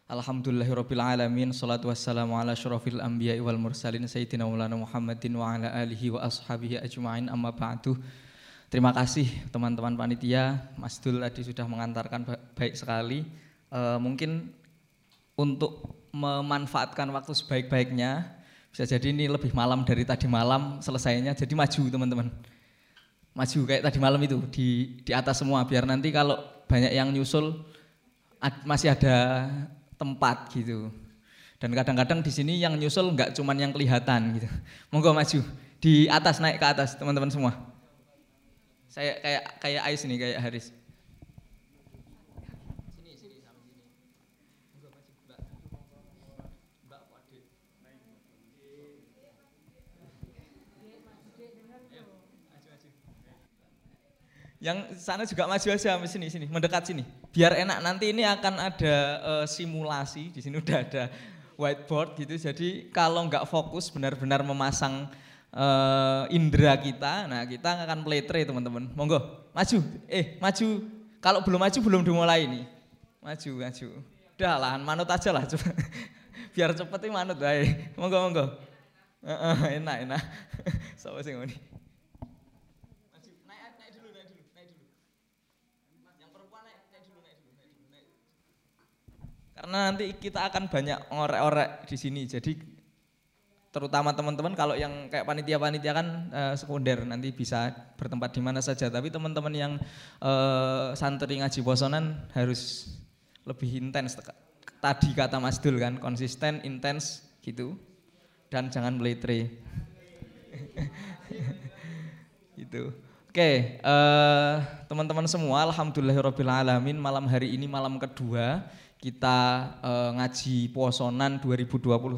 Alhamdulillahirabbil alamin, shalatu wassalamu ala asyrofil anbiya'i wal mursalin sayyidina maulana Muhammadin wa ala alihi wa ashabihi ajma'in, amma ba'du. Terima kasih teman-teman panitia, Mas Dul tadi sudah mengantarkan baik sekali. Mungkin untuk memanfaatkan waktu sebaik-baiknya, bisa jadi ini lebih malam dari tadi malam selesainya, jadi maju teman-teman. Maju kayak tadi malam itu di atas semua, biar nanti kalau banyak yang nyusul masih ada tempat gitu. Dan kadang-kadang di sini yang nyusul nggak cuman yang kelihatan gitu. Monggo maju di atas, naik ke atas teman-teman semua. Saya kayak Ais nih, kayak Haris. Sini sama sini. Monggo maju, Mbak. Mbak Fadil. Maju. Yang sana juga maju aja sampai sini, mendekat sini. Biar enak, nanti ini akan ada simulasi, di sini udah ada whiteboard gitu. Jadi kalau nggak fokus benar-benar memasang indera kita, nah kita akan play tray teman-teman. Monggo, maju. Maju. Kalau belum maju belum dimulai ini. Maju. Udah lah, manut aja lah coba. Biar cepet ini manut ae. Monggo. Enak. Sapa sing ngene? Karena nanti kita akan banyak ngorek-orek di sini, jadi terutama teman-teman kalau yang kayak panitia-panitia kan sekunder nanti bisa bertempat di mana saja, tapi teman-teman yang santri ngaji posonan harus lebih intens. Tadi kata Mas Dul kan, konsisten, intens gitu, dan jangan meletre. Gitu. Oke, teman-teman semua, alhamdulillahirabbil alamin, malam hari ini malam kedua kita ngaji posonan 2021.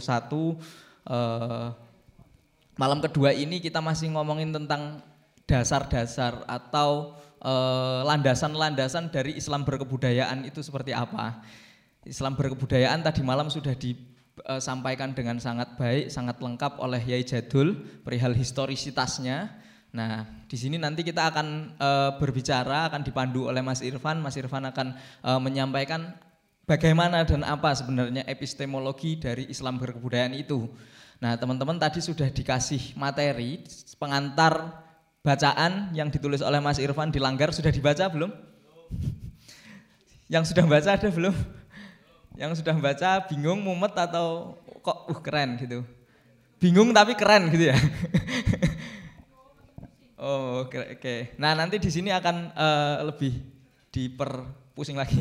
Malam kedua ini kita masih ngomongin tentang dasar-dasar atau landasan-landasan dari Islam berkebudayaan itu seperti apa. Islam berkebudayaan tadi malam sudah disampaikan dengan sangat baik, sangat lengkap oleh Yai Jadul perihal historisitasnya. Nah, di sini nanti kita akan berbicara, akan dipandu oleh Mas Irfan. Mas Irfan akan menyampaikan bagaimana dan apa sebenarnya epistemologi dari Islam berkebudayaan itu. Nah, teman-teman tadi sudah dikasih materi pengantar bacaan yang ditulis oleh Mas Irfan di Langgar, sudah dibaca belum? Yang sudah baca ada belum? Yang sudah baca bingung, mumet atau kok keren gitu? Bingung tapi keren gitu ya. Oh, oke. Nah, nanti di sini akan lebih diperpusing lagi.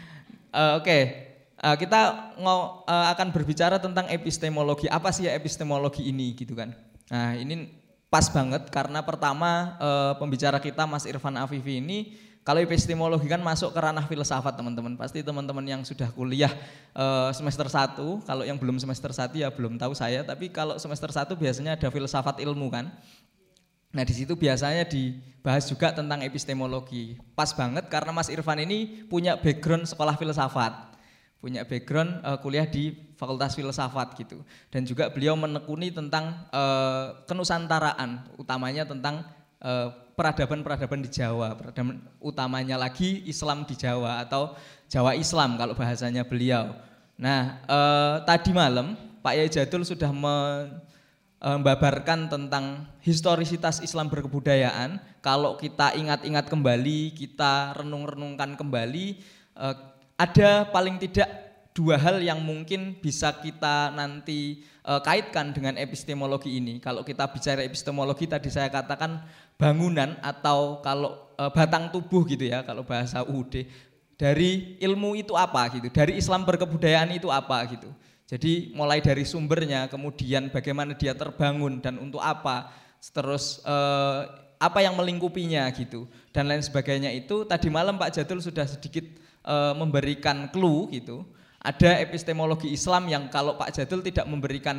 Kita akan berbicara tentang epistemologi. Apa sih ya epistemologi ini gitu kan? Nah, ini pas banget karena pertama pembicara kita Mas Irfan Afifi ini, kalau epistemologi kan masuk ke ranah filsafat teman-teman. Pasti teman-teman yang sudah kuliah semester 1, kalau yang belum semester 1 ya belum tahu saya, tapi kalau semester 1 biasanya ada filsafat ilmu kan. Nah, di situ biasanya dibahas juga tentang epistemologi. Pas banget karena Mas Irfan ini punya background sekolah filsafat, punya background kuliah di Fakultas Filsafat gitu. Dan juga beliau menekuni tentang kenusantaraan, utamanya tentang peradaban-peradaban di Jawa, peradaban utamanya lagi Islam di Jawa atau Jawa Islam kalau bahasanya beliau. Nah, tadi malam Pak Yai Jadul sudah membabarkan tentang historisitas Islam berkebudayaan. Kalau kita ingat-ingat kembali, kita renung-renungkan kembali, ada paling tidak dua hal yang mungkin bisa kita nanti kaitkan dengan epistemologi ini. Kalau kita bicara epistemologi tadi saya katakan bangunan atau kalau batang tubuh gitu ya, kalau bahasa UUD. Dari ilmu itu apa gitu, dari Islam berkebudayaan itu apa gitu. Jadi mulai dari sumbernya, kemudian bagaimana dia terbangun dan untuk apa, terus apa yang melingkupinya gitu, dan lain sebagainya itu. Tadi malam Pak Jadul sudah sedikit memberikan clue gitu. Ada epistemologi Islam yang kalau Pak Jadul tidak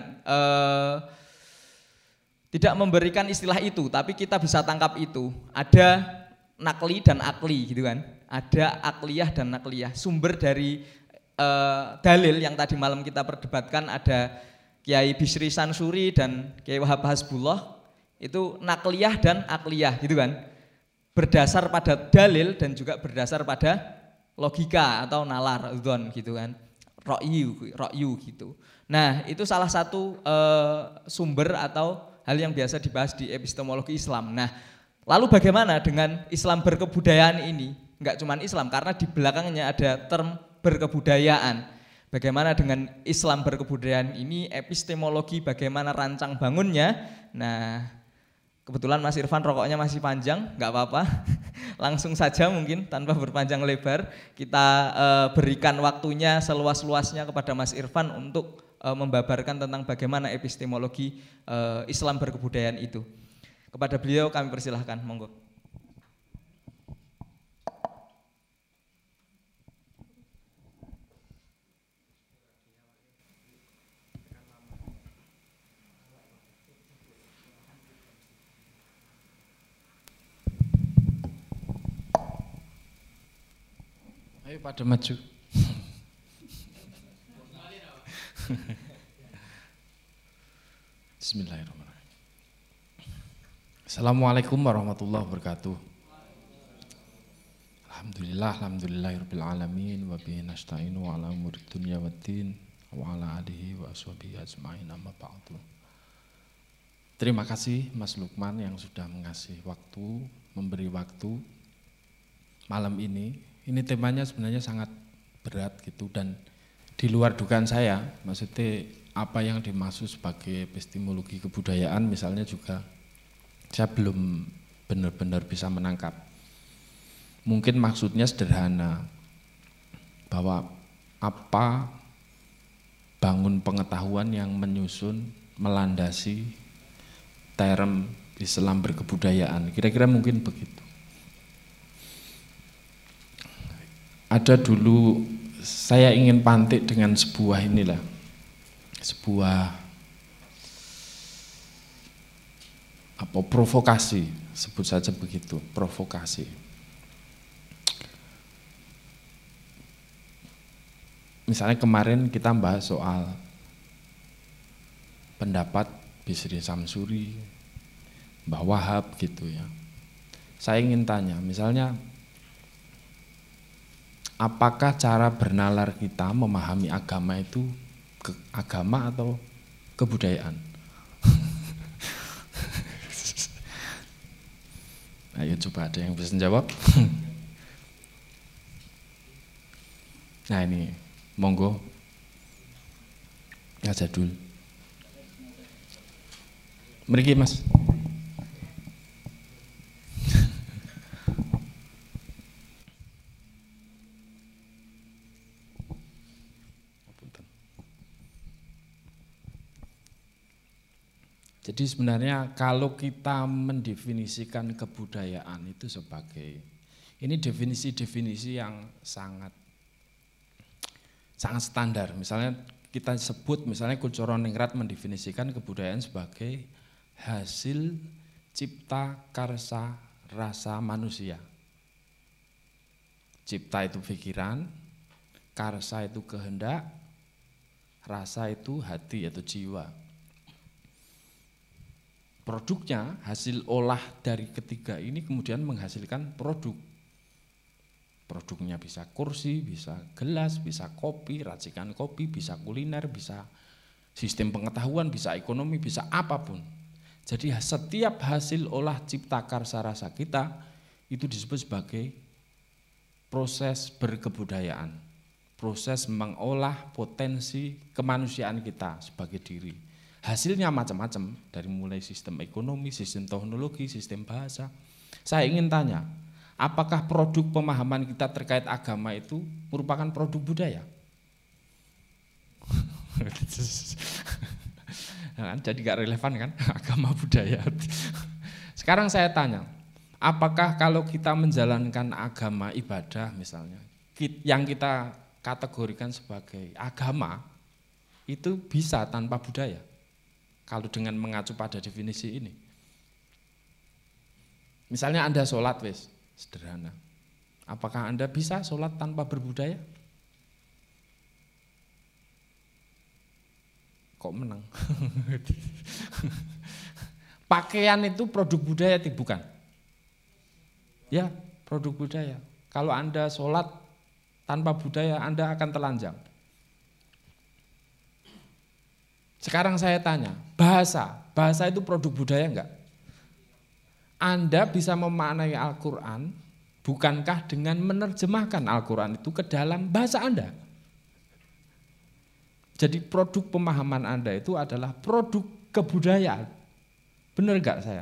memberikan istilah itu, tapi kita bisa tangkap itu. Ada nakli dan akli gitu kan, ada akliyah dan nakliyah. Sumber dari dalil yang tadi malam kita perdebatkan ada Kiai Bisri Sansuri dan Kiai Wahab Hasbullah, itu nakliyah dan akliyah gitu kan, berdasar pada dalil dan juga berdasar pada logika atau nalar, dzon gitu kan. rokyu gitu. Nah, itu salah satu sumber atau hal yang biasa dibahas di epistemologi Islam. Nah, lalu bagaimana dengan Islam berkebudayaan ini? Enggak cuma Islam, karena di belakangnya ada term berkebudayaan. Bagaimana dengan Islam berkebudayaan ini, epistemologi bagaimana rancang bangunnya. Nah, kebetulan Mas Irfan rokoknya masih panjang, enggak apa-apa. Langsung saja mungkin tanpa berpanjang lebar, kita berikan waktunya seluas-luasnya kepada Mas Irfan untuk membabarkan tentang bagaimana epistemologi Islam berkebudayaan itu. Kepada beliau kami persilahkan, monggo. Ayo pada maju. Bismillahirrahmanirrahim. Assalamualaikum warahmatullahi wabarakatuh. Alhamdulillahirabbil alamin wa bihi nasta'inu ala umuri dunya waddin wa ala alihi wa ashabihi ajmain amma ba'du. Terima kasih Mas Lukman yang sudah mengasih waktu, memberi waktu malam ini. Ini temanya sebenarnya sangat berat gitu dan di luar dugaan saya, maksudnya apa yang dimaksud sebagai epistemologi kebudayaan misalnya juga saya belum benar-benar bisa menangkap. Mungkin maksudnya sederhana, bahwa apa bangun pengetahuan yang menyusun, melandasi term Islam berkebudayaan, kira-kira mungkin begitu. Ada dulu saya ingin pantik dengan sebuah provokasi, sebut saja begitu, provokasi. Misalnya kemarin kita bahas soal pendapat Bisri Samsuri, Mbah Wahab gitu ya. Saya ingin tanya, misalnya apakah cara bernalar kita memahami agama itu agama atau kebudayaan? Ayo coba ada yang bisa menjawab. Nah ini, monggo ya Jadul. Mriki Mas. Jadi sebenarnya kalau kita mendefinisikan kebudayaan itu sebagai, ini definisi-definisi yang sangat standar. Misalnya kita sebut, misalnya Kuncoro Ningrat mendefinisikan kebudayaan sebagai hasil cipta karsa rasa manusia. Cipta itu pikiran, karsa itu kehendak, rasa itu hati atau jiwa. Produknya, hasil olah dari ketiga ini kemudian menghasilkan produk. Produknya bisa kursi, bisa gelas, bisa kopi, racikan kopi, bisa kuliner, bisa sistem pengetahuan, bisa ekonomi, bisa apapun. Jadi setiap hasil olah cipta karsa rasa kita itu disebut sebagai proses berkebudayaan. Proses mengolah potensi kemanusiaan kita sebagai diri. Hasilnya macam-macam, dari mulai sistem ekonomi, sistem teknologi, sistem bahasa. Saya ingin tanya, apakah produk pemahaman kita terkait agama itu merupakan produk budaya? Jadi gak relevan kan, agama budaya. Sekarang saya tanya, apakah kalau kita menjalankan agama ibadah misalnya, yang kita kategorikan sebagai agama, itu bisa tanpa budaya? Kalau dengan mengacu pada definisi ini. Misalnya Anda sholat wis, sederhana. Apakah Anda bisa sholat tanpa berbudaya? Kok menang? Pakaian itu produk budaya bukan? Ya, produk budaya. Kalau Anda sholat tanpa budaya, Anda akan telanjang. Sekarang saya tanya, bahasa itu produk budaya enggak? Anda bisa memaknai Al-Quran, bukankah dengan menerjemahkan Al-Quran itu ke dalam bahasa Anda? Jadi produk pemahaman Anda itu adalah produk kebudayaan. Benar enggak saya?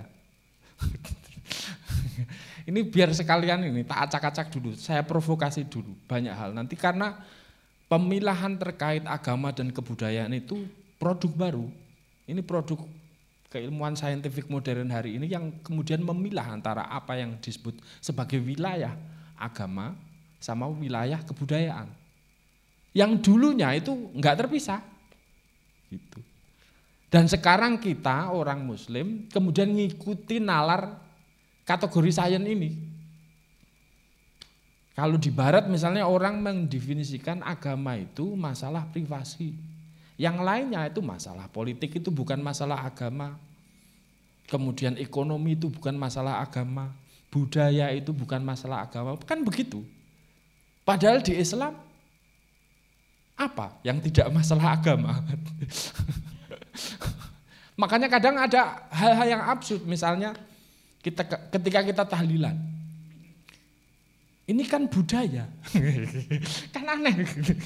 Ini biar sekalian ini tak acak-acak dulu, saya provokasi dulu banyak hal. Nanti karena pemilahan terkait agama dan kebudayaan itu produk baru. Ini produk keilmuan saintifik modern hari ini yang kemudian memilah antara apa yang disebut sebagai wilayah agama sama wilayah kebudayaan. Yang dulunya itu enggak terpisah. Gitu. Dan sekarang kita orang muslim kemudian ngikuti nalar kategori sains ini. Kalau di barat misalnya orang mendefinisikan agama itu masalah privasi. Yang lainnya itu masalah politik, itu bukan masalah agama. Kemudian ekonomi itu bukan masalah agama. Budaya itu bukan masalah agama. Kan begitu. Padahal di Islam apa yang tidak masalah agama? Makanya kadang ada hal-hal yang absurd, misalnya ketika kita tahlilan, ini kan budaya, kan aneh,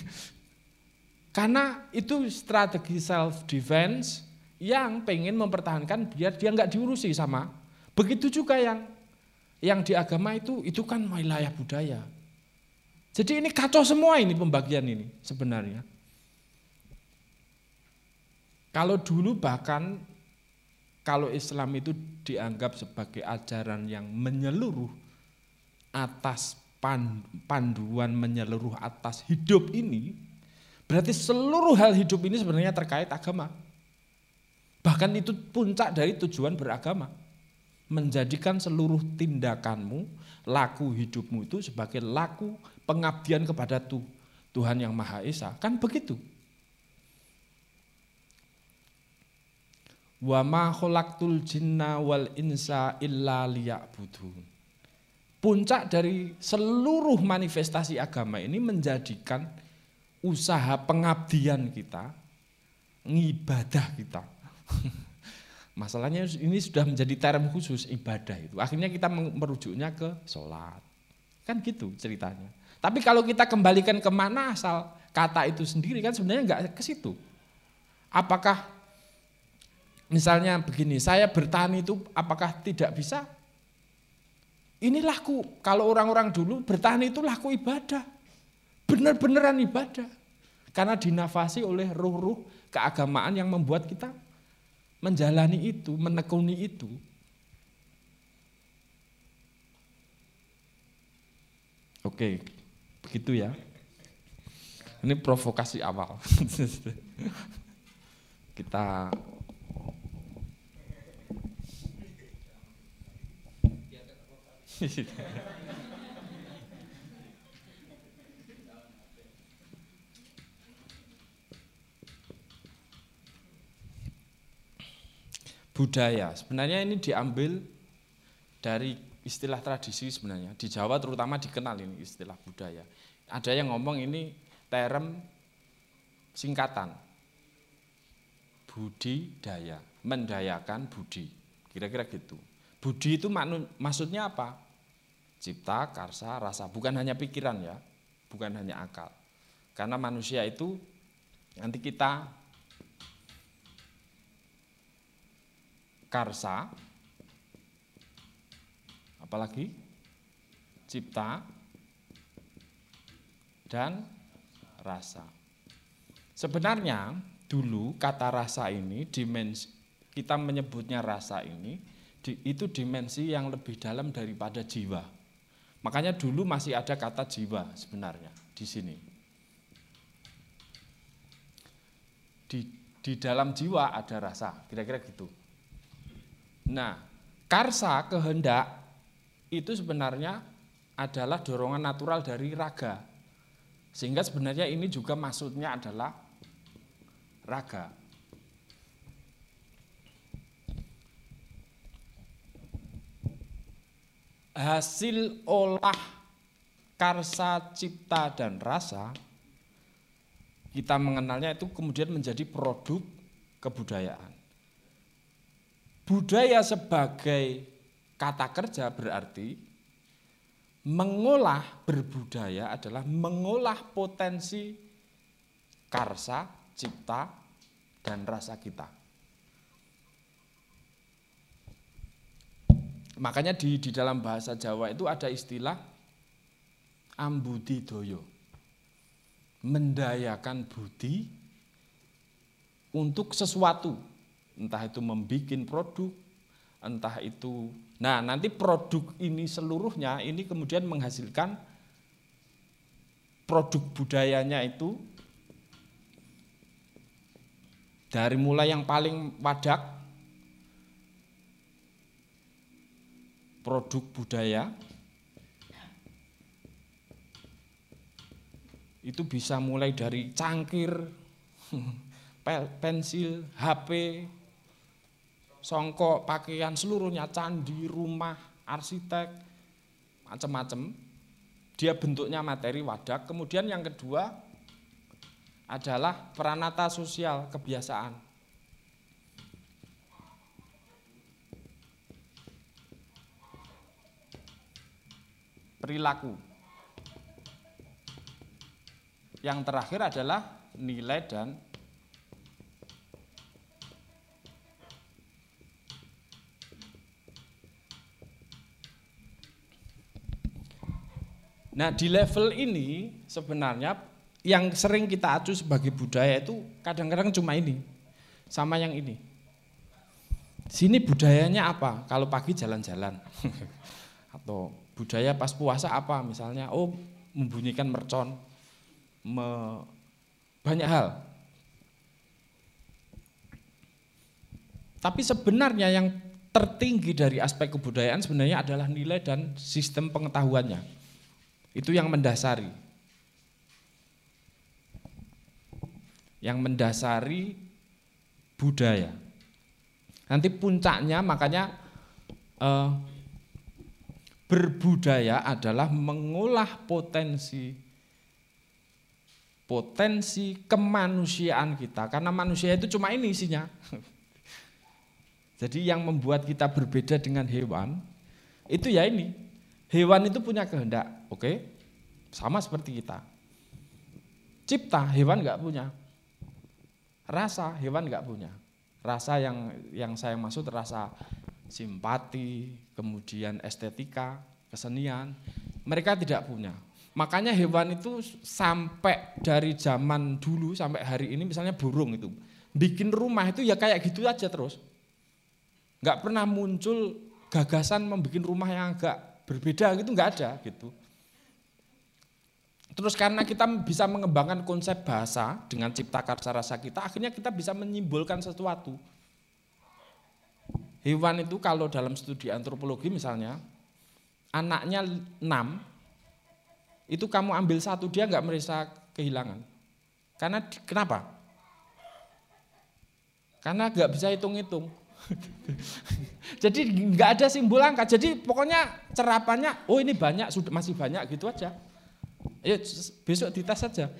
karena itu strategi self defense yang pengen mempertahankan biar dia nggak diurusi sama. Begitu juga yang di agama itu kan wilayah budaya. Jadi ini kacau semua ini pembagian ini sebenarnya. Kalau dulu bahkan kalau Islam itu dianggap sebagai ajaran yang menyeluruh atas panduan menyeluruh atas hidup ini, berarti seluruh hal hidup ini sebenarnya terkait agama. Bahkan itu puncak dari tujuan beragama. Menjadikan seluruh tindakanmu, laku hidupmu itu sebagai laku pengabdian kepada Tuhan yang Maha Esa. Kan begitu. Wa ma khalaqtul jinna wal insa illa liya'budun. Puncak dari seluruh manifestasi agama ini menjadikan usaha pengabdian kita, ngibadah kita. Masalahnya ini sudah menjadi term khusus ibadah itu. Akhirnya kita merujuknya ke sholat. Kan gitu ceritanya. Tapi kalau kita kembalikan ke mana asal kata itu sendiri kan sebenarnya enggak ke situ. Apakah misalnya begini, saya bertahan itu apakah tidak bisa? Ini laku, kalau orang-orang dulu bertahan itu laku ibadah. Benar-beneran ibadah. Karena dinafasi oleh ruh-ruh keagamaan yang membuat kita menjalani itu, menekuni itu. Oke, begitu ya. Ini provokasi awal. Kita budaya, sebenarnya ini diambil dari istilah tradisi sebenarnya. Di Jawa terutama dikenal ini istilah budaya. Ada yang ngomong ini term singkatan. Budidaya, mendayakan budi. Kira-kira gitu. Budi itu maksudnya apa? Cipta, karsa, rasa. Bukan hanya pikiran ya, bukan hanya akal. Karena manusia itu nanti kita karsa, apalagi cipta dan rasa. Sebenarnya dulu kata rasa ini dimensi, kita menyebutnya rasa ini itu dimensi yang lebih dalam daripada jiwa. Makanya dulu masih ada kata jiwa sebenarnya di sini. Di dalam jiwa ada rasa, kira-kira gitu. Nah, karsa, kehendak, itu sebenarnya adalah dorongan natural dari raga. Sehingga sebenarnya ini juga maksudnya adalah raga. Hasil olah karsa, cipta, dan rasa, kita mengenalnya itu kemudian menjadi produk kebudayaan. Budaya sebagai kata kerja berarti mengolah, berbudaya adalah mengolah potensi karsa, cipta, dan rasa kita. Makanya di dalam bahasa Jawa itu ada istilah ambudidoyo, mendayakan budi untuk sesuatu, entah itu membuat produk, entah itu, nah nanti produk ini seluruhnya ini kemudian menghasilkan produk budayanya itu dari mulai yang paling wadak, produk budaya itu bisa mulai dari cangkir, pensil, HP, songkok, pakaian, seluruhnya, candi, rumah, arsitek, macam-macam. Dia bentuknya materi wadak. Kemudian yang kedua adalah peranata sosial, kebiasaan. Perilaku. Yang terakhir adalah nilai dan nah di level ini sebenarnya yang sering kita acu sebagai budaya itu kadang-kadang cuma ini sama yang ini. Sini budayanya apa? Kalau pagi jalan-jalan atau budaya pas puasa apa misalnya, oh membunyikan mercon, banyak hal. Tapi sebenarnya yang tertinggi dari aspek kebudayaan sebenarnya adalah nilai dan sistem pengetahuannya. Itu yang mendasari. Yang mendasari budaya. Nanti puncaknya makanya berbudaya adalah mengolah potensi kemanusiaan kita, karena manusia itu cuma ini isinya. Jadi yang membuat kita berbeda dengan hewan itu ya ini, hewan itu punya kehendak, oke, sama seperti kita. Cipta, hewan nggak punya. Rasa, hewan nggak punya. Rasa yang saya maksud rasa simpati, kemudian estetika, kesenian, mereka tidak punya. Makanya hewan itu sampai dari zaman dulu sampai hari ini, misalnya burung itu, bikin rumah itu ya kayak gitu aja terus. Nggak pernah muncul gagasan membuat rumah yang agak berbeda gitu, nggak ada gitu. Terus karena kita bisa mengembangkan konsep bahasa dengan cipta karsa rasa kita, akhirnya kita bisa menyimbolkan sesuatu. Hewan itu kalau dalam studi antropologi misalnya, anaknya 6, itu kamu ambil 1 dia nggak merasa kehilangan. Karena kenapa? Karena nggak bisa hitung-hitung. Jadi nggak ada simbol angka. Jadi pokoknya cerapannya, oh ini banyak, sudah masih banyak gitu aja. Ayo besok dites saja.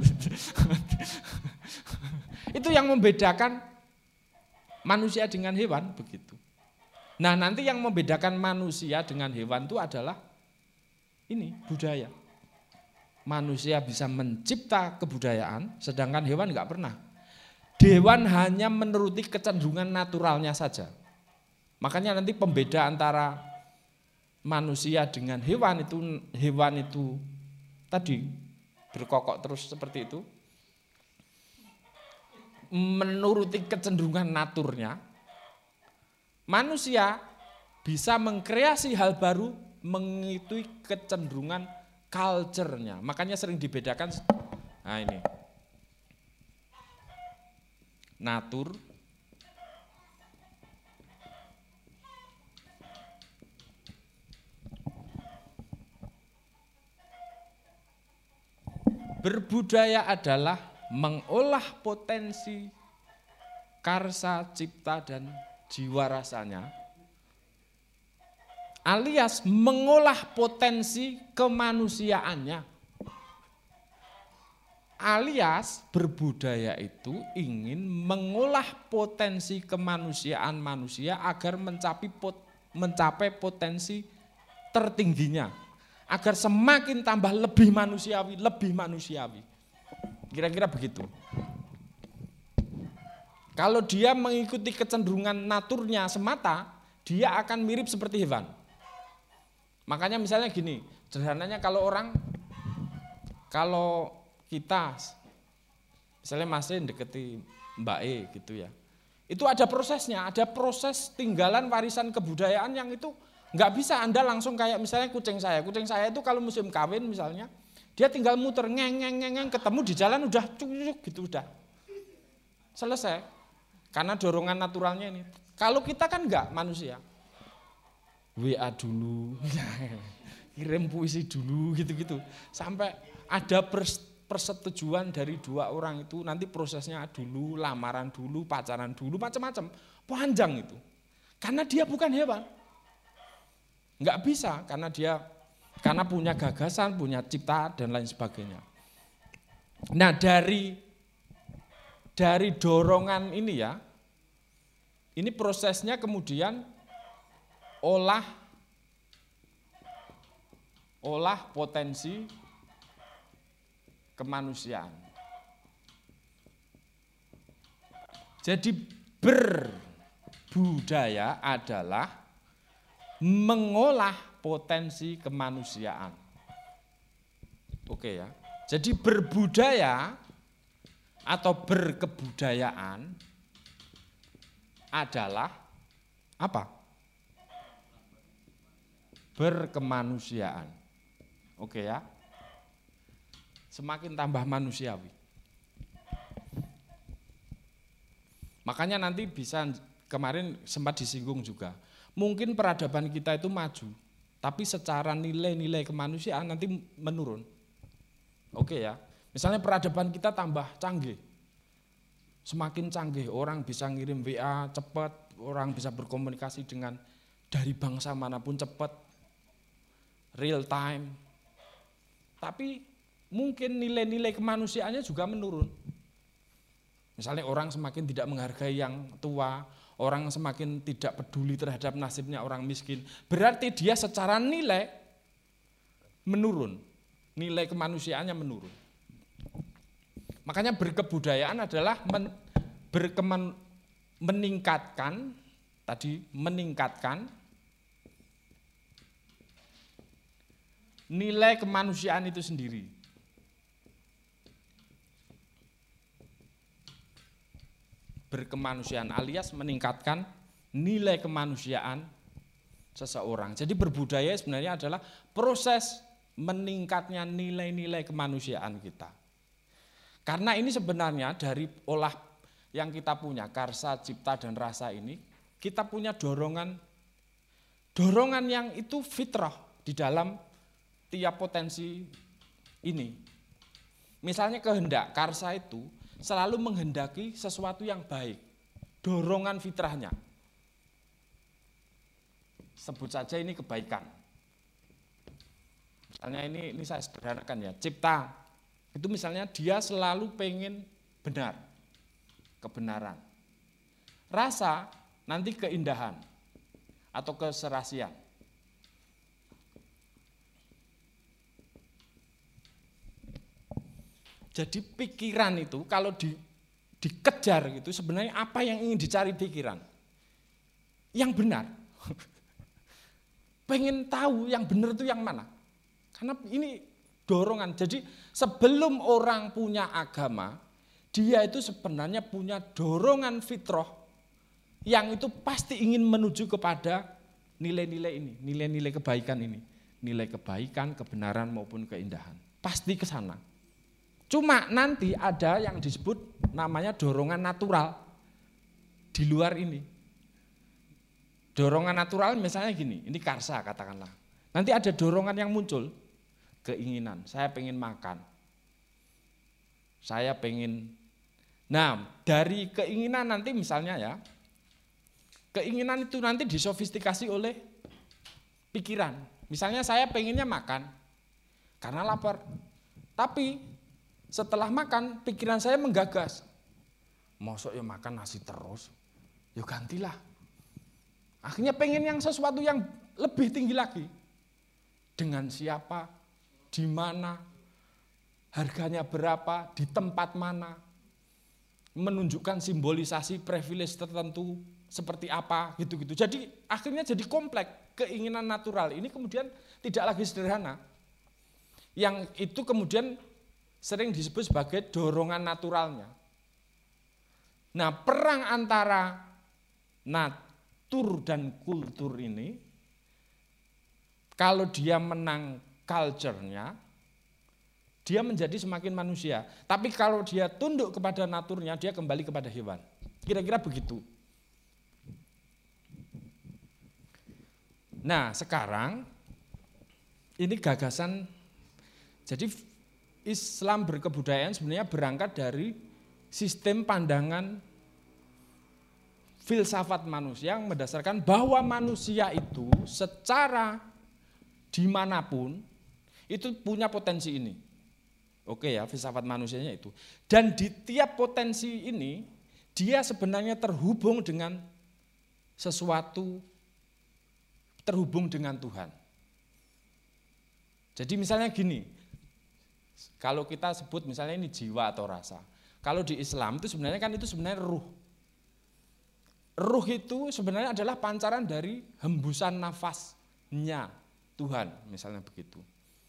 Itu yang membedakan manusia dengan hewan begitu. Nah nanti yang membedakan manusia dengan hewan itu adalah ini budaya. Manusia bisa mencipta kebudayaan, sedangkan hewan nggak pernah. Hewan hanya menuruti kecenderungan naturalnya saja. Makanya nanti pembeda antara manusia dengan hewan itu tadi berkokok terus seperti itu, menuruti kecenderungan naturnya. Manusia bisa mengkreasi hal baru mengikuti kecenderungan culture-nya. Makanya sering dibedakan, nah ini, natur, berbudaya adalah mengolah potensi karsa, cipta, dan jiwa rasanya, alias mengolah potensi kemanusiaannya. Alias berbudaya itu ingin mengolah potensi kemanusiaan manusia agar mencapai potensi tertingginya. Agar semakin tambah lebih manusiawi, lebih manusiawi. Kira-kira begitu. Kalau dia mengikuti kecenderungan naturnya semata, dia akan mirip seperti hewan. Makanya misalnya gini, sederhananya kalau kita, misalnya masih deketi Mbak E gitu ya, itu ada prosesnya, ada proses tinggalan warisan kebudayaan yang itu nggak bisa Anda langsung kayak misalnya kucing saya itu kalau musim kawin misalnya, dia tinggal muter ngeng ketemu di jalan udah cuk gitu udah selesai, karena dorongan naturalnya ini. Kalau kita kan nggak manusia, WA dulu, kirim puisi dulu gitu-gitu, sampai ada persetujuan dari dua orang itu, nanti prosesnya dulu, lamaran dulu, pacaran dulu, macam-macam, panjang itu. Karena dia bukan hewan, nggak bisa, karena punya gagasan, punya cipta dan lain sebagainya. Nah dari dorongan ini ya, ini prosesnya kemudian olah potensi kemanusiaan. Jadi berbudaya adalah mengolah potensi kemanusiaan. Oke ya. Jadi berbudaya atau berkebudayaan adalah apa? Berkemanusiaan. Oke ya. Semakin tambah manusiawi. Makanya nanti bisa, kemarin sempat disinggung juga, mungkin peradaban kita itu maju, tapi secara nilai-nilai kemanusiaan nanti menurun. Oke ya, misalnya peradaban kita tambah canggih, semakin canggih, orang bisa ngirim WA cepat, orang bisa berkomunikasi dengan dari bangsa manapun cepat, real time. Tapi mungkin nilai-nilai kemanusiaannya juga menurun. Misalnya orang semakin tidak menghargai yang tua, orang semakin tidak peduli terhadap nasibnya orang miskin, berarti dia secara nilai menurun, nilai kemanusiaannya menurun. Makanya berkebudayaan adalah meningkatkan nilai kemanusiaan itu sendiri. Berkemanusiaan alias meningkatkan nilai kemanusiaan seseorang. Jadi berbudaya sebenarnya adalah proses meningkatnya nilai-nilai kemanusiaan kita. Karena ini sebenarnya dari olah yang kita punya, karsa, cipta, dan rasa ini, kita punya dorongan yang itu fitrah di dalam tiap potensi ini. Misalnya kehendak, karsa itu selalu menghendaki sesuatu yang baik, dorongan fitrahnya. Sebut saja ini kebaikan. Misalnya ini saya sederhanakan ya, cipta, itu misalnya dia selalu pengen benar, kebenaran. Rasa nanti keindahan atau keserasian. Jadi pikiran itu kalau dikejar gitu, sebenarnya apa yang ingin dicari pikiran? Yang benar. Pengen tahu yang benar itu yang mana? Karena ini dorongan. Jadi sebelum orang punya agama, dia itu sebenarnya punya dorongan fitrah yang itu pasti ingin menuju kepada nilai-nilai ini, nilai-nilai kebaikan ini. Nilai kebaikan, kebenaran maupun keindahan. Pasti ke sana. Cuma nanti ada yang disebut namanya dorongan natural di luar ini. Dorongan natural misalnya gini, ini karsa katakanlah. Nanti ada dorongan yang muncul, keinginan, saya pengen makan. Saya pengen, nah dari keinginan nanti misalnya ya, keinginan itu nanti disofistikasi oleh pikiran. Misalnya saya pengennya makan, karena lapar. Tapi setelah makan pikiran saya menggagas. Mosok ya makan nasi terus, ya gantilah. Akhirnya pengen yang sesuatu yang lebih tinggi lagi. Dengan siapa, di mana, harganya berapa, di tempat mana. Menunjukkan simbolisasi privilege tertentu seperti apa gitu-gitu. Jadi akhirnya jadi kompleks. Keinginan natural ini kemudian tidak lagi sederhana. Yang itu kemudian sering disebut sebagai dorongan naturalnya. Nah, perang antara natur dan kultur ini, kalau dia menang culture-nya, dia menjadi semakin manusia. Tapi kalau dia tunduk kepada naturnya, dia kembali kepada hewan. Kira-kira begitu. Nah, sekarang ini gagasan, jadi Islam berkebudayaan sebenarnya berangkat dari sistem pandangan filsafat manusia yang mendasarkan bahwa manusia itu secara dimanapun itu punya potensi ini. Oke ya, filsafat manusianya itu. Dan di tiap potensi ini dia sebenarnya terhubung dengan sesuatu, terhubung dengan Tuhan. Jadi misalnya gini, kalau kita sebut misalnya ini jiwa atau rasa. Kalau di Islam itu sebenarnya kan itu sebenarnya ruh. Ruh itu sebenarnya adalah pancaran dari hembusan nafasnya Tuhan, misalnya begitu.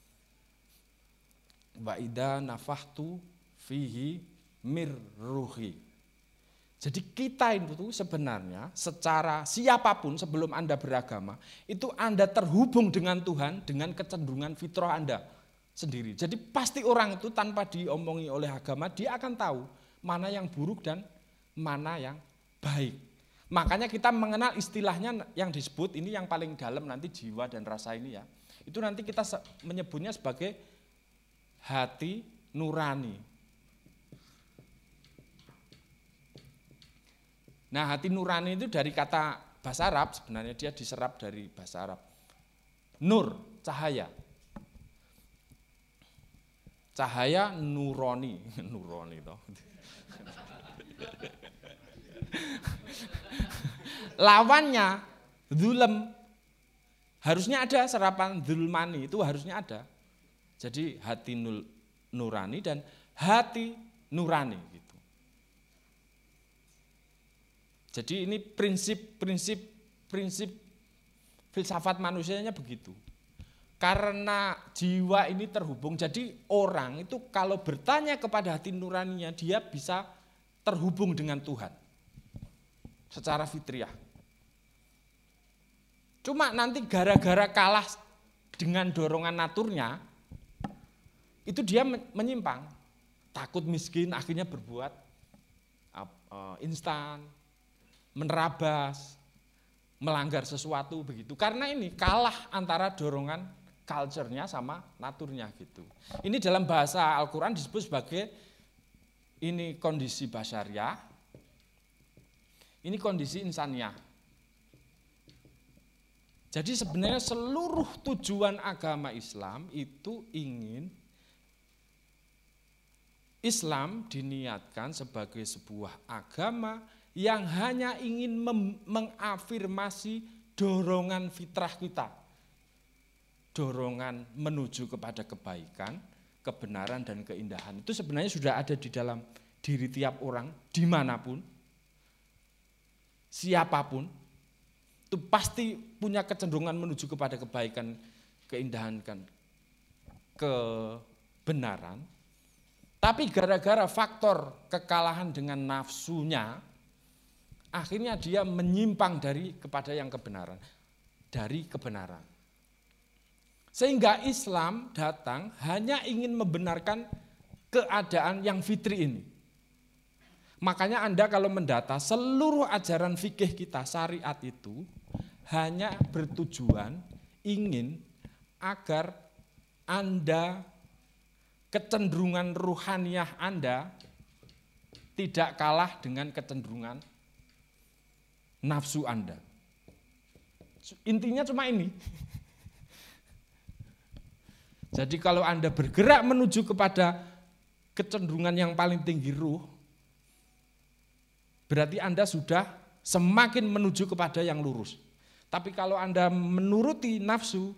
Wa idza nafahtu fihi mir ruhi. Jadi kita itu sebenarnya secara siapapun sebelum Anda beragama, itu Anda terhubung dengan Tuhan dengan kecenderungan fitrah Anda sendiri. Jadi pasti orang itu tanpa diomongi oleh agama, dia akan tahu mana yang buruk dan mana yang baik. Makanya kita mengenal istilahnya yang disebut, ini yang paling dalam nanti jiwa dan rasa ini ya. Itu nanti kita menyebutnya sebagai hati nurani. Nah, hati nurani itu dari kata bahasa Arab, sebenarnya dia diserap dari bahasa Arab. Nur, cahaya. Cahaya nuroni, nuroni toh. Lawannya zulm. Harusnya ada serapan zulmani, itu harusnya ada. Jadi hati nurani dan hati nurani gitu. Jadi ini prinsip filsafat manusianya begitu. Karena jiwa ini terhubung, jadi orang itu kalau bertanya kepada hati nuraninya, dia bisa terhubung dengan Tuhan secara fitriah. Cuma nanti gara-gara kalah dengan dorongan naturnya, itu dia menyimpang. Takut miskin, akhirnya berbuat instan, menerabas, melanggar sesuatu begitu. Karena ini kalah antara dorongan culture-nya sama naturnya gitu. Ini dalam bahasa Al-Quran disebut sebagai ini kondisi basyariah, ini kondisi insaniah. Jadi sebenarnya seluruh tujuan agama Islam itu ingin Islam diniatkan sebagai sebuah agama yang hanya ingin mengafirmasi dorongan fitrah kita. Dorongan menuju kepada kebaikan, kebenaran dan keindahan. Itu sebenarnya sudah ada di dalam diri tiap orang, dimanapun, siapapun. Itu pasti punya kecenderungan menuju kepada kebaikan, keindahan, kebenaran. Tapi gara-gara faktor kekalahan dengan nafsunya, akhirnya dia menyimpang kepada yang kebenaran, dari kebenaran. Sehingga Islam datang hanya ingin membenarkan keadaan yang fitri ini. Makanya Anda kalau mendata seluruh ajaran fikih kita, syariat itu hanya bertujuan ingin agar Anda, kecenderungan ruhaniyah Anda tidak kalah dengan kecenderungan nafsu Anda. Intinya cuma ini. Jadi kalau Anda bergerak menuju kepada kecenderungan yang paling tinggi ruh, berarti Anda sudah semakin menuju kepada yang lurus. Tapi kalau Anda menuruti nafsu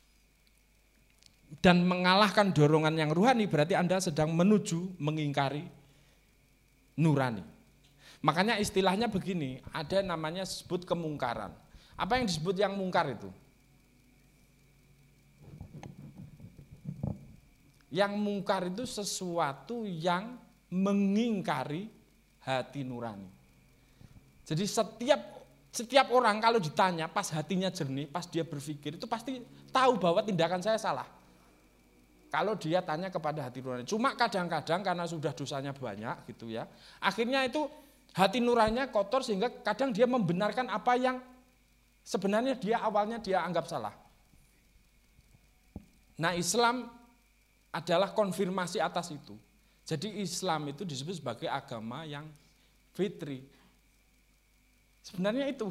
dan mengalahkan dorongan yang ruhani, berarti Anda sedang menuju mengingkari nurani. Makanya istilahnya begini, ada namanya sebut kemungkaran. Apa yang disebut yang mungkar itu? Yang mungkar itu sesuatu yang mengingkari hati nurani. Jadi setiap orang kalau ditanya pas hatinya jernih, pas dia berpikir itu pasti tahu bahwa tindakan saya salah. Kalau dia tanya kepada hati nurani. Cuma kadang-kadang karena sudah dosanya banyak gitu ya. Akhirnya itu hati nuraninya kotor sehingga kadang dia membenarkan apa yang sebenarnya awalnya dia anggap salah. Nah, Islam adalah konfirmasi atas itu. Jadi Islam itu disebut sebagai agama yang fitri. Sebenarnya itu.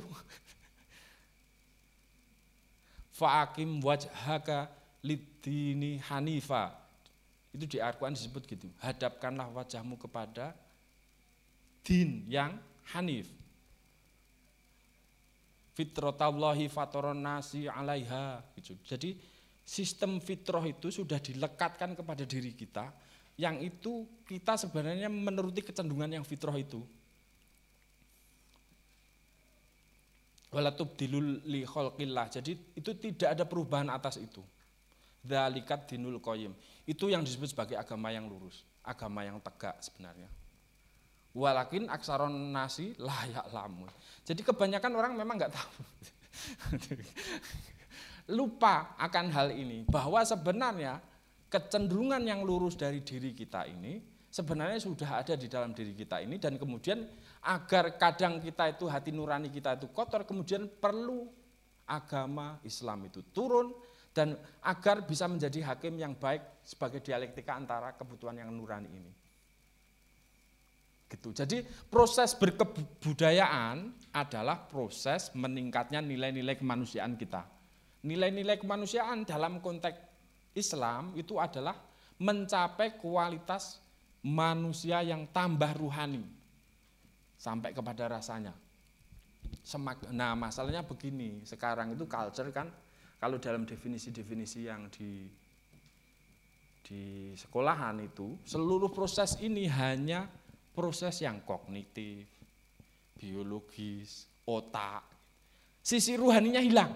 Fa'akim wajhaka lidini hanifa. Itu di Al-Quran disebut gitu. Hadapkanlah wajahmu kepada din yang hanif. Fitratallahi fatoron nasi alaiha. Jadi sistem fitrah itu sudah dilekatkan kepada diri kita, yang itu kita sebenarnya menuruti kecenderungan yang fitrah itu. Wala tubdilul li khalqillah. Jadi itu tidak ada perubahan atas itu. Dzalikat dinul qayyim. Itu yang disebut sebagai agama yang lurus, agama yang tegak sebenarnya. Walakin aksaron nasi la ya'lamun. Jadi kebanyakan orang memang enggak tahu. Lupa akan hal ini, bahwa sebenarnya kecenderungan yang lurus dari diri kita ini sebenarnya sudah ada di dalam diri kita ini, dan kemudian agar kadang kita itu hati nurani kita itu kotor, kemudian perlu agama Islam itu turun dan agar bisa menjadi hakim yang baik sebagai dialektika antara kebutuhan yang nurani ini. Gitu. Jadi proses berkebudayaan adalah proses meningkatnya nilai-nilai kemanusiaan kita. Nilai-nilai kemanusiaan dalam konteks Islam itu adalah mencapai kualitas manusia yang tambah ruhani sampai kepada rasanya. Nah, masalahnya begini, sekarang itu culture kan, kalau dalam definisi-definisi yang di sekolahan itu, seluruh proses ini hanya proses yang kognitif, biologis, otak. Sisi ruhaninya hilang.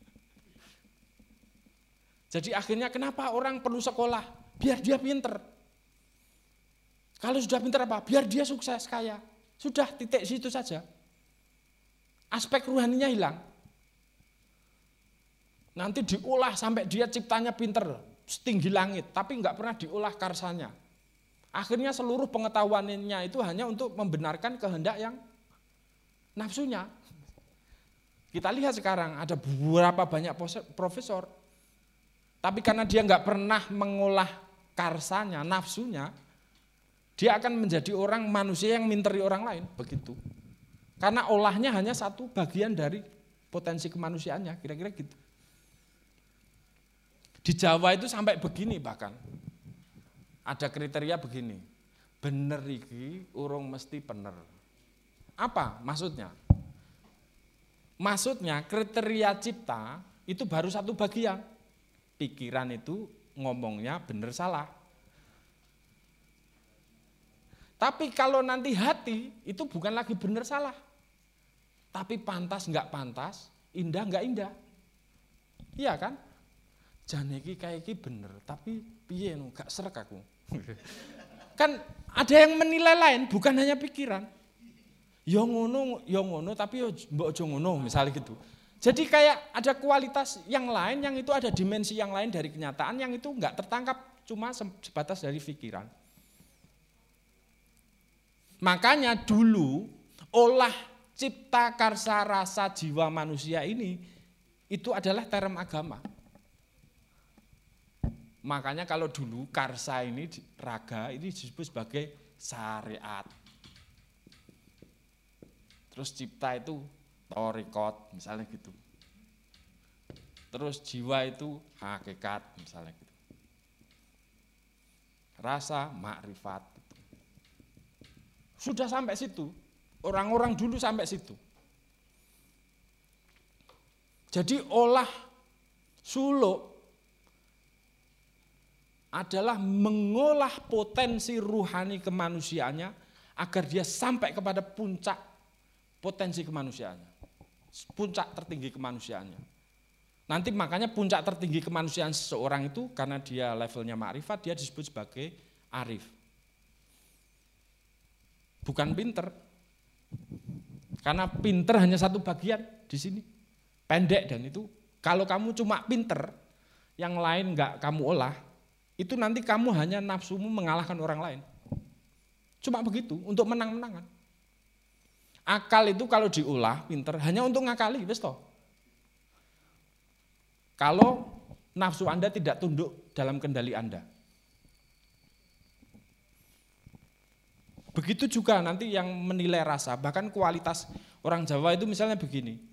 Jadi akhirnya kenapa orang perlu sekolah? Biar dia pinter. Kalau sudah pinter apa? Biar dia sukses, kaya. Sudah, titik situ saja. Aspek ruhaninya hilang. Nanti diolah sampai dia ciptanya pinter, setinggi langit, tapi enggak pernah diolah karsanya. Akhirnya seluruh pengetahuannya itu hanya untuk membenarkan kehendak yang nafsunya. Kita lihat sekarang ada beberapa banyak profesor, tapi karena dia enggak pernah mengolah karsanya, nafsunya, dia akan menjadi orang manusia yang minteri orang lain, begitu. Karena olahnya hanya satu bagian dari potensi kemanusiaannya, kira-kira gitu. Di Jawa itu sampai begini bahkan. Ada kriteria begini, bener iki urung mesti bener. Apa maksudnya? Maksudnya kriteria cipta itu baru satu bagian. Pikiran itu ngomongnya bener salah. Tapi kalau nanti hati itu bukan lagi bener salah. Tapi pantas enggak pantas, indah enggak indah. Iya kan? Jane iki kayak iki bener, tapi piye no gak srek aku. Kan ada yang menilai lain, bukan hanya pikiran. Ya ngono, tapi mbok aja ngono, misalnya gitu. Jadi kayak ada kualitas yang lain, yang itu ada dimensi yang lain dari kenyataan, yang itu enggak tertangkap, cuma sebatas dari pikiran. Makanya dulu olah cipta karsa rasa jiwa manusia ini itu adalah term agama. Makanya kalau dulu karsa ini raga ini disebut sebagai syariat. Terus cipta itu thorikot misalnya gitu. Terus jiwa itu hakikat misalnya gitu. rasa, makrifat. Sudah sampai situ. Orang-orang dulu sampai situ. Jadi olah suluk adalah mengolah potensi ruhani kemanusiaannya agar dia sampai kepada puncak potensi kemanusiaannya. Puncak tertinggi kemanusiaannya. Nanti makanya puncak tertinggi kemanusiaan seseorang itu karena dia levelnya makrifat, dia disebut sebagai arif. Bukan pinter. Karena pinter hanya satu bagian di sini. Pendek, dan itu kalau kamu cuma pinter, yang lain enggak kamu olah, itu nanti kamu hanya nafsumu mengalahkan orang lain. Cuma begitu, untuk menang-menangan. Akal itu kalau diolah, pinter, hanya untuk ngakali, wis toh. Kalau nafsu Anda tidak tunduk dalam kendali Anda. Begitu juga nanti yang menilai rasa, bahkan kualitas orang Jawa itu misalnya begini.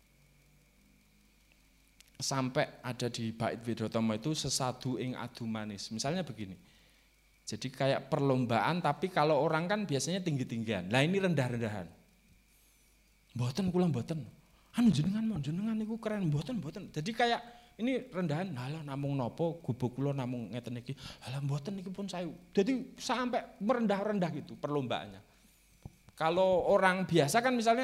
Sampai ada di bait Widotomo itu sesadu ing adu manis. Misalnya begini. Jadi kayak perlombaan tapi kalau orang kan biasanya tinggi-tinggian. Lah ini rendah-rendahan. Mboten kula mboten. Anu jenengan niku keren mboten. Jadi kayak ini rendahan, halah namung nopo gubuk kula namung ngeten iki. Halah mboten niki pun sayu. Jadi sampai merendah-rendah gitu perlombaannya. Kalau orang biasa kan misalnya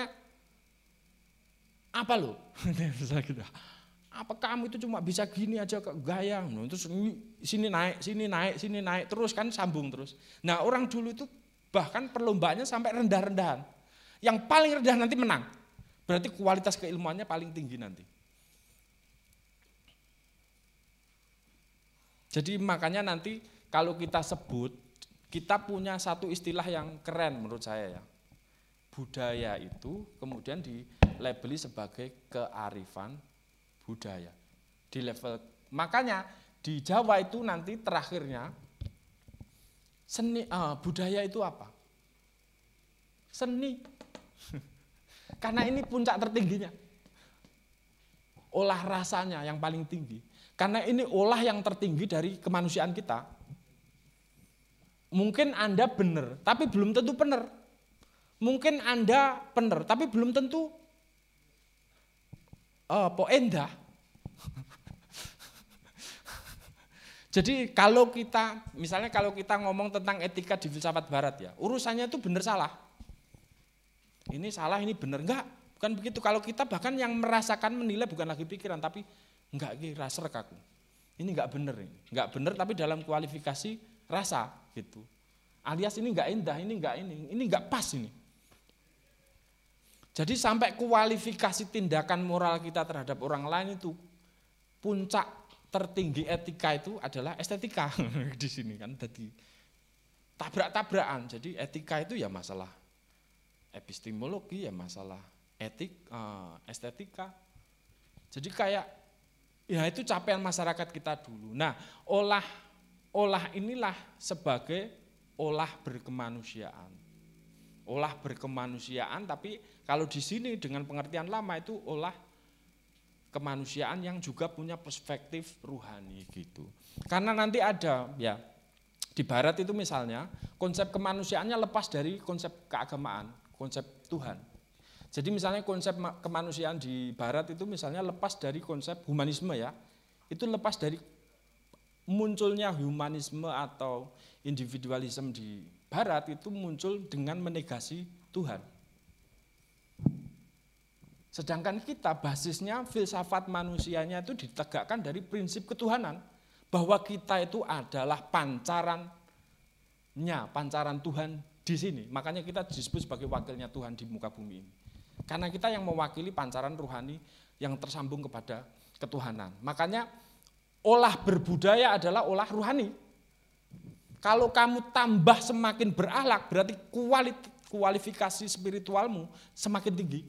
apa lo? Misalnya gitu. Apa kamu itu cuma bisa gini aja gaya, terus sini naik, terus kan sambung terus. Nah orang dulu itu bahkan perlombaannya sampai rendah-rendahan. Yang paling rendah nanti menang, berarti kualitas keilmuannya paling tinggi nanti. Jadi makanya nanti kalau kita sebut, kita punya satu istilah yang keren menurut saya ya. Budaya itu kemudian dilabeli sebagai kearifan budaya di level, makanya di Jawa itu nanti terakhirnya seni budaya itu apa? Seni. Karena ini puncak tertingginya. Olah rasanya yang paling tinggi. Karena ini olah yang tertinggi dari kemanusiaan kita. Mungkin Anda benar, tapi belum tentu benar. Mungkin Anda benar, tapi belum tentu endah. Jadi kalau kita, misalnya kalau kita ngomong tentang etika di filsafat barat ya, urusannya itu benar salah. Ini salah, ini benar, enggak, bukan begitu. Kalau kita bahkan yang merasakan menilai bukan lagi pikiran, tapi enggak, ini rasa aku. Ini enggak benar, tapi dalam kualifikasi rasa gitu. Alias ini enggak indah, ini enggak pas ini. Jadi sampai kualifikasi tindakan moral kita terhadap orang lain itu puncak tertinggi etika itu adalah estetika di sini kan. Jadi tabrak-tabrakan. Jadi etika itu ya masalah epistemologi, ya masalah estetika. Jadi kayak ya itu capaian masyarakat kita dulu. Nah, olah inilah sebagai olah berkemanusiaan. Olah berkemanusiaan, tapi kalau di sini dengan pengertian lama itu olah kemanusiaan yang juga punya perspektif ruhani gitu. Karena nanti ada ya di barat itu misalnya konsep kemanusiaannya lepas dari konsep keagamaan, konsep Tuhan. Jadi misalnya konsep kemanusiaan di barat itu misalnya lepas dari konsep humanisme ya. Itu lepas dari munculnya humanisme atau individualisme di barat itu muncul dengan menegasi Tuhan. Sedangkan kita basisnya filsafat manusianya itu ditegakkan dari prinsip ketuhanan. Bahwa kita itu adalah pancaran Tuhan di sini. Makanya kita disebut sebagai wakilnya Tuhan di muka bumi ini. Karena kita yang mewakili pancaran rohani yang tersambung kepada ketuhanan. Makanya olah berbudaya adalah olah rohani. Kalau kamu tambah semakin berakhlak, berarti kualifikasi spiritualmu semakin tinggi.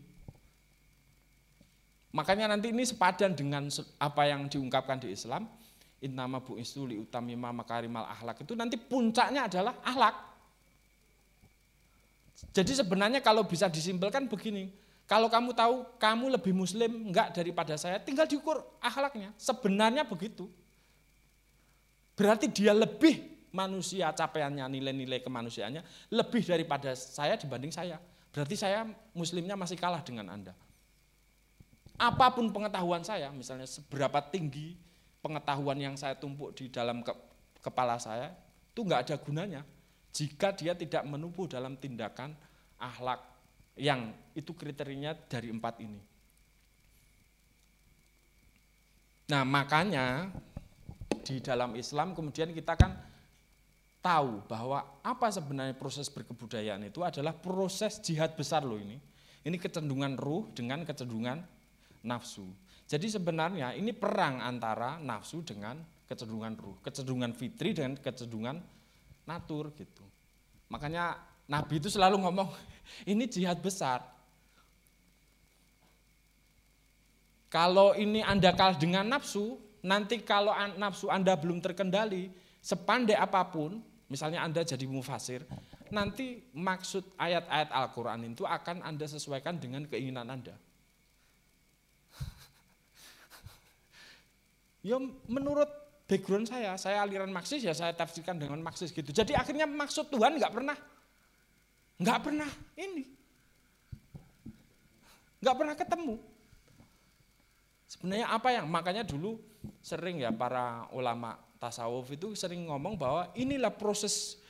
Makanya nanti ini sepadan dengan apa yang diungkapkan di Islam, innama bu'istu liutamima makarimal akhlak, itu nanti puncaknya adalah akhlak. Jadi sebenarnya kalau bisa disimpulkan begini, kalau kamu tahu kamu lebih muslim enggak daripada saya, tinggal diukur akhlaknya. Sebenarnya begitu. Berarti dia lebih manusia capaiannya, nilai-nilai kemanusiaannya lebih daripada saya dibanding saya. Berarti saya muslimnya masih kalah dengan Anda. Apapun pengetahuan saya, misalnya seberapa tinggi pengetahuan yang saya tumpuk di dalam kepala saya, itu enggak ada gunanya jika dia tidak menubuh dalam tindakan akhlak yang itu kriterianya dari 4 ini. Nah, makanya di dalam Islam kemudian kita kan tahu bahwa apa sebenarnya proses berkebudayaan itu adalah proses jihad besar loh ini. Ini kecenderungan ruh dengan kecenderungan nafsu. Jadi sebenarnya ini perang antara nafsu dengan kecenderungan ruh, kecenderungan fitri dengan kecenderungan natur gitu. Makanya Nabi itu selalu ngomong, ini jihad besar. Kalau ini Anda kalah dengan nafsu, nanti kalau nafsu Anda belum terkendali, sepandai apapun, misalnya Anda jadi mufasir, nanti maksud ayat-ayat Al-Quran itu akan Anda sesuaikan dengan keinginan Anda. Ya menurut background saya aliran Marxis, ya saya tafsirkan dengan Marxis gitu. Jadi akhirnya maksud Tuhan nggak pernah ketemu. Sebenarnya apa yang, makanya dulu sering ya para ulama tasawuf itu sering ngomong bahwa inilah proses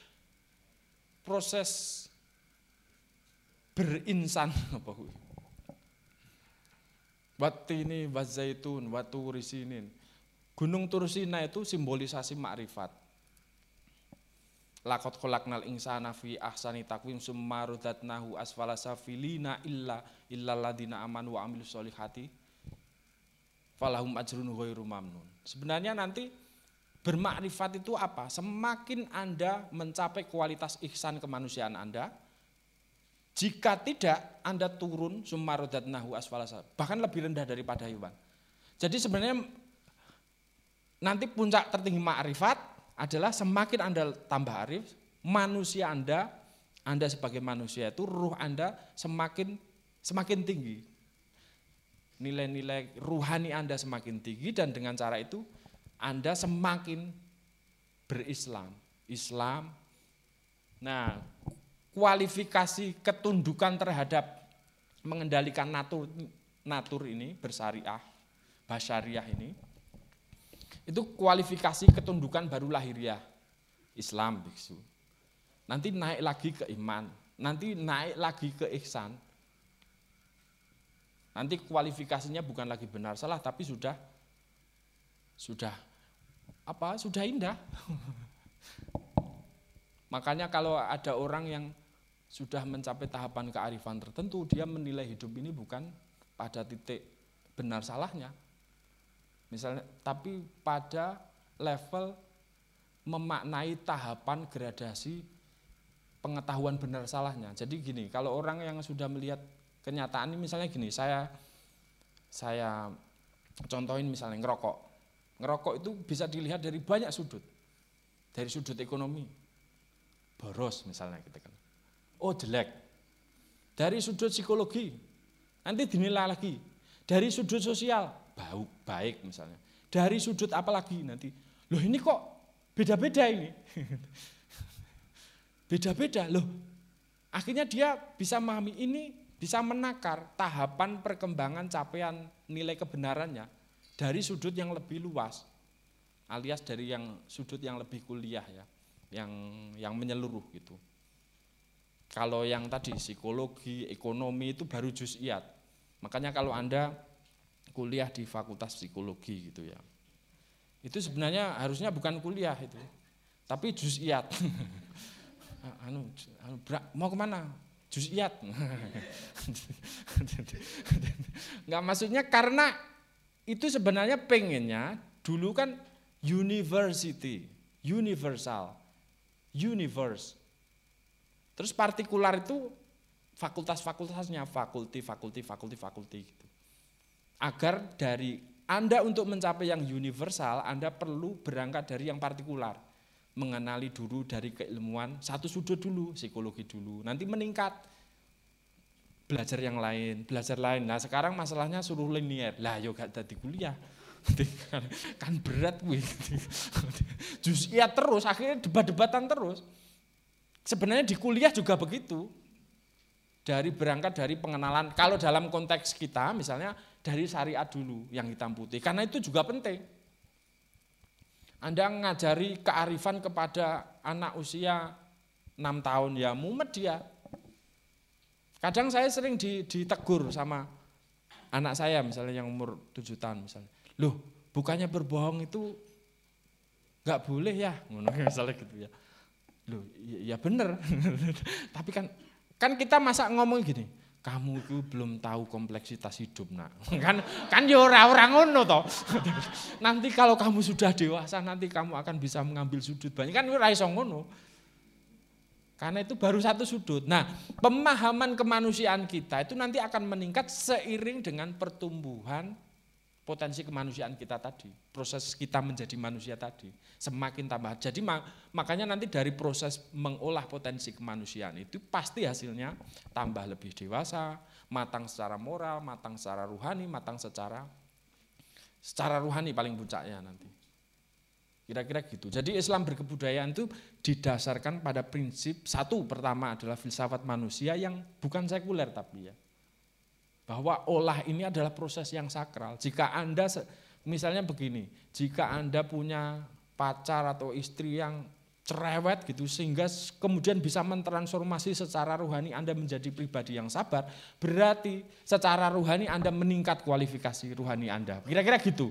berinsan apa Wattini wazaitun waturi sinin. Gunung Tursina itu simbolisasi makrifat. Laqad khalaqnal insana fi ahsani taqwim summa rudatnahu asfala safilina illa alladziina amanu wa amilus solihati falahum ajrun ghairu mamnun. Sebenarnya nanti bermakrifat itu apa? Semakin Anda mencapai kualitas ihsan kemanusiaan Anda, jika tidak Anda turun summa rudatnahu asfala safilina, bahkan lebih rendah daripada hewan. Jadi sebenarnya nanti puncak tertinggi makrifat adalah semakin Anda tambah arif, manusia Anda sebagai manusia itu ruh Anda semakin tinggi. Nilai-nilai ruhani Anda semakin tinggi dan dengan cara itu Anda semakin berislam. Islam. Nah, kualifikasi ketundukan terhadap mengendalikan natur ini bersyariah, basyariah ini, itu kualifikasi ketundukan baru lahiriah, Islam biksu. Nanti naik lagi ke iman, nanti naik lagi ke ihsan. Nanti kualifikasinya bukan lagi benar salah, tapi sudah indah. Makanya kalau ada orang yang sudah mencapai tahapan kearifan tertentu, dia menilai hidup ini bukan pada titik benar salahnya. Misalnya, tapi pada level memaknai tahapan gradasi pengetahuan benar salahnya. Jadi gini, kalau orang yang sudah melihat kenyataan ini, misalnya gini, saya contohin misalnya ngerokok. Ngerokok itu bisa dilihat dari banyak sudut. Dari sudut ekonomi, boros misalnya gitu kan. Oh jelek. Dari sudut psikologi, nanti dinilai lagi. Dari sudut sosial, baik misalnya. Dari sudut apa lagi nanti, loh ini kok beda-beda ini. Beda-beda loh. Akhirnya dia bisa memahami ini, bisa menakar tahapan perkembangan capaian nilai kebenarannya dari sudut yang lebih luas, alias dari sudut yang lebih kuliah ya, yang menyeluruh gitu. Kalau yang tadi psikologi, ekonomi itu baru juz'iyat. Makanya kalau Anda kuliah di fakultas psikologi gitu ya, itu sebenarnya harusnya bukan kuliah itu, tapi juz'iyat. Mau kemana? Juz'iyat. Enggak, maksudnya karena itu sebenarnya pengennya dulu kan university, universal, universe. Terus partikular itu fakultas-fakultasnya, fakulti gitu. Agar dari Anda untuk mencapai yang universal, Anda perlu berangkat dari yang partikular. Mengenali dulu dari keilmuan, satu sudut dulu, psikologi dulu, nanti meningkat. Belajar yang lain, belajar lain. Nah sekarang masalahnya suruh linier, lah yo gak jadi kuliah. Kan berat kuwi. Juz'iyat terus, akhirnya debat-debatan terus. Sebenarnya di kuliah juga begitu. Berangkat dari pengenalan, kalau dalam konteks kita misalnya dari syariat dulu yang hitam putih, karena itu juga penting. Anda ngajari kearifan kepada anak usia 6 tahun, ya mumet dia. Kadang saya sering ditegur sama anak saya misalnya yang umur 7 tahun misalnya. Loh, bukannya berbohong itu enggak boleh ya? Misalnya gitu ya. Loh, ya bener. Tapi kan kita masa ngomong gini, kamu itu belum tahu kompleksitas hidup, nak. Kan ya orang ngono toh. Nanti kalau kamu sudah dewasa, nanti kamu akan bisa mengambil sudut banyak. Kan ora iso ngono. Karena itu baru satu sudut. Nah, pemahaman kemanusiaan kita itu nanti akan meningkat seiring dengan pertumbuhan potensi kemanusiaan kita tadi, proses kita menjadi manusia tadi semakin tambah. Jadi makanya nanti dari proses mengolah potensi kemanusiaan itu pasti hasilnya tambah lebih dewasa, matang secara moral, matang secara rohani, matang secara rohani paling puncaknya nanti. Kira-kira gitu. Jadi Islam berkebudayaan itu didasarkan pada prinsip satu, pertama adalah filsafat manusia yang bukan sekuler tapi ya. Bahwa olah ini adalah proses yang sakral. Jika Anda, misalnya begini, jika Anda punya pacar atau istri yang cerewet gitu, sehingga kemudian bisa mentransformasi secara rohani Anda menjadi pribadi yang sabar, berarti secara rohani Anda meningkat kualifikasi rohani Anda. Kira-kira gitu.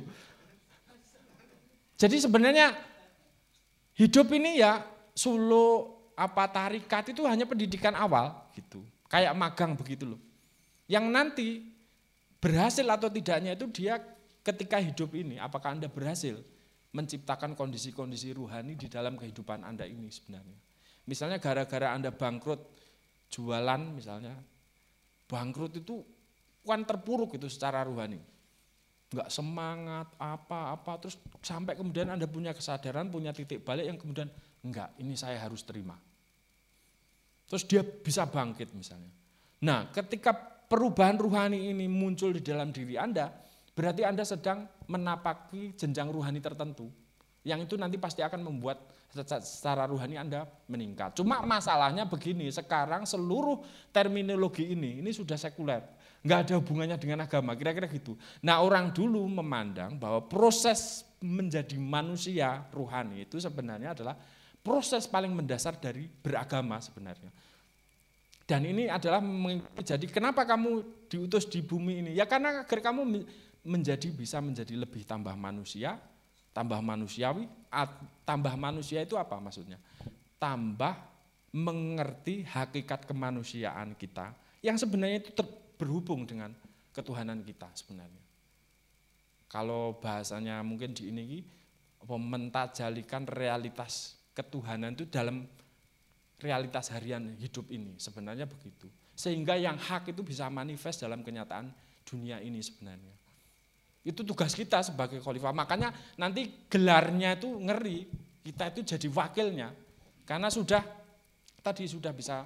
Jadi sebenarnya hidup ini ya tarikat itu hanya pendidikan awal gitu. Kayak magang begitu loh. Yang nanti berhasil atau tidaknya itu dia ketika hidup ini, apakah Anda berhasil menciptakan kondisi-kondisi rohani di dalam kehidupan Anda ini sebenarnya. Misalnya gara-gara Anda bangkrut jualan misalnya, bangkrut itu kan terpuruk itu secara rohani. Enggak semangat, apa-apa, terus sampai kemudian Anda punya kesadaran, punya titik balik yang kemudian, enggak, ini saya harus terima. Terus dia bisa bangkit misalnya. Nah, ketika perubahan rohani ini muncul di dalam diri Anda, berarti Anda sedang menapaki jenjang rohani tertentu. Yang itu nanti pasti akan membuat secara rohani Anda meningkat. Cuma masalahnya begini, sekarang seluruh terminologi ini sudah sekuler. Enggak ada hubungannya dengan agama, kira-kira gitu. Nah, orang dulu memandang bahwa proses menjadi manusia rohani itu sebenarnya adalah proses paling mendasar dari beragama sebenarnya. Dan ini adalah jadi kenapa kamu diutus di bumi ini? Ya karena agar kamu bisa menjadi lebih tambah manusia, tambah manusiawi. Tambah manusia itu apa maksudnya? Tambah mengerti hakikat kemanusiaan kita yang sebenarnya itu berhubung dengan ketuhanan kita sebenarnya. Kalau bahasanya mungkin di ini mentajalikan realitas ketuhanan itu dalam realitas harian hidup ini, sebenarnya begitu. Sehingga yang hak itu bisa manifest dalam kenyataan dunia ini sebenarnya. Itu tugas kita sebagai khalifah. Makanya nanti gelarnya itu ngeri, kita itu jadi wakilnya. Karena sudah bisa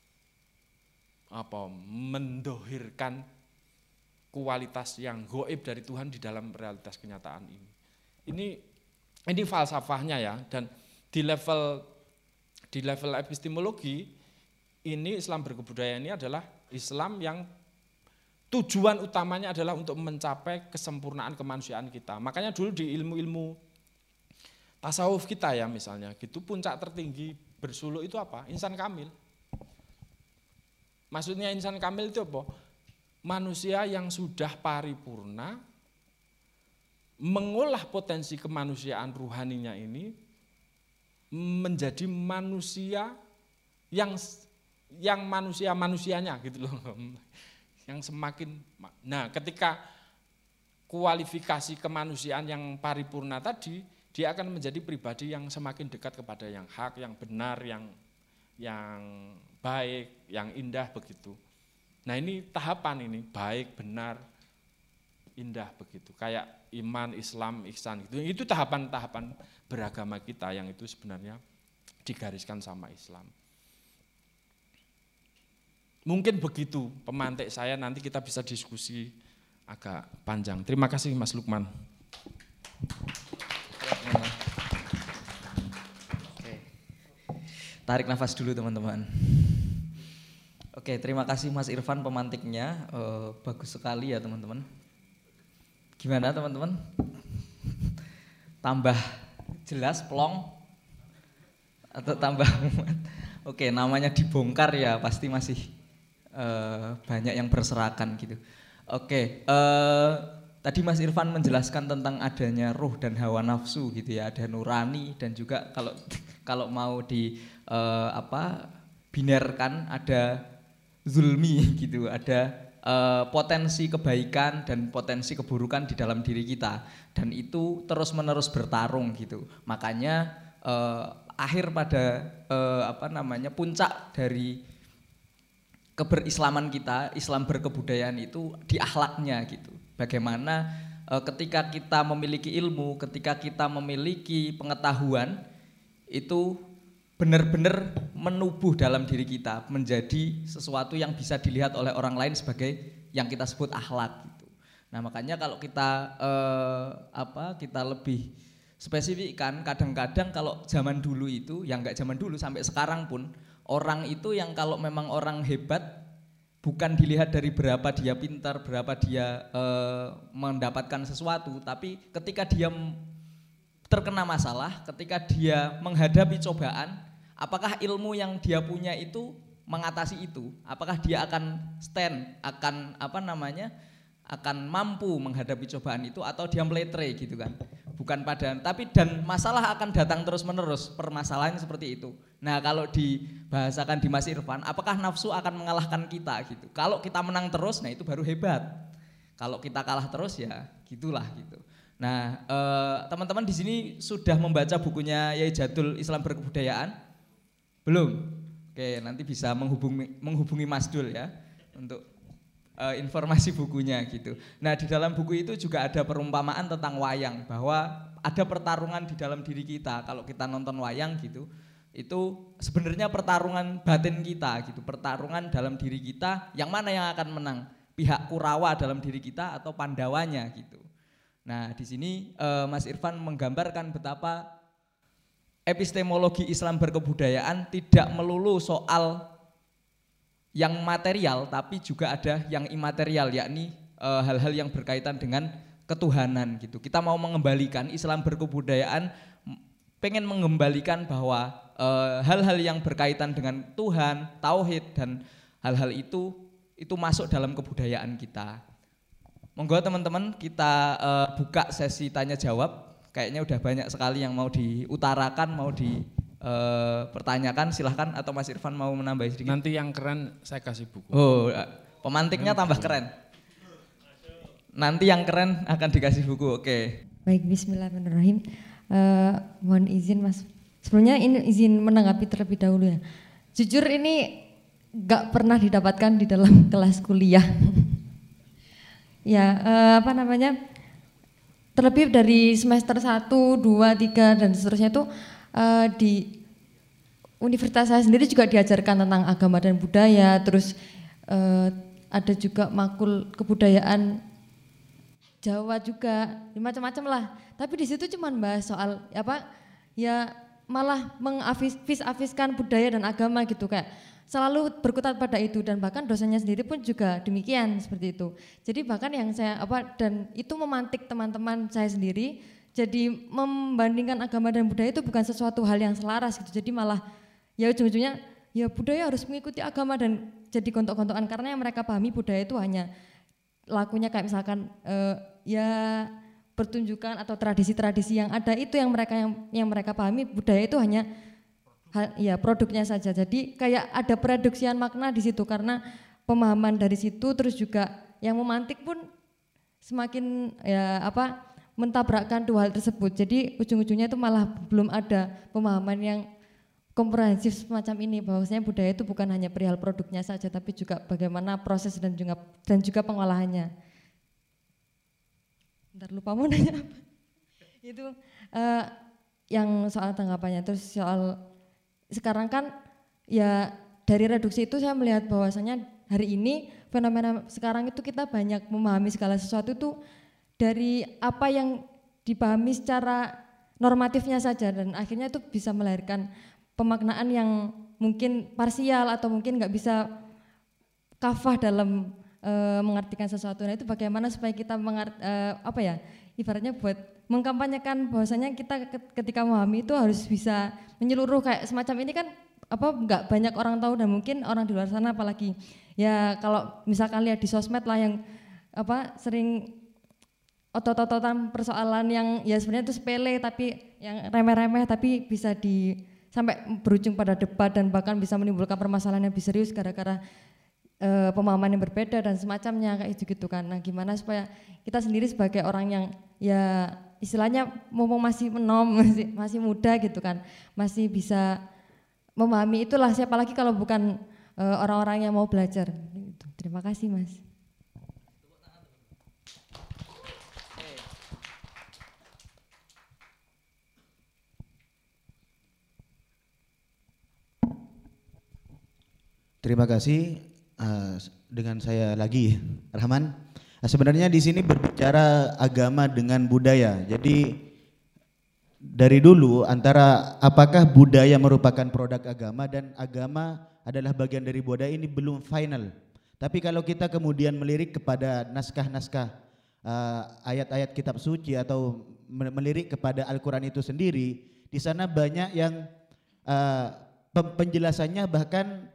mendohirkan kualitas yang gaib dari Tuhan di dalam realitas kenyataan ini. Ini falsafahnya ya, dan di level epistemologi ini Islam berkebudayaan ini adalah Islam yang tujuan utamanya adalah untuk mencapai kesempurnaan kemanusiaan kita. Makanya dulu di ilmu-ilmu tasawuf kita ya misalnya, gitu puncak tertinggi bersuluk itu apa? Insan kamil. Maksudnya insan kamil itu apa? Manusia yang sudah paripurna mengolah potensi kemanusiaan ruhaninya ini menjadi manusia yang manusianya gitu loh. Yang semakin, nah ketika kualifikasi kemanusiaan yang paripurna tadi, dia akan menjadi pribadi yang semakin dekat kepada yang hak, yang benar, yang baik, yang indah begitu. Nah ini tahapan ini, baik, benar, indah begitu. Kayak iman, Islam, ihsan gitu. Itu tahapan-tahapan beragama kita yang itu sebenarnya digariskan sama Islam. Mungkin begitu pemantik saya, nanti kita bisa diskusi agak panjang. Terima kasih Mas Lukman. Oke. Tarik nafas dulu teman-teman. Oke, terima kasih Mas Irfan pemantiknya. Bagus sekali ya teman-teman. Gimana teman-teman? Tambah jelas plong atau tambah muat? Oke, namanya dibongkar ya pasti masih banyak yang berserakan gitu. Oke, tadi Mas Irfan menjelaskan tentang adanya ruh dan hawa nafsu gitu ya, ada nurani dan juga kalau mau di binarkan ada zulmi gitu, ada potensi kebaikan dan potensi keburukan di dalam diri kita dan itu terus-menerus bertarung gitu. Makanya akhir pada puncak dari keberislaman kita, Islam berkebudayaan itu di akhlaknya gitu. Bagaimana ketika kita memiliki ilmu, ketika kita memiliki pengetahuan itu benar-benar menubuh dalam diri kita menjadi sesuatu yang bisa dilihat oleh orang lain sebagai yang kita sebut akhlak gitu. Nah, makanya kalau kita kita lebih spesifikkan, kadang-kadang kalau zaman dulu itu, yang enggak zaman dulu sampai sekarang pun orang itu yang kalau memang orang hebat bukan dilihat dari berapa dia pintar, berapa dia mendapatkan sesuatu, tapi ketika dia terkena masalah, ketika dia menghadapi cobaan, apakah ilmu yang dia punya itu mengatasi itu? Apakah dia akan stand, akan mampu menghadapi cobaan itu atau dia meletre gitu kan? Bukan tapi dan masalah akan datang terus-menerus, permasalahan seperti itu. Nah, kalau dibahasakan di Mas Irfan, apakah nafsu akan mengalahkan kita gitu? Kalau kita menang terus, nah itu baru hebat. Kalau kita kalah terus ya gitulah gitu. Nah, teman-teman di sini sudah membaca bukunya Yai Jadul Islam Berkebudayaan? Belum? Oke, nanti bisa menghubungi Mas Dul ya untuk informasi bukunya gitu. Nah, di dalam buku itu juga ada perumpamaan tentang wayang, bahwa ada pertarungan di dalam diri kita. Kalau kita nonton wayang gitu, itu sebenarnya pertarungan batin kita gitu, pertarungan dalam diri kita, yang mana yang akan menang? Pihak Kurawa dalam diri kita atau Pandawanya gitu. Nah, di sini Mas Irfan menggambarkan betapa epistemologi Islam berkebudayaan tidak melulu soal yang material, tapi juga ada yang imaterial, yakni hal-hal yang berkaitan dengan ketuhanan gitu. Kita mau mengembalikan Islam berkebudayaan, pengen mengembalikan bahwa hal-hal yang berkaitan dengan Tuhan, tauhid dan hal-hal itu masuk dalam kebudayaan kita. Monggo teman-teman kita buka sesi tanya jawab. Kayaknya udah banyak sekali yang mau diutarakan, mau pertanyakan, silahkan, atau Mas Irfan mau menambah sedikit. Nanti yang keren saya kasih buku. Oh, pemantiknya tambah keren. Nanti yang keren akan dikasih buku, oke. Baik, bismillahirrahmanirrahim. Mohon izin Mas, sebelumnya ini izin menanggapi terlebih dahulu ya. Jujur ini gak pernah didapatkan di dalam kelas kuliah. Ya, terlebih dari semester 1, 2, 3 dan seterusnya itu di universitas saya sendiri juga diajarkan tentang agama dan budaya, terus ada juga makul kebudayaan Jawa juga, macam-macam lah. Tapi di situ cuma bahas soal malah mengafiskan budaya dan agama gitu, kayak selalu berkutat pada itu, dan bahkan dosennya sendiri pun juga demikian seperti itu. Jadi bahkan yang saya dan itu memantik teman-teman saya sendiri. Jadi membandingkan agama dan budaya itu bukan sesuatu hal yang selaras gitu. Jadi malah ya ujung-ujungnya ya budaya harus mengikuti agama, dan jadi gontok-gontokan karena yang mereka pahami budaya itu hanya lakunya kayak misalkan pertunjukan atau tradisi-tradisi yang ada, itu yang mereka pahami. Budaya itu hanya produknya saja. Jadi kayak ada pereduksian makna di situ karena pemahaman dari situ, terus juga yang memantik pun semakin mentabrakkan dua hal tersebut. Jadi ujung-ujungnya itu malah belum ada pemahaman yang komprehensif semacam ini, bahwasanya budaya itu bukan hanya perihal produknya saja, tapi juga bagaimana proses dan juga pengolahannya. Bentar, lupa mau nanya apa. Itu yang soal tanggapannya. Terus soal sekarang kan ya dari reduksi itu saya melihat bahwasanya hari ini fenomena sekarang itu kita banyak memahami segala sesuatu itu dari apa yang dipahami secara normatifnya saja dan akhirnya itu bisa melahirkan pemaknaan yang mungkin parsial atau mungkin nggak bisa kafah dalam mengartikan sesuatu. Nah itu bagaimana supaya kita ibaratnya buat mengkampanyekan bahwasanya kita ketika memahami itu harus bisa menyeluruh, kayak semacam ini kan nggak banyak orang tahu dan mungkin orang di luar sana apalagi ya kalau misalkan lihat di sosmed lah yang sering otot-ototan persoalan yang ya sebenarnya itu sepele tapi yang remeh-remeh tapi bisa sampai berujung pada debat dan bahkan bisa menimbulkan permasalahan yang lebih serius gara-gara pemahaman yang berbeda dan semacamnya kayak gitu kan. Nah gimana supaya kita sendiri sebagai orang yang ya istilahnya mumpung masih masih muda gitu kan, masih bisa memahami itulah, siapa lagi kalau bukan orang-orang yang mau belajar gitu. Terima kasih Mas. Terima kasih. Dengan saya lagi, Rahman. Sebenarnya di sini berbicara agama dengan budaya. Jadi dari dulu antara apakah budaya merupakan produk agama dan agama adalah bagian dari budaya ini belum final. Tapi kalau kita kemudian melirik kepada naskah-naskah ayat-ayat kitab suci atau melirik kepada Al-Quran itu sendiri, di sana banyak yang penjelasannya bahkan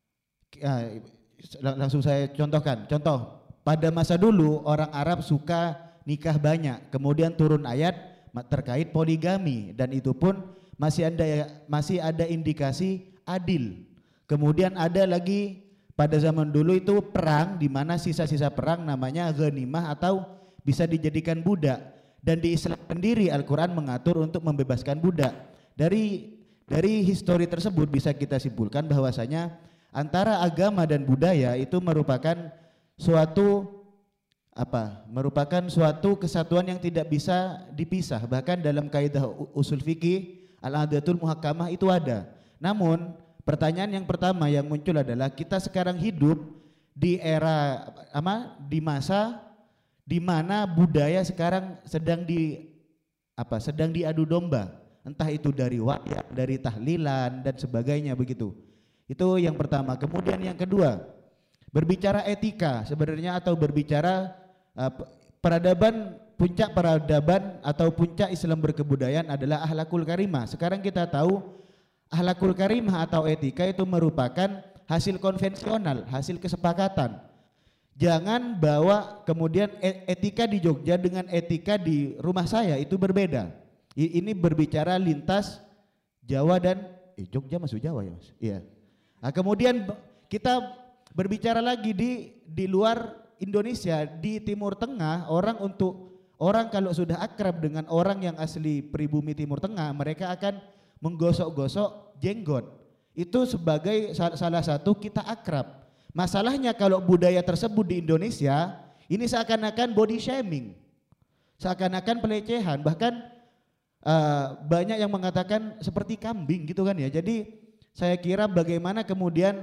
langsung saya contohkan. Contoh, pada masa dulu orang Arab suka nikah banyak, kemudian turun ayat terkait poligami dan itu pun masih ada indikasi adil. Kemudian ada lagi pada zaman dulu itu perang di mana sisa-sisa perang namanya ghanimah atau bisa dijadikan budak, dan di Islam sendiri Al-Quran mengatur untuk membebaskan budak. Dari histori tersebut bisa kita simpulkan bahwasanya antara agama dan budaya itu merupakan suatu kesatuan yang tidak bisa dipisah. Bahkan dalam kaidah usul fikih al-adatul muhakkamah itu ada. Namun pertanyaan yang pertama yang muncul adalah kita sekarang hidup di era di masa di mana budaya sekarang sedang diadu domba. Entah itu dari wayang, dari tahlilan dan sebagainya begitu. Itu yang pertama. Kemudian yang kedua, berbicara etika sebenarnya atau berbicara puncak peradaban atau puncak Islam berkebudayaan adalah akhlakul karimah. Sekarang kita tahu akhlakul karimah atau etika itu merupakan hasil konvensional, hasil kesepakatan. Jangan bawa kemudian etika di Jogja dengan etika di rumah saya itu berbeda. Ini berbicara lintas Jawa dan Jogja masuk Jawa ya Mas? Iya. Nah, kemudian kita berbicara lagi di luar Indonesia, di Timur Tengah, orang kalau sudah akrab dengan orang yang asli pribumi Timur Tengah, mereka akan menggosok-gosok jenggot. Itu sebagai salah satu kita akrab. Masalahnya kalau budaya tersebut di Indonesia, ini seakan-akan body shaming, seakan-akan pelecehan, bahkan banyak yang mengatakan seperti kambing gitu kan ya. Jadi saya kira bagaimana kemudian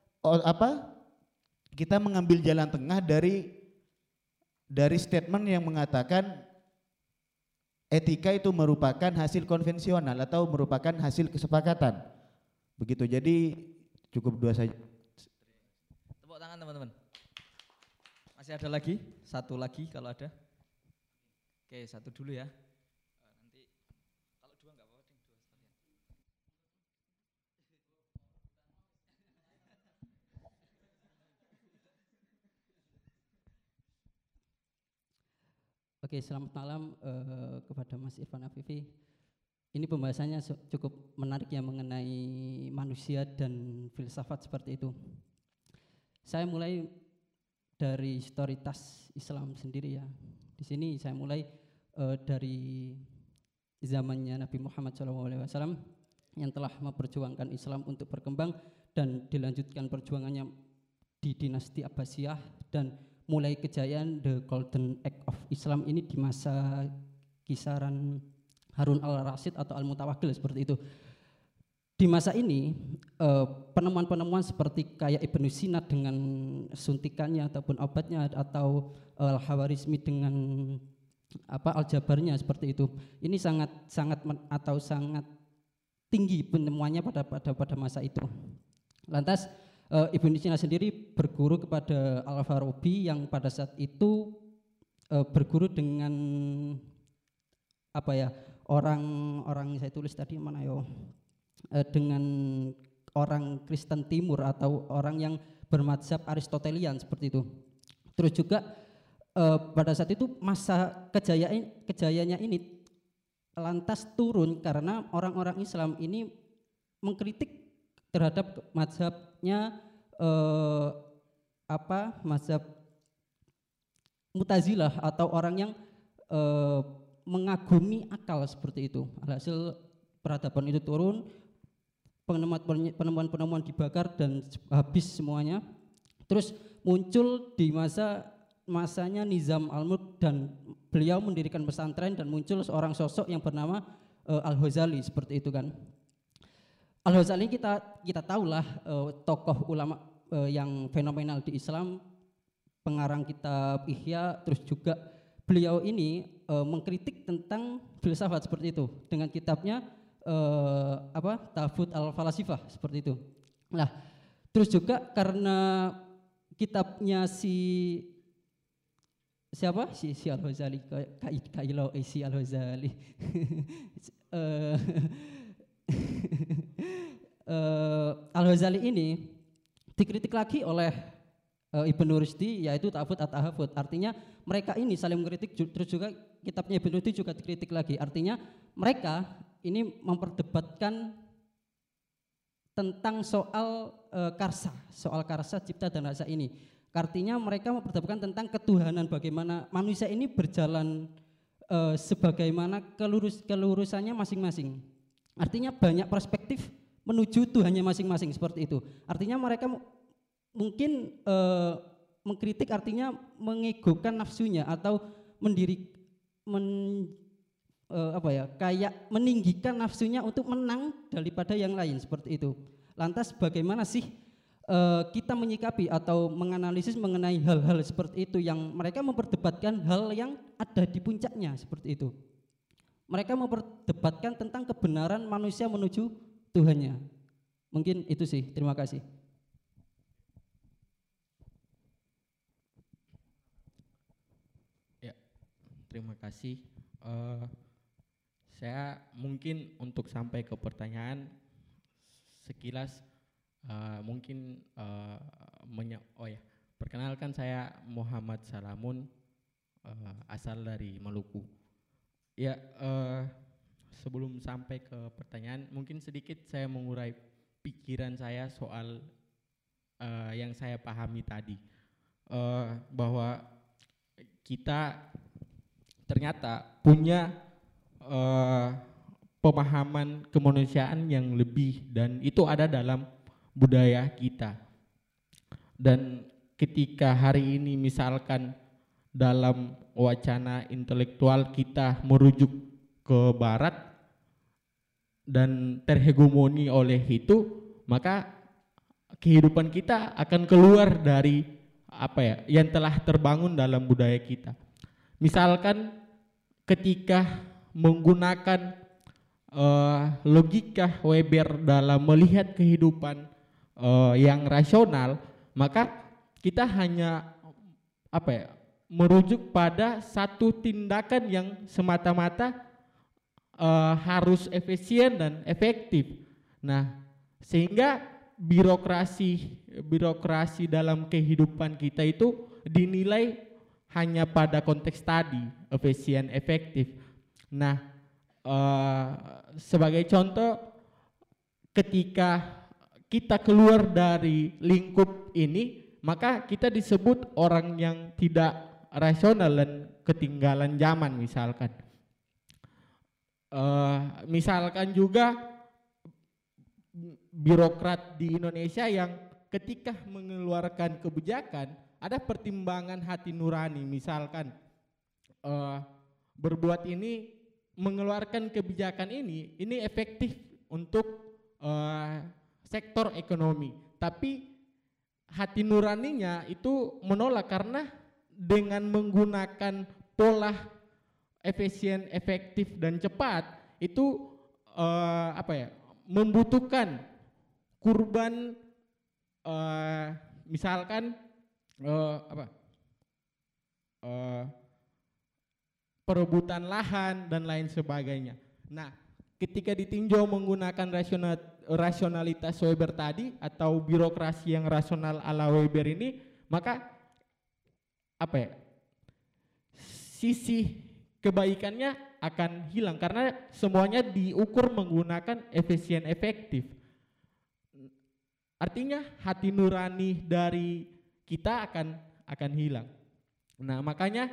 kita mengambil jalan tengah dari statement yang mengatakan etika itu merupakan hasil konvensional atau merupakan hasil kesepakatan. Begitu. Jadi cukup dua saja. Tepuk tangan teman-teman. Masih ada lagi? Satu lagi kalau ada. Oke, satu dulu ya. Oke, selamat malam kepada Mas Irfan Afifi. Ini pembahasannya cukup menarik ya mengenai manusia dan filsafat seperti itu. Saya mulai dari historitas Islam sendiri ya. Di sini saya mulai dari zamannya Nabi Muhammad SAW yang telah memperjuangkan Islam untuk berkembang dan dilanjutkan perjuangannya di dinasti Abbasiyah dan mulai kejayaan the golden age of Islam ini di masa kisaran Harun al-Rasyid atau al-Mutawakkil seperti itu. Di masa ini penemuan-penemuan seperti kayak Ibnu Sina dengan suntikannya ataupun obatnya atau Al-Hawarizmi dengan aljabarnya seperti itu. Ini sangat tinggi penemuannya pada masa itu. Lantas Ibnu Sina sendiri berguru kepada Al-Farabi yang pada saat itu berguru dengan orang saya tulis tadi mana yo, dengan orang Kristen Timur atau orang yang bermadzhab Aristotelian seperti itu. Terus juga pada saat itu masa kejayaannya ini lantas turun karena orang-orang Islam ini mengkritik terhadap mazhabnya mazhab Mu'tazilah atau orang yang mengagumi akal seperti itu. Alhasil peradaban itu turun, penemuan-penemuan dibakar dan habis semuanya. Terus muncul di masanya Nizam Al-Mulk dan beliau mendirikan pesantren dan muncul seorang sosok yang bernama Al-Ghazali seperti itu kan. Al-Ghazali kita tahulah tokoh ulama yang fenomenal di Islam, pengarang kitab Ihya, terus juga beliau ini mengkritik tentang filsafat seperti itu dengan kitabnya Tahfudz al-Falasifah seperti itu. Nah, terus juga karena kitabnya si Al-Ghazali si Al-Ghazali Al-Ghazali ini dikritik lagi oleh Ibnu Rushdi, yaitu Tahfudz at-Tahafudz. Artinya mereka ini saling mengkritik, terus juga kitabnya Ibnu Rushdi juga dikritik lagi. Artinya mereka ini memperdebatkan tentang soal karsa cipta dan rasa ini. Artinya mereka memperdebatkan tentang ketuhanan, bagaimana manusia ini berjalan sebagaimana kelurusannya masing-masing. Artinya banyak perspektif menuju Tuhannya masing-masing seperti itu. Artinya mereka mungkin mengkritik artinya mengegokan nafsunya atau kayak meninggikan nafsunya untuk menang daripada yang lain seperti itu. Lantas bagaimana sih kita menyikapi atau menganalisis mengenai hal-hal seperti itu yang mereka memperdebatkan hal yang ada di puncaknya seperti itu. Mereka memperdebatkan tentang kebenaran manusia menuju Tuhannya. Mungkin itu sih. Terima kasih. Ya, terima kasih. Saya mungkin untuk sampai ke pertanyaan sekilas perkenalkan saya Muhammad Salamun, asal dari Maluku. Ya, sebelum sampai ke pertanyaan, mungkin sedikit saya mengurai pikiran saya soal yang saya pahami tadi, bahwa kita ternyata punya pemahaman kemanusiaan yang lebih, dan itu ada dalam budaya kita. Dan ketika hari ini misalkan dalam wacana intelektual kita merujuk ke barat dan terhegemoni oleh itu, maka kehidupan kita akan keluar dari yang telah terbangun dalam budaya kita. Misalkan ketika menggunakan logika Weber dalam melihat kehidupan yang rasional, maka kita hanya merujuk pada satu tindakan yang semata-mata harus efisien dan efektif. Nah, sehingga birokrasi dalam kehidupan kita itu dinilai hanya pada konteks tadi, efisien, efektif. Nah, sebagai contoh, ketika kita keluar dari lingkup ini, maka kita disebut orang yang tidak rasional dan ketinggalan zaman misalkan. Misalkan juga birokrat di Indonesia yang ketika mengeluarkan kebijakan ada pertimbangan hati nurani, misalkan berbuat ini, mengeluarkan kebijakan ini efektif untuk sektor ekonomi, tapi hati nuraninya itu menolak karena dengan menggunakan pola efisien, efektif dan cepat itu membutuhkan kurban, misalkan perebutan lahan dan lain sebagainya. Nah, ketika ditinjau menggunakan rasionalitas Weber tadi atau birokrasi yang rasional ala Weber ini, maka sisi kebaikannya akan hilang karena semuanya diukur menggunakan efisien efektif. Artinya hati nurani dari kita akan hilang. Nah, makanya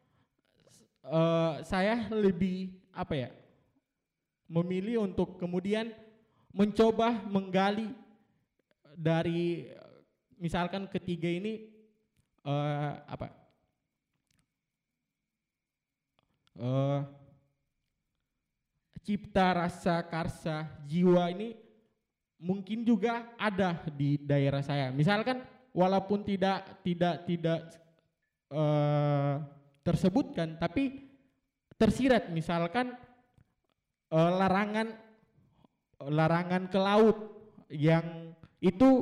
saya lebih memilih untuk kemudian mencoba menggali dari misalkan ketiga ini cipta, rasa, karsa, jiwa ini mungkin juga ada di daerah saya. Misalkan walaupun tidak tersebutkan, tapi tersirat misalkan larangan ke laut yang itu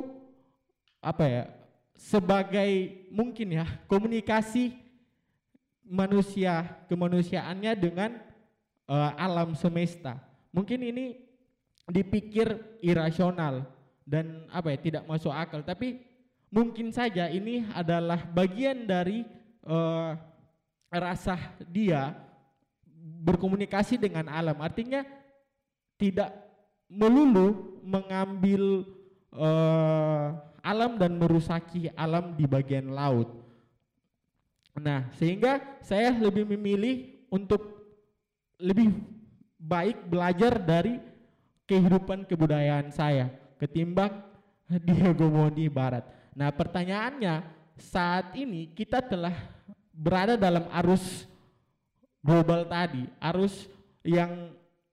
sebagai mungkin ya komunikasi kemanusiaannya dengan alam semesta. Mungkin ini dipikir irasional dan tidak masuk akal, tapi mungkin saja ini adalah bagian dari rasa dia berkomunikasi dengan alam. Artinya tidak melulu mengambil alam dan merusaki alam di bagian laut. Nah, sehingga saya lebih memilih untuk lebih baik belajar dari kehidupan kebudayaan saya ketimbang di hegemoni barat. Nah, pertanyaannya, saat ini kita telah berada dalam arus global tadi, arus yang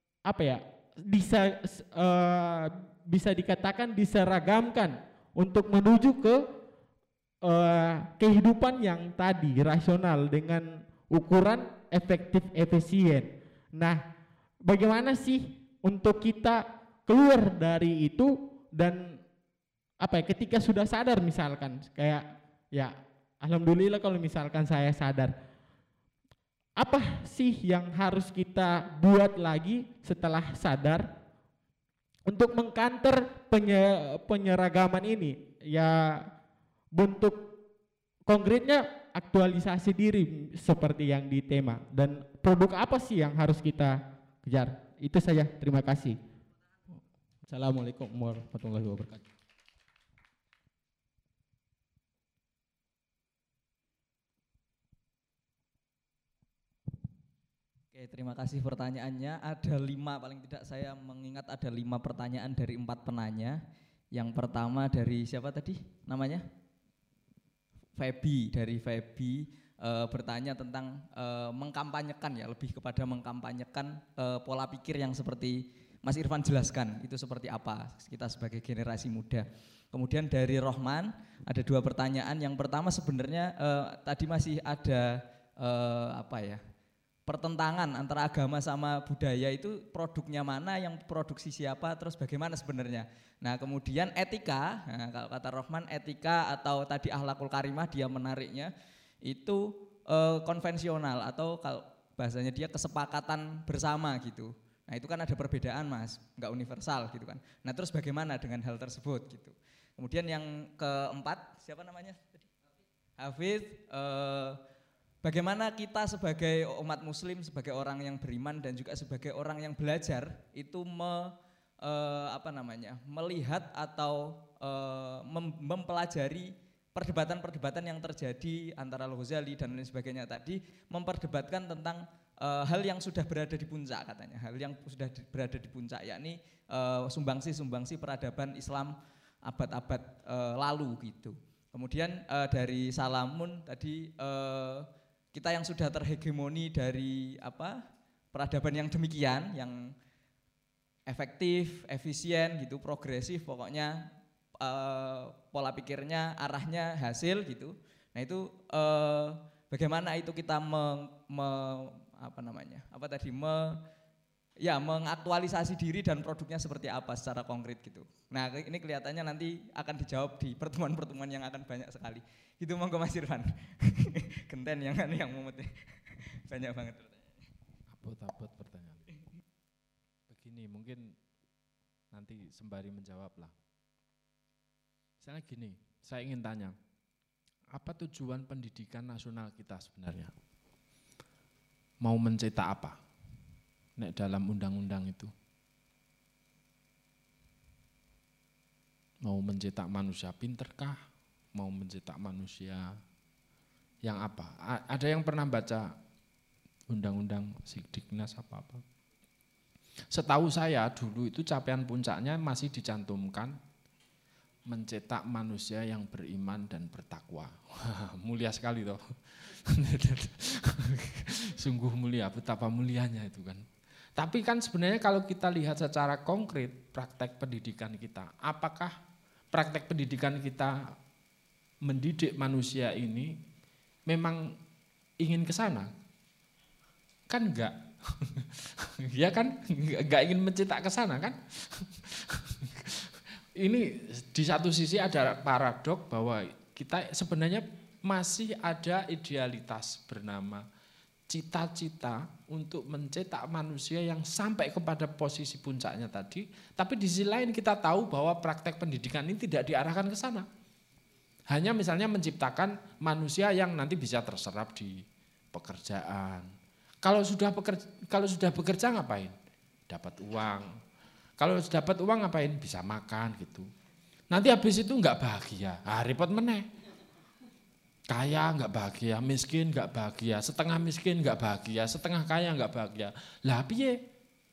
bisa dikatakan diseragamkan untuk menuju ke kehidupan yang tadi rasional dengan ukuran efektif efisien. Nah, bagaimana sih untuk kita keluar dari itu dan ketika sudah sadar misalkan kayak ya alhamdulillah kalau misalkan saya sadar, apa sih yang harus kita buat lagi setelah sadar untuk mengkanter penyeragaman ini? Ya, bentuk konkretnya aktualisasi diri seperti yang di tema, dan produk apa sih yang harus kita kejar. Itu saja, terima kasih. Assalamualaikum warahmatullahi wabarakatuh. Oke, terima kasih pertanyaannya. Ada 5, paling tidak saya mengingat ada 5 pertanyaan dari 4 penanya. Yang pertama dari siapa tadi namanya? Febi, dari Febi bertanya tentang mengkampanyekan, ya lebih kepada mengkampanyekan pola pikir yang seperti Mas Irfan jelaskan, itu seperti apa kita sebagai generasi muda. Kemudian dari Rohman ada 2 pertanyaan. Yang pertama sebenarnya tadi masih ada pertentangan antara agama sama budaya, itu produknya mana, yang produksi siapa, terus bagaimana sebenarnya. Nah, kemudian etika, nah, kalau kata Rohman etika atau tadi akhlakul karimah, dia menariknya itu konvensional atau kalau bahasanya dia kesepakatan bersama gitu. Nah, itu kan ada perbedaan Mas, enggak universal gitu kan. Nah, terus bagaimana dengan hal tersebut gitu. Kemudian yang keempat, siapa namanya? Hafidz, bagaimana kita sebagai umat muslim, sebagai orang yang beriman dan juga sebagai orang yang belajar itu melihat atau mempelajari perdebatan-perdebatan yang terjadi antara Al-Ghazali dan lain sebagainya tadi, memperdebatkan tentang hal yang sudah berada di puncak katanya, hal yang sudah berada di puncak, yakni sumbangsi-sumbangsi peradaban Islam abad-abad lalu gitu. Kemudian dari Salamun tadi kita yang sudah terhegemoni dari peradaban yang demikian, yang efektif, efisien gitu, progresif, pokoknya pola pikirnya arahnya hasil gitu. Nah itu bagaimana itu kita mengaktualisasi diri dan produknya seperti apa secara konkret gitu. Nah ini kelihatannya nanti akan dijawab di pertemuan-pertemuan yang akan banyak sekali. Gitu monggo Mas Irfan. Genten yang mumet banyak banget pertanyaan. Abot pertanyaan. Begini mungkin nanti sembari menjawab lah. Misalnya gini, saya ingin tanya, apa tujuan pendidikan nasional kita sebenarnya? Mau mencetak apa? Nek dalam undang-undang itu mau mencetak manusia pinterkah? Mau mencetak manusia yang apa? Ada yang pernah baca undang-undang Sikdiknas apa-apa? Setahu saya dulu itu capaian puncaknya masih dicantumkan mencetak manusia yang beriman dan bertakwa. Wah, mulia sekali toh. Sungguh mulia, betapa mulianya itu kan. Tapi kan sebenarnya kalau kita lihat secara konkret praktek pendidikan kita, apakah praktek pendidikan kita mendidik manusia ini memang ingin ke sana? Kan enggak. Ya kan, enggak ingin mencetak ke sana kan? Ini di satu sisi ada paradok bahwa kita sebenarnya masih ada idealitas bernama cita-cita untuk mencetak manusia yang sampai kepada posisi puncaknya tadi, tapi di sisi lain kita tahu bahwa praktek pendidikan ini tidak diarahkan ke sana. Hanya misalnya menciptakan manusia yang nanti bisa terserap di pekerjaan. Kalau sudah bekerja ngapain? Dapat uang. Kalau dapat uang ngapain? Bisa makan gitu. Nanti habis itu enggak bahagia. Repot meneh. Kaya enggak bahagia, miskin enggak bahagia, setengah miskin enggak bahagia, setengah kaya enggak bahagia. Lah piye?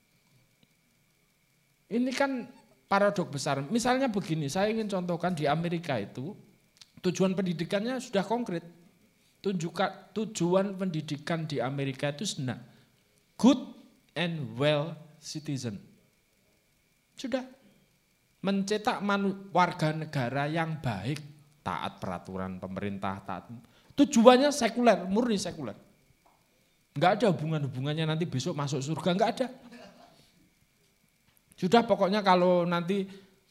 Ini kan paradok besar. Misalnya begini, saya ingin contohkan di Amerika itu tujuan pendidikannya sudah konkret. Tujuan pendidikan di Amerika itu sudah good and well citizen. Sudah mencetak warga negara yang baik, taat peraturan pemerintah, taat. Tujuannya sekuler, murni sekuler. Enggak ada hubungannya nanti besok masuk surga, enggak ada. Sudah pokoknya kalau nanti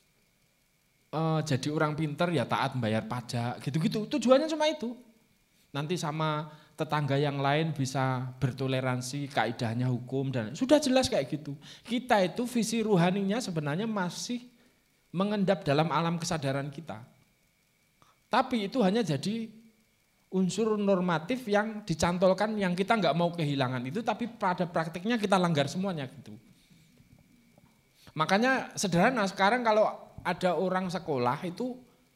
jadi orang pinter ya taat membayar pajak, gitu-gitu. Tujuannya cuma itu. Nanti sama tetangga yang lain bisa bertoleransi, kaidahnya hukum dan sudah jelas kayak gitu. Kita itu visi ruhaninya sebenarnya masih mengendap dalam alam kesadaran kita. Tapi itu hanya jadi unsur normatif yang dicantolkan yang kita nggak mau kehilangan itu, tapi pada praktiknya kita langgar semuanya gitu. Makanya sederhana sekarang kalau ada orang sekolah itu,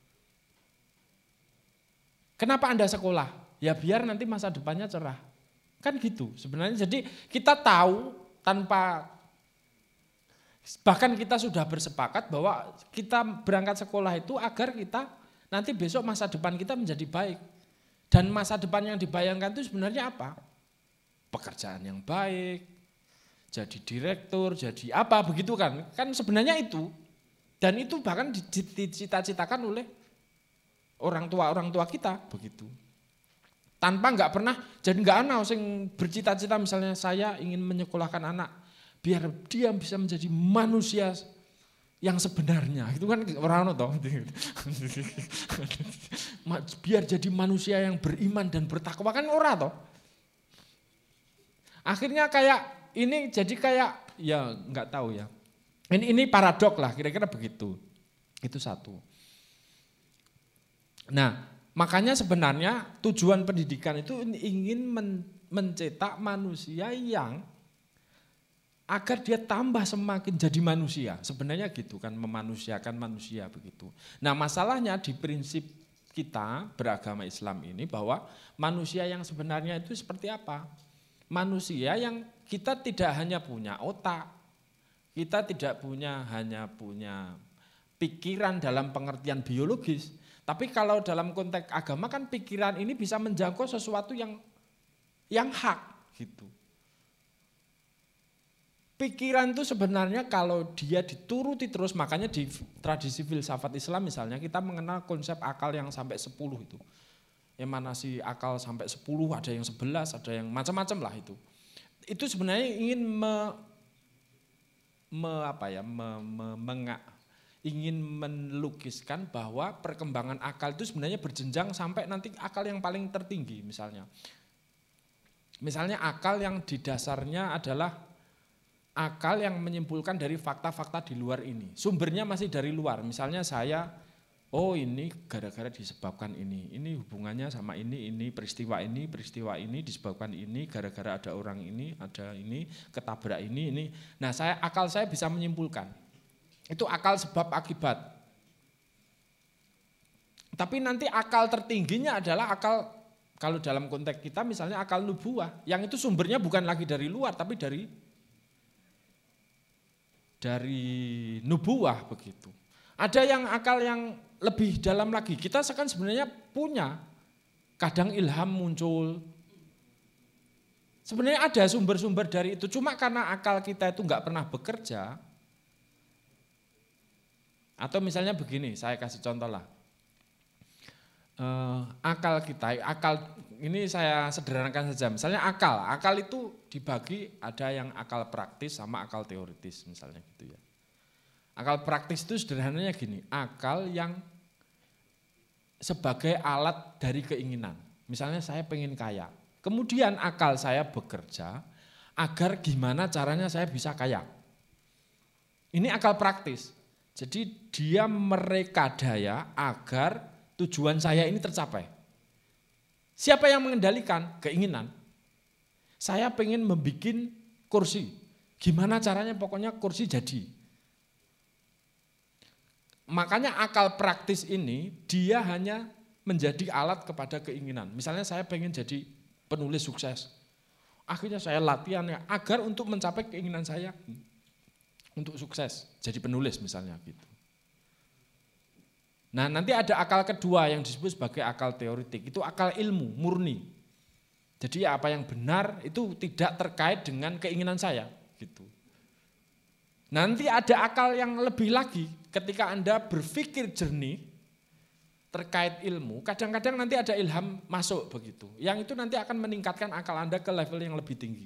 kenapa Anda sekolah? Ya biar nanti masa depannya cerah. Kan gitu sebenarnya. Jadi kita tahu tanpa, bahkan kita sudah bersepakat bahwa kita berangkat sekolah itu agar kita nanti besok masa depan kita menjadi baik. Dan masa depan yang dibayangkan itu sebenarnya apa? Pekerjaan yang baik, jadi direktur, jadi apa begitu kan. Kan sebenarnya itu. Dan itu bahkan dicita-citakan oleh orang tua kita begitu. Tanpa enggak pernah, jadi enggak ana sing bercita-cita misalnya saya ingin menyekolahkan anak biar dia bisa menjadi manusia yang sebenarnya. Itu kan orang toh. Biar jadi manusia yang beriman dan bertakwa kan ora toh. Akhirnya kayak ini jadi kayak ya enggak tahu ya. Ini paradok lah kira-kira begitu. Itu satu. Nah, makanya sebenarnya tujuan pendidikan itu ingin mencetak manusia yang agar dia tambah semakin jadi manusia. Sebenarnya gitu kan, memanusiakan manusia begitu. Nah masalahnya di prinsip kita beragama Islam ini bahwa manusia yang sebenarnya itu seperti apa? Manusia yang kita tidak hanya punya otak, kita tidak hanya punya pikiran dalam pengertian biologis, tapi kalau dalam konteks agama kan pikiran ini bisa menjangkau sesuatu yang hak gitu. Pikiran itu sebenarnya kalau dia dituruti terus, makanya di tradisi filsafat Islam misalnya kita mengenal konsep akal yang sampai 10 itu. Emanasi akal sampai 10, ada yang 11, ada yang macam-macam lah itu. itu sebenarnya ingin ingin melukiskan bahwa perkembangan akal itu sebenarnya berjenjang sampai nanti akal yang paling tertinggi misalnya. Misalnya akal yang di dasarnya adalah akal yang menyimpulkan dari fakta-fakta di luar ini. Sumbernya masih dari luar. Misalnya saya, oh ini gara-gara disebabkan ini hubungannya sama ini peristiwa ini disebabkan ini, gara-gara ada orang ini, ada ini, ketabrak ini. Nah akal saya bisa menyimpulkan. Itu akal sebab akibat. Tapi nanti akal tertingginya adalah akal, kalau dalam konteks kita misalnya akal nubuwah, yang itu sumbernya bukan lagi dari luar tapi dari nubuwah begitu. Ada yang akal yang lebih dalam lagi. Kita kan sebenarnya punya, kadang ilham muncul. Sebenarnya ada sumber-sumber dari itu, cuma karena akal kita itu enggak pernah bekerja. Atau misalnya begini, saya kasih contoh lah. Akal kita, ini saya sederhanakan saja. Misalnya akal itu dibagi, ada yang akal praktis sama akal teoritis misalnya gitu ya. Akal praktis itu sederhananya gini, akal yang sebagai alat dari keinginan. Misalnya saya pengen kaya, kemudian akal saya bekerja agar gimana caranya saya bisa kaya. Ini akal praktis. Jadi dia merekadaya agar tujuan saya ini tercapai. Siapa yang mengendalikan? Keinginan. Saya pengen membuat kursi. Gimana caranya pokoknya kursi jadi. Makanya akal praktis ini dia hanya menjadi alat kepada keinginan. Misalnya saya pengen jadi penulis sukses. Akhirnya saya latihan ya agar untuk mencapai keinginan saya untuk sukses. Jadi penulis misalnya gitu. Nah nanti ada akal kedua yang disebut sebagai akal teoritik, itu akal ilmu, murni. Jadi apa yang benar itu tidak terkait dengan keinginan saya. Gitu. Nanti ada akal yang lebih lagi, ketika Anda berpikir jernih terkait ilmu, kadang-kadang nanti ada ilham masuk begitu. Yang itu nanti akan meningkatkan akal Anda ke level yang lebih tinggi.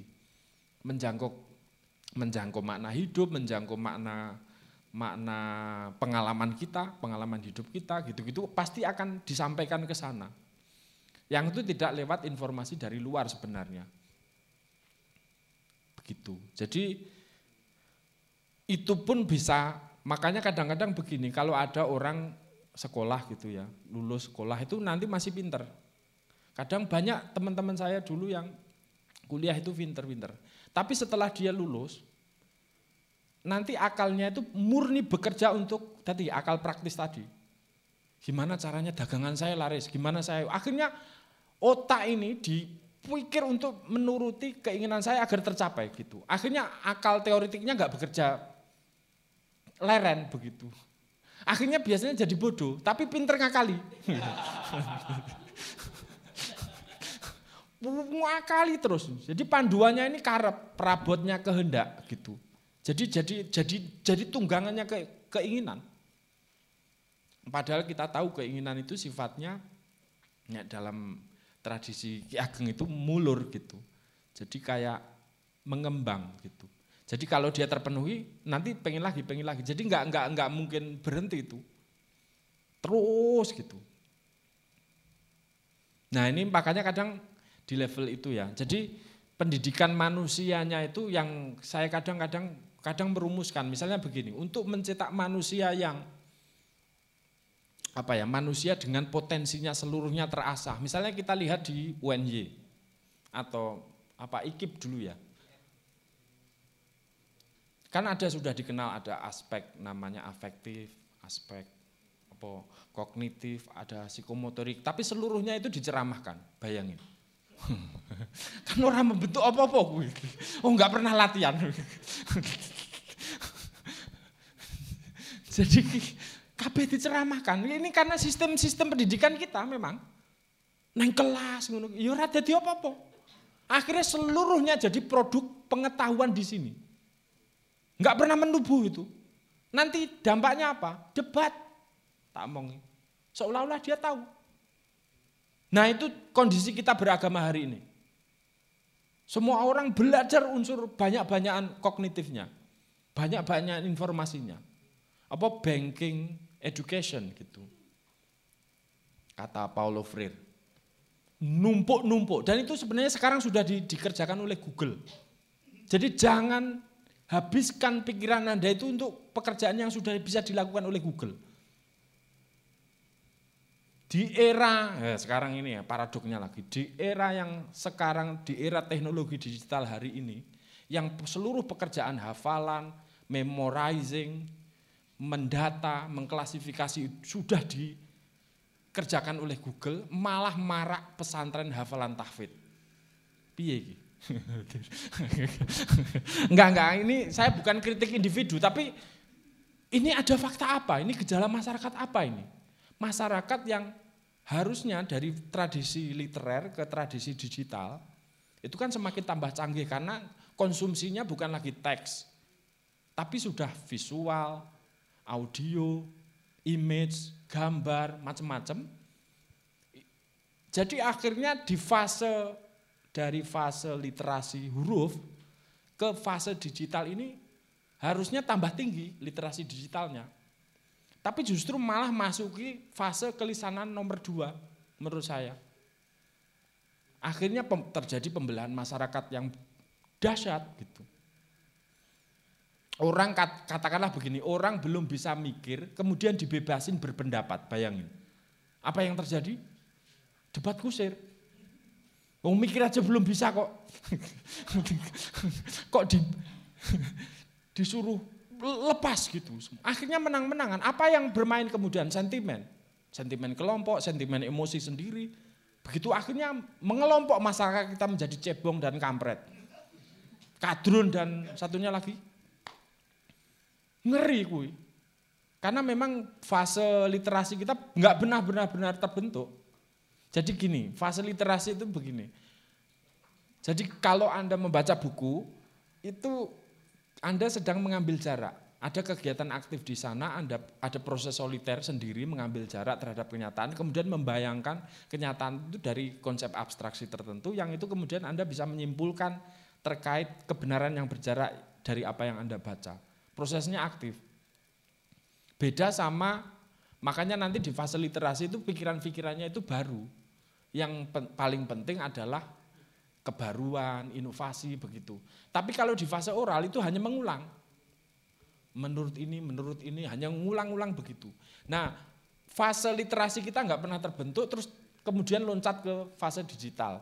Menjangkau makna hidup, menjangkau makna pengalaman kita, pengalaman hidup kita, gitu-gitu pasti akan disampaikan ke sana. Yang itu tidak lewat informasi dari luar sebenarnya. Begitu. Jadi itu pun bisa, makanya kadang-kadang begini, kalau ada orang sekolah gitu ya, lulus sekolah itu nanti masih pinter. Kadang banyak teman-teman saya dulu yang kuliah itu pinter-pinter. Tapi setelah dia lulus, nanti akalnya itu murni bekerja untuk tadi akal praktis tadi. Gimana caranya dagangan saya laris, gimana saya, akhirnya otak ini dipikir untuk menuruti keinginan saya agar tercapai gitu. Akhirnya akal teoritiknya enggak bekerja leren begitu. Akhirnya biasanya jadi bodoh, tapi pinter ngakali. Ngakali terus. Jadi panduannya ini karep, perabotnya kehendak gitu. Jadi tunggangannya keinginan. Padahal kita tahu keinginan itu sifatnya ya dalam tradisi Ki Ageng itu mulur gitu. Jadi kayak mengembang gitu. Jadi kalau dia terpenuhi nanti pengen lagi. Jadi enggak mungkin berhenti itu. Terus gitu. Nah, ini makanya kadang di level itu ya. Jadi pendidikan manusianya itu yang saya kadang merumuskan, misalnya begini, untuk mencetak manusia yang manusia dengan potensinya seluruhnya terasah. Misalnya kita lihat di UNY atau IKIP dulu ya. Kan sudah dikenal ada aspek namanya afektif, aspek kognitif, ada psikomotorik, tapi seluruhnya itu diceramahkan, bayangin. Kan orang membentuk apa-apa gue. Oh enggak pernah latihan. Jadi kabeh diceramahkan. Ini karena sistem pendidikan kita memang nang kelas ngono. Ya ora dadi apa-apa. Akhirnya seluruhnya jadi produk pengetahuan di sini. Enggak pernah menubuh itu. Nanti dampaknya apa? Debat. Tak omong. Seolah-olah dia tahu. Nah itu kondisi kita beragama hari ini. Semua orang belajar unsur banyak-banyakan kognitifnya, banyak-banyakan informasinya. Apa banking education gitu. Kata Paulo Freire. Numpuk-numpuk, dan itu sebenarnya sekarang sudah dikerjakan oleh Google. Jadi jangan habiskan pikiran Anda itu untuk pekerjaan yang sudah bisa dilakukan oleh Google. Di era, sekarang ini ya paradoksnya lagi, di era yang sekarang, di era teknologi digital hari ini, yang seluruh pekerjaan hafalan, memorizing, mendata, mengklasifikasi sudah dikerjakan oleh Google, malah marak pesantren hafalan tahfidz. Piye iki? Enggak, ini saya bukan kritik individu, tapi ini ada fakta apa? Ini gejala masyarakat apa ini? Masyarakat yang harusnya dari tradisi literer ke tradisi digital, itu kan semakin tambah canggih karena konsumsinya bukan lagi teks, tapi sudah visual, audio, image, gambar, macam-macam. Jadi akhirnya dari fase literasi huruf ke fase digital ini harusnya tambah tinggi literasi digitalnya. Tapi justru malah masuki fase kelisanan nomor 2 menurut saya. Akhirnya terjadi pembelahan masyarakat yang dahsyat gitu. Orang katakanlah begini, orang belum bisa mikir kemudian dibebasin berpendapat, bayangin. Apa yang terjadi? Debat kusir. Mikir aja belum bisa kok. Kok disuruh lepas gitu. Akhirnya menang-menangan. Apa yang bermain kemudian? Sentimen. Sentimen kelompok, sentimen emosi sendiri. Begitu akhirnya mengelompok masyarakat kita menjadi cebong dan kampret. Kadrun dan satunya lagi. Ngeri kuy. Karena memang fase literasi kita nggak benar-benar terbentuk. Jadi gini, fase literasi itu begini. Jadi kalau Anda membaca buku, itu Anda sedang mengambil jarak. Ada kegiatan aktif di sana, Anda ada proses soliter sendiri mengambil jarak terhadap kenyataan, kemudian membayangkan kenyataan itu dari konsep abstraksi tertentu, yang itu kemudian Anda bisa menyimpulkan terkait kebenaran yang berjarak dari apa yang Anda baca. Prosesnya aktif. Beda sama, makanya nanti di fase literasi itu pikiran-pikirannya itu baru. Yang paling penting adalah kebaruan, inovasi begitu. Tapi kalau di fase oral itu hanya mengulang. Menurut ini, hanya mengulang-ulang begitu. Nah, fase literasi kita nggak pernah terbentuk, terus kemudian loncat ke fase digital.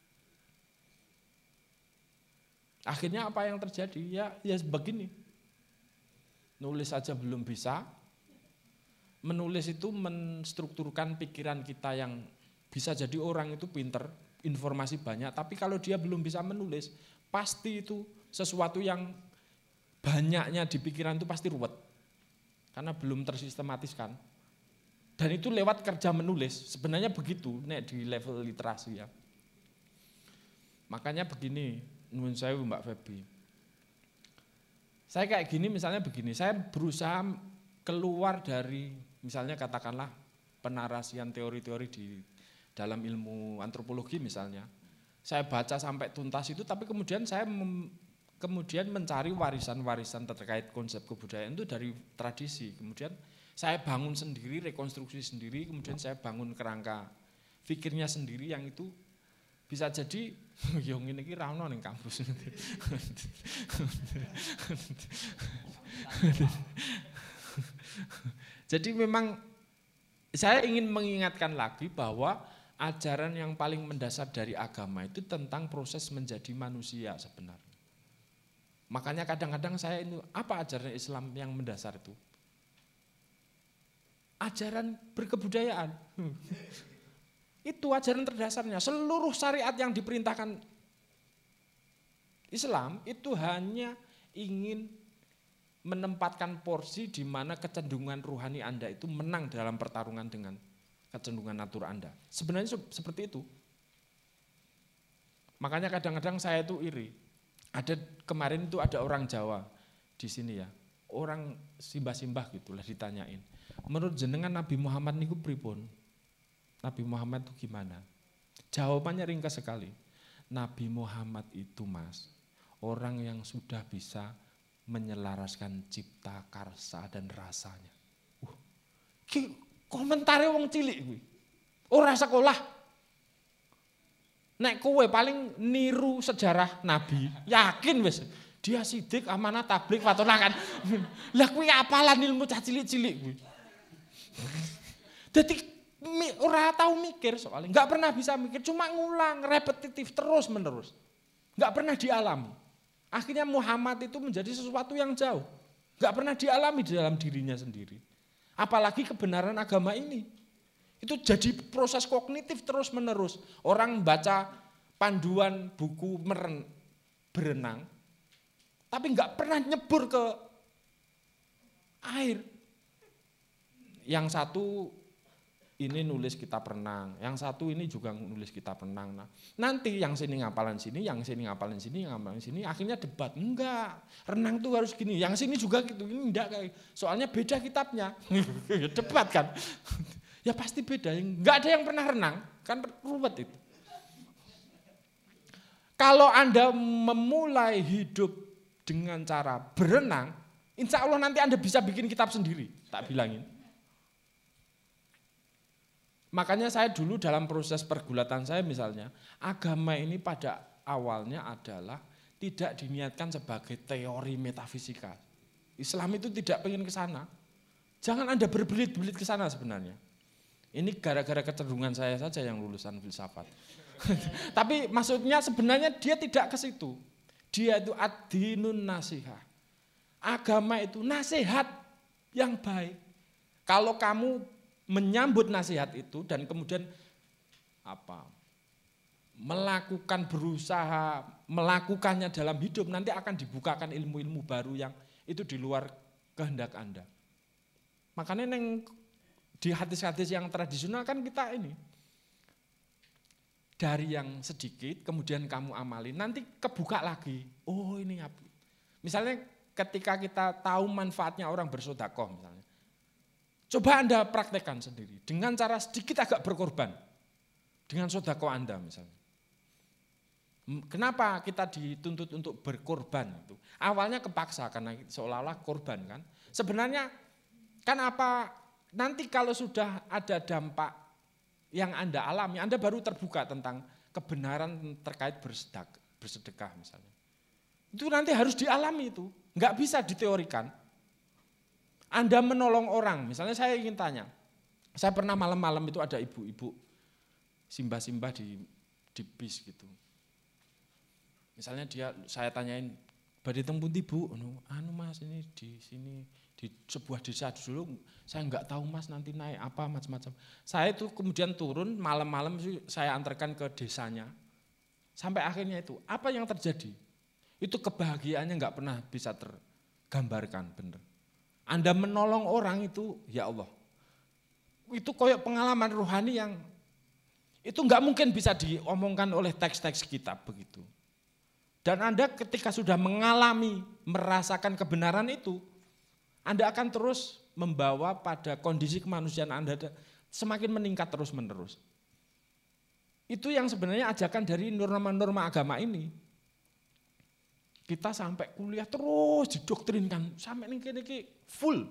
Akhirnya apa yang terjadi? Ya begini. Nulis saja belum bisa. Menulis itu menstrukturkan pikiran kita yang bisa jadi orang itu pinter, informasi banyak, tapi kalau dia belum bisa menulis, pasti itu sesuatu yang banyaknya di pikiran itu pasti ruwet. Karena belum tersistematiskan. Dan itu lewat kerja menulis, sebenarnya begitu di level literasi ya. Makanya begini, nuwun sewu Mbak Febi. Saya kayak gini misalnya begini, saya berusaha keluar dari misalnya katakanlah penarasian teori-teori di dalam ilmu antropologi misalnya, saya baca sampai tuntas itu, tapi kemudian saya kemudian mencari warisan-warisan terkait konsep kebudayaan itu dari tradisi. Kemudian saya bangun sendiri, rekonstruksi sendiri, kemudian saya bangun kerangka fikirnya sendiri yang itu bisa jadi yang ini ra ono ning kampus. Jadi memang saya ingin mengingatkan lagi bahwa ajaran yang paling mendasar dari agama itu tentang proses menjadi manusia sebenarnya. Makanya kadang-kadang saya ini, apa ajaran Islam yang mendasar itu? Ajaran berkebudayaan. Itu ajaran terdasarnya. Seluruh syariat yang diperintahkan Islam itu hanya ingin menempatkan porsi di mana kecenderungan ruhani Anda itu menang dalam pertarungan dengan kecenderungan natur Anda. Sebenarnya seperti itu. Makanya kadang-kadang saya itu iri. Kemarin itu ada orang Jawa di sini ya. Orang simbah-simbah gitulah ditanyain. Menurut jenengan Nabi Muhammad niku pripun? Nabi Muhammad itu gimana? Jawabannya ringkas sekali. Nabi Muhammad itu Mas, orang yang sudah bisa menyelaraskan cipta, karsa dan rasanya. Komentare wong cilik kuwi. Ora sekolah. Nek kowe paling niru sejarah Nabi, yakin wis dia sidik amanah tabligh fatona kan. Lah kuwi apalan ilmu cah cilik-cilik kuwi. Dadi ora tahu mikir soalnya, nggak pernah bisa mikir, cuma ngulang, repetitif terus menerus, nggak pernah dialami. Akhirnya Muhammad itu menjadi sesuatu yang jauh, nggak pernah dialami di dalam dirinya sendiri. Apalagi kebenaran agama ini, itu jadi proses kognitif terus menerus. Orang baca panduan buku berenang, tapi nggak pernah nyebur ke air. Yang satu ini nulis kitab renang, yang satu ini juga nulis kitab renang. Nah, nanti yang sini ngapalan sini, yang sini ngapalan sini, yang ngapalan sini, akhirnya debat. Enggak, renang tuh harus gini, yang sini juga gitu, ini enggak kayak. Soalnya beda kitabnya. Debat kan. Ya pasti beda, enggak ada yang pernah renang, kan ruwet itu. Kalau Anda memulai hidup dengan cara berenang, insya Allah nanti Anda bisa bikin kitab sendiri, tak bilangin. Makanya saya dulu dalam proses pergulatan saya misalnya, agama ini pada awalnya adalah tidak diniatkan sebagai teori metafisika. Islam itu tidak pengen ke sana. Jangan Anda berbelit-belit ke sana sebenarnya. Ini gara-gara kecenderungan saya saja yang lulusan filsafat. Tapi maksudnya sebenarnya dia tidak ke situ. Dia itu ad-dinun nasihah. Agama itu nasihat yang baik. Kalau kamu menyambut nasihat itu dan kemudian berusaha melakukannya dalam hidup, nanti akan dibukakan ilmu-ilmu baru yang itu di luar kehendak Anda. Makanya di hadis-hadis yang tradisional kan kita ini dari yang sedikit kemudian kamu amali, nanti kebuka lagi. Oh ini apa? Misalnya ketika kita tahu manfaatnya orang bersedekah misalnya. Coba Anda praktekkan sendiri, dengan cara sedikit agak berkorban, dengan sedekah Anda misalnya. Kenapa kita dituntut untuk berkorban itu? Awalnya kepaksa karena seolah-olah korban kan. Sebenarnya kan apa, nanti kalau sudah ada dampak yang Anda alami, Anda baru terbuka tentang kebenaran terkait bersedekah misalnya. Itu nanti harus dialami itu, nggak bisa diteorikan. Anda menolong orang, misalnya saya ingin tanya, saya pernah malam-malam itu ada ibu-ibu simbah-simbah di bis gitu. Misalnya saya tanyain, badhe teng pundi Bu? Anu Mas ini di sini di sebuah desa dulu, saya enggak tahu Mas nanti naik apa macam-macam. Saya itu kemudian turun malam-malam saya antarkan ke desanya. Sampai akhirnya itu, apa yang terjadi? Itu kebahagiaannya enggak pernah bisa tergambarkan benar. Anda menolong orang itu, ya Allah, itu koyok pengalaman rohani yang itu enggak mungkin bisa diomongkan oleh teks-teks kitab begitu. Dan Anda ketika sudah mengalami, merasakan kebenaran itu, Anda akan terus membawa pada kondisi kemanusiaan Anda semakin meningkat terus menerus. Itu yang sebenarnya ajakan dari norma-norma agama ini. Kita sampai kuliah terus didoktrinkan, sampai ini full.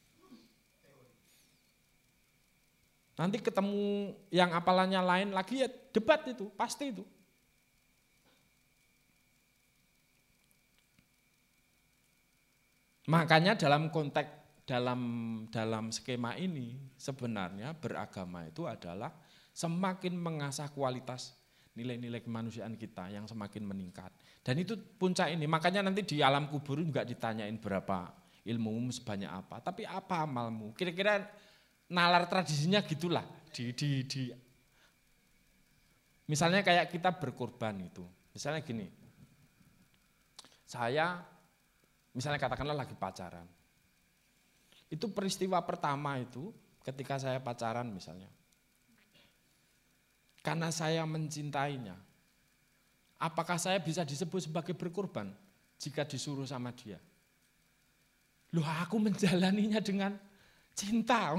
Nanti ketemu yang apalannya lain lagi ya debat itu, pasti itu. Makanya dalam konteks dalam skema ini sebenarnya beragama itu adalah semakin mengasah kualitas nilai-nilai kemanusiaan kita yang semakin meningkat. Dan itu puncak ini, makanya nanti di alam kubur juga ditanyain berapa ilmumu sebanyak apa, tapi apa amalmu. Kira-kira nalar tradisinya gitulah. Misalnya kayak kita berkorban itu, misalnya gini, saya misalnya katakanlah lagi pacaran, itu peristiwa pertama itu ketika saya pacaran misalnya, karena saya mencintainya, apakah saya bisa disebut sebagai berkorban jika disuruh sama dia? Loh aku menjalaninya dengan cinta.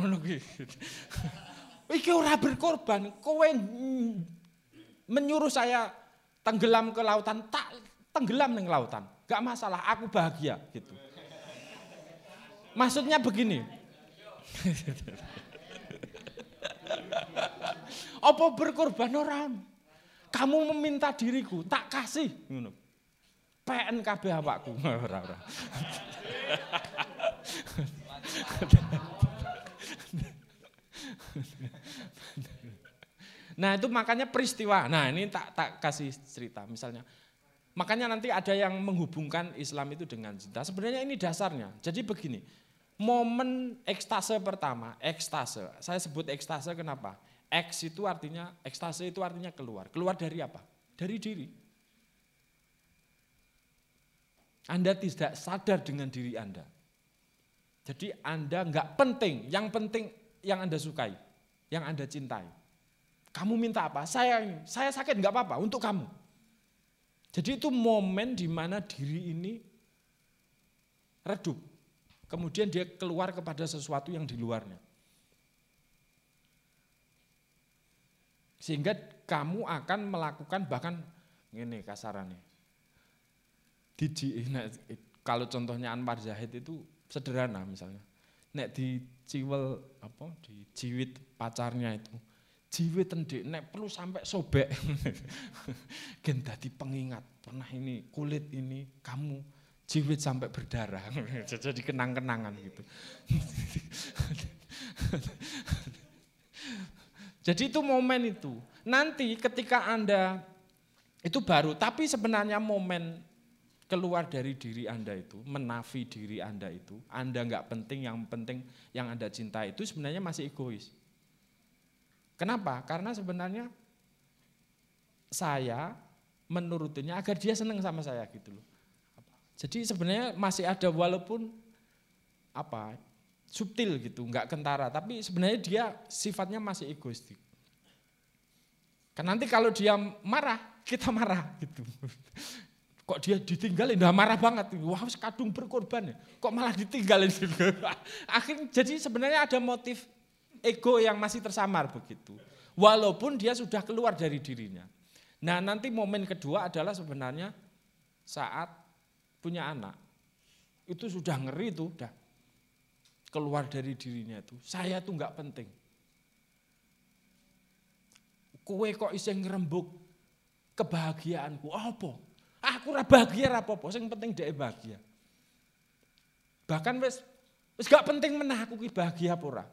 Iki ora berkorban, kowe menyuruh saya tenggelam ke lautan, tak tenggelam ning lautan. Gak masalah, aku bahagia gitu. Maksudnya begini. Apa berkorban orang? Kamu meminta diriku, tak kasih. PN kabeh awakku. Ora. Nah itu makanya peristiwa, nah ini tak kasih cerita misalnya. Makanya nanti ada yang menghubungkan Islam itu dengan cinta. Sebenarnya ini dasarnya, jadi begini, momen ekstase pertama, ekstase, saya sebut ekstase kenapa? Ekstase itu artinya keluar dari apa? Dari diri. Anda tidak sadar dengan diri Anda. Jadi Anda enggak penting, yang penting yang Anda sukai, yang Anda cintai. Kamu minta apa? Saya sakit enggak apa-apa untuk kamu. Jadi itu momen di mana diri ini redup. Kemudian dia keluar kepada sesuatu yang di luarnya. Sehingga kamu akan melakukan bahkan ini kasarannya. Kalau contohnya Anwar Zahid itu sederhana misalnya. Nek diciwel dijiwit pacarnya itu. Jiwit tendek, nek perlu sampai sobek. Gen dadi pengingat, pernah ini kulit ini kamu jiwit sampai berdarah. Jadi kenang-kenangan gitu. Jadi itu momen itu. Nanti ketika Anda itu baru, tapi sebenarnya momen keluar dari diri Anda itu, menafi diri Anda itu, Anda enggak penting, yang penting yang Anda cintai itu sebenarnya masih egois. Kenapa? Karena sebenarnya saya menurutinya agar dia senang sama saya gitu loh. Jadi sebenarnya masih ada walaupun subtil gitu, enggak kentara, tapi sebenarnya dia sifatnya masih egoistik. Karena nanti kalau dia marah, kita marah gitu. Kok dia ditinggalin, udah marah banget. Wah, kadung berkorban ya. Kok malah ditinggalin gitu. Akhirnya jadi sebenarnya ada motif ego yang masih tersamar begitu. Walaupun dia sudah keluar dari dirinya. Nah nanti momen kedua adalah sebenarnya saat punya anak. Itu sudah ngeri tuh, udah keluar dari dirinya itu. Saya tuh enggak penting. Kowe kok isih ngerembug kebahagiaanku. Apa? Aku ora bahagia apa-apa, sing penting dhek bahagia. Bahkan wis gak penting menah aku ki bahagia apa ora.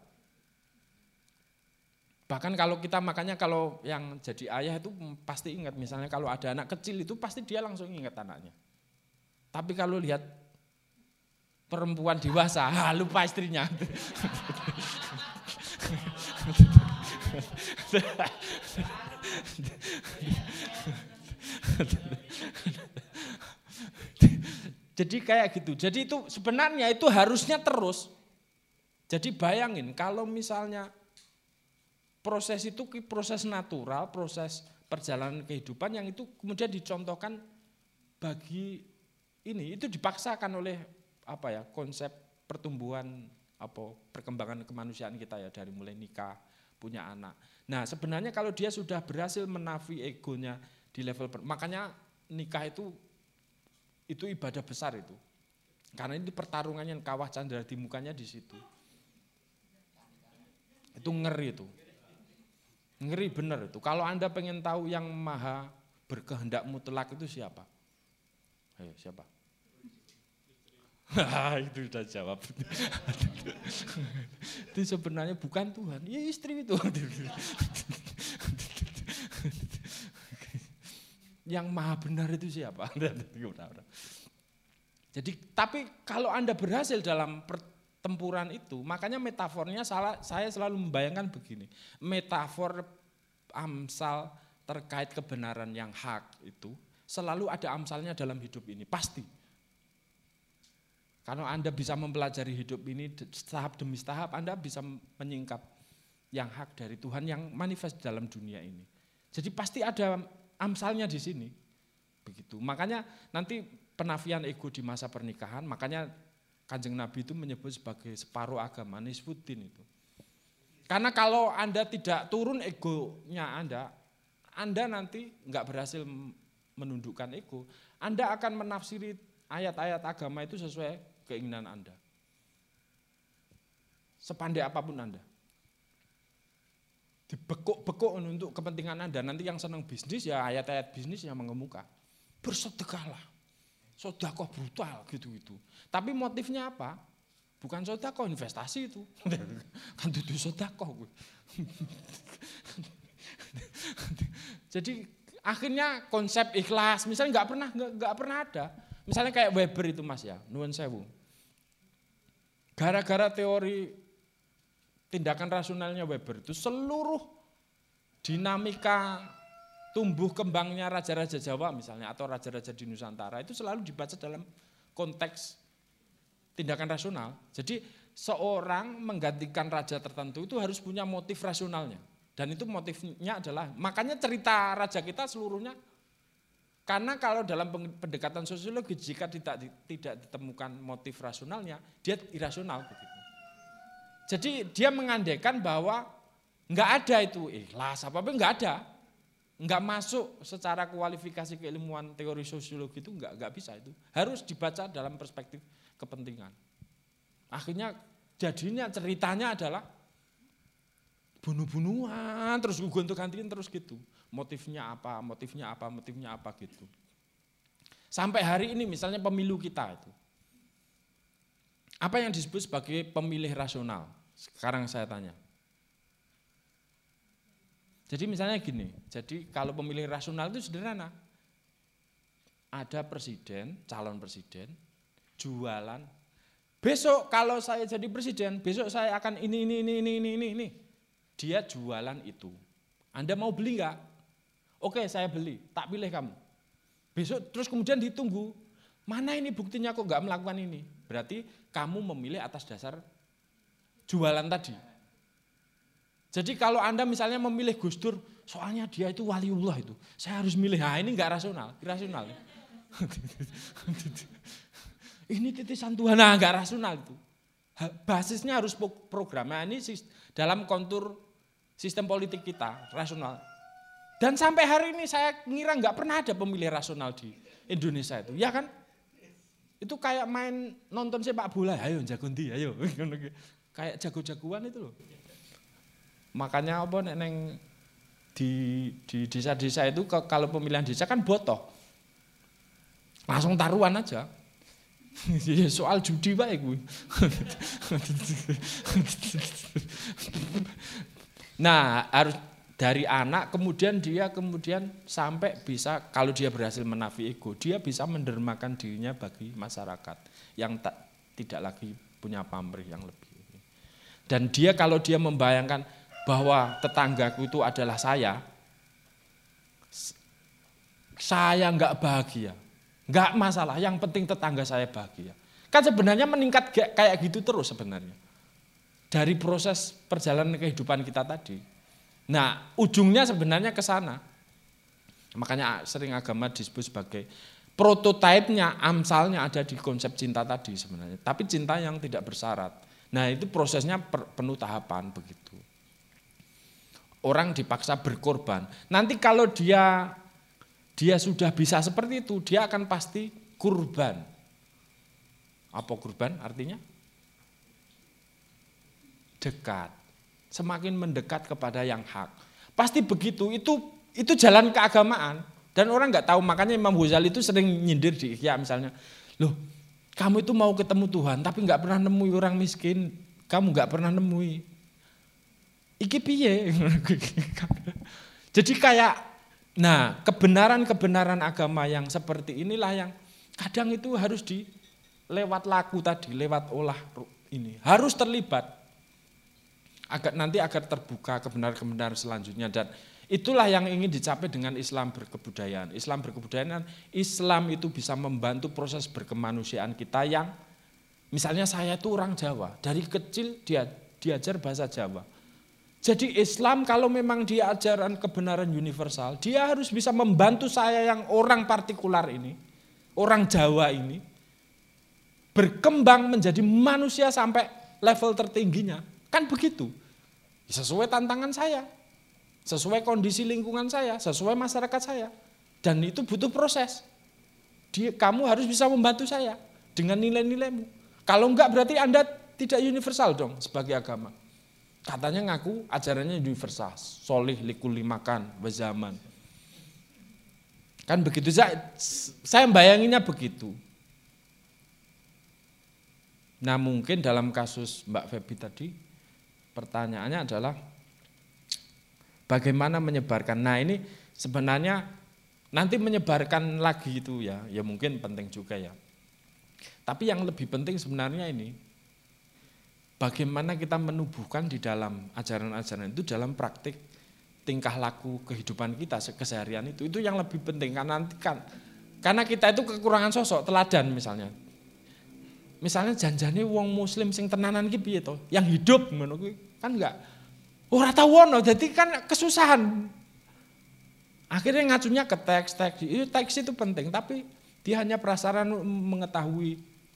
Bahkan kalau kita makanya kalau yang jadi ayah itu pasti ingat misalnya kalau ada anak kecil itu pasti dia langsung ingat anaknya. Tapi kalau lihat perempuan dewasa, lupa istrinya. Jadi kayak gitu. Jadi itu sebenarnya itu harusnya terus. Jadi bayangin kalau misalnya proses itu proses natural, proses perjalanan kehidupan yang itu kemudian dicontohkan bagi ini, itu dipaksakan oleh konsep pertumbuhan perkembangan kemanusiaan kita ya dari mulai nikah, punya anak. Nah sebenarnya kalau dia sudah berhasil menafi egonya di level, makanya nikah itu ibadah besar itu. Karena ini pertarungannya kawah candra di mukanya di situ. Itu ngeri itu. Ngeri bener itu. Kalau Anda pengen tahu yang maha berkehendak mutlak itu siapa? Ayo siapa? Itu sudah jawab. Itu sebenarnya bukan Tuhan, ya istri itu. Yang maha benar itu siapa? Jadi tapi kalau Anda berhasil dalam pertempuran itu, makanya metafornya saya selalu membayangkan begini. Metafor amsal terkait kebenaran yang hak itu selalu ada amsalnya dalam hidup ini, pasti. Kalau Anda bisa mempelajari hidup ini tahap demi tahap, Anda bisa menyingkap yang hak dari Tuhan yang manifest dalam dunia ini. Jadi pasti ada amsalnya di sini. Begitu. Makanya nanti penafian ego di masa pernikahan, makanya Kanjeng Nabi itu menyebut sebagai separuh agama, nisfuddin itu. Karena kalau Anda tidak turun egonya Anda nanti enggak berhasil menundukkan ego, Anda akan menafsiri ayat-ayat agama itu sesuai keinginan Anda. Sepandai apapun Anda. Dibekuk-bekuk untuk kepentingan Anda. Nanti yang senang bisnis ya ayat-ayat bisnis yang mengemuka. Bersedekahlah. Sedekah brutal gitu-gitu. Tapi motifnya apa? Bukan sedekah, investasi itu. Kan itu sedekah. Jadi akhirnya konsep ikhlas misalnya nggak pernah ada. Misalnya kayak Weber itu Mas ya, nuwun sewu. Gara-gara teori tindakan rasionalnya Weber itu seluruh dinamika tumbuh kembangnya raja-raja Jawa misalnya atau raja-raja di Nusantara itu selalu dibaca dalam konteks tindakan rasional. Jadi seorang menggantikan raja tertentu itu harus punya motif rasionalnya. Dan itu motifnya adalah, makanya cerita raja kita seluruhnya, karena kalau dalam pendekatan sosiologi jika tidak ditemukan motif rasionalnya, dia irasional begitu. Jadi dia mengandaikan bahwa nggak ada itu ikhlas apa-apa, nggak ada. Nggak masuk secara kualifikasi keilmuan teori sosiologi itu nggak bisa itu. Harus dibaca dalam perspektif kepentingan. Akhirnya jadinya ceritanya adalah bunuh-bunuhan, terus gontok-gantiin terus gitu. Motifnya apa gitu. Sampai hari ini misalnya pemilu kita itu. Apa yang disebut sebagai pemilih rasional? Sekarang saya tanya. Jadi misalnya gini, jadi kalau pemilih rasional itu sederhana. Ada presiden, calon presiden, jualan. Besok kalau saya jadi presiden, besok saya akan ini. Dia jualan itu. Anda mau beli enggak? Oke, saya beli, tak pilih kamu. Besok terus kemudian ditunggu, mana ini buktinya kok enggak melakukan ini? Berarti kamu memilih atas dasar jualan tadi. Jadi kalau Anda misalnya memilih Gus Dur, soalnya dia itu waliullah itu, saya harus milih, ini enggak rasional, irasional. Ini titisan Tuhan, enggak rasional itu. Basisnya harus program, ini dalam kontur sistem politik kita, rasional. Dan sampai hari ini saya ngira enggak pernah ada pemilih rasional di Indonesia itu, ya kan? Itu kayak main nonton sepak bola, ayo jago ndi, ayo. Kayak jago-jagoan itu loh. Makanya apa neng di desa-desa itu kalau pemilihan desa kan botoh. Langsung taruhan aja. Soal judi baik gue. Nah, harus dari anak kemudian dia sampai bisa kalau dia berhasil menafi ego, dia bisa mendermakan dirinya bagi masyarakat yang tidak lagi punya pamrih yang lebih. Dan dia kalau dia membayangkan bahwa tetanggaku itu adalah saya enggak bahagia, enggak masalah, yang penting tetangga saya bahagia. Kan sebenarnya meningkat kayak gitu terus sebenarnya. Dari proses perjalanan kehidupan kita tadi. Nah, ujungnya sebenarnya ke sana. Makanya sering agama disebut sebagai prototipenya, amsalnya ada di konsep cinta tadi sebenarnya. Tapi cinta yang tidak bersyarat. Nah, itu prosesnya penuh tahapan begitu. Orang dipaksa berkorban. Nanti kalau dia sudah bisa seperti itu, dia akan pasti kurban. Apa kurban artinya? Dekat. Semakin mendekat kepada yang hak. Pasti begitu. Itu jalan keagamaan. Dan orang nggak tahu, makanya Imam Ghazali itu sering nyindir di Ihya misalnya. Loh, kamu itu mau ketemu Tuhan tapi nggak pernah nemui orang miskin. Kamu nggak pernah nemui. Iki piye? Jadi kayak, nah kebenaran-kebenaran agama yang seperti inilah yang kadang itu harus lewat laku tadi, lewat olah ini. Harus terlibat, agar terbuka kebenaran-kebenaran selanjutnya. Dan itulah yang ingin dicapai dengan Islam berkebudayaan. Islam itu bisa membantu proses berkemanusiaan kita yang, misalnya saya itu orang Jawa, dari kecil diajar bahasa Jawa. Jadi Islam kalau memang dia ajaran kebenaran universal, dia harus bisa membantu saya yang orang partikular ini, orang Jawa ini, berkembang menjadi manusia sampai level tertingginya. Kan begitu. Sesuai tantangan saya, sesuai kondisi lingkungan saya, sesuai masyarakat saya. Dan itu butuh proses. Kamu harus bisa membantu saya dengan nilai-nilaimu. Kalau enggak berarti Anda tidak universal dong sebagai agama. Katanya ngaku ajarannya universal, solih likuli makan, wazaman. Kan begitu, saya bayanginnya begitu. Nah mungkin dalam kasus Mbak Feby tadi, pertanyaannya adalah bagaimana menyebarkan. Nah ini sebenarnya nanti menyebarkan lagi itu ya mungkin penting juga ya. Tapi yang lebih penting sebenarnya ini, bagaimana kita menubuhkan di dalam ajaran-ajaran itu dalam praktik tingkah laku kehidupan kita keseharian itu yang lebih penting karena kita itu kekurangan sosok teladan misalnya janjane wong muslim sing tenanan ki piye to yang hidup ngono kuwi kan enggak ora tau ono dadi kan kesusahan akhirnya ngacunya ke teks itu penting tapi dia hanya prasarana mengetahui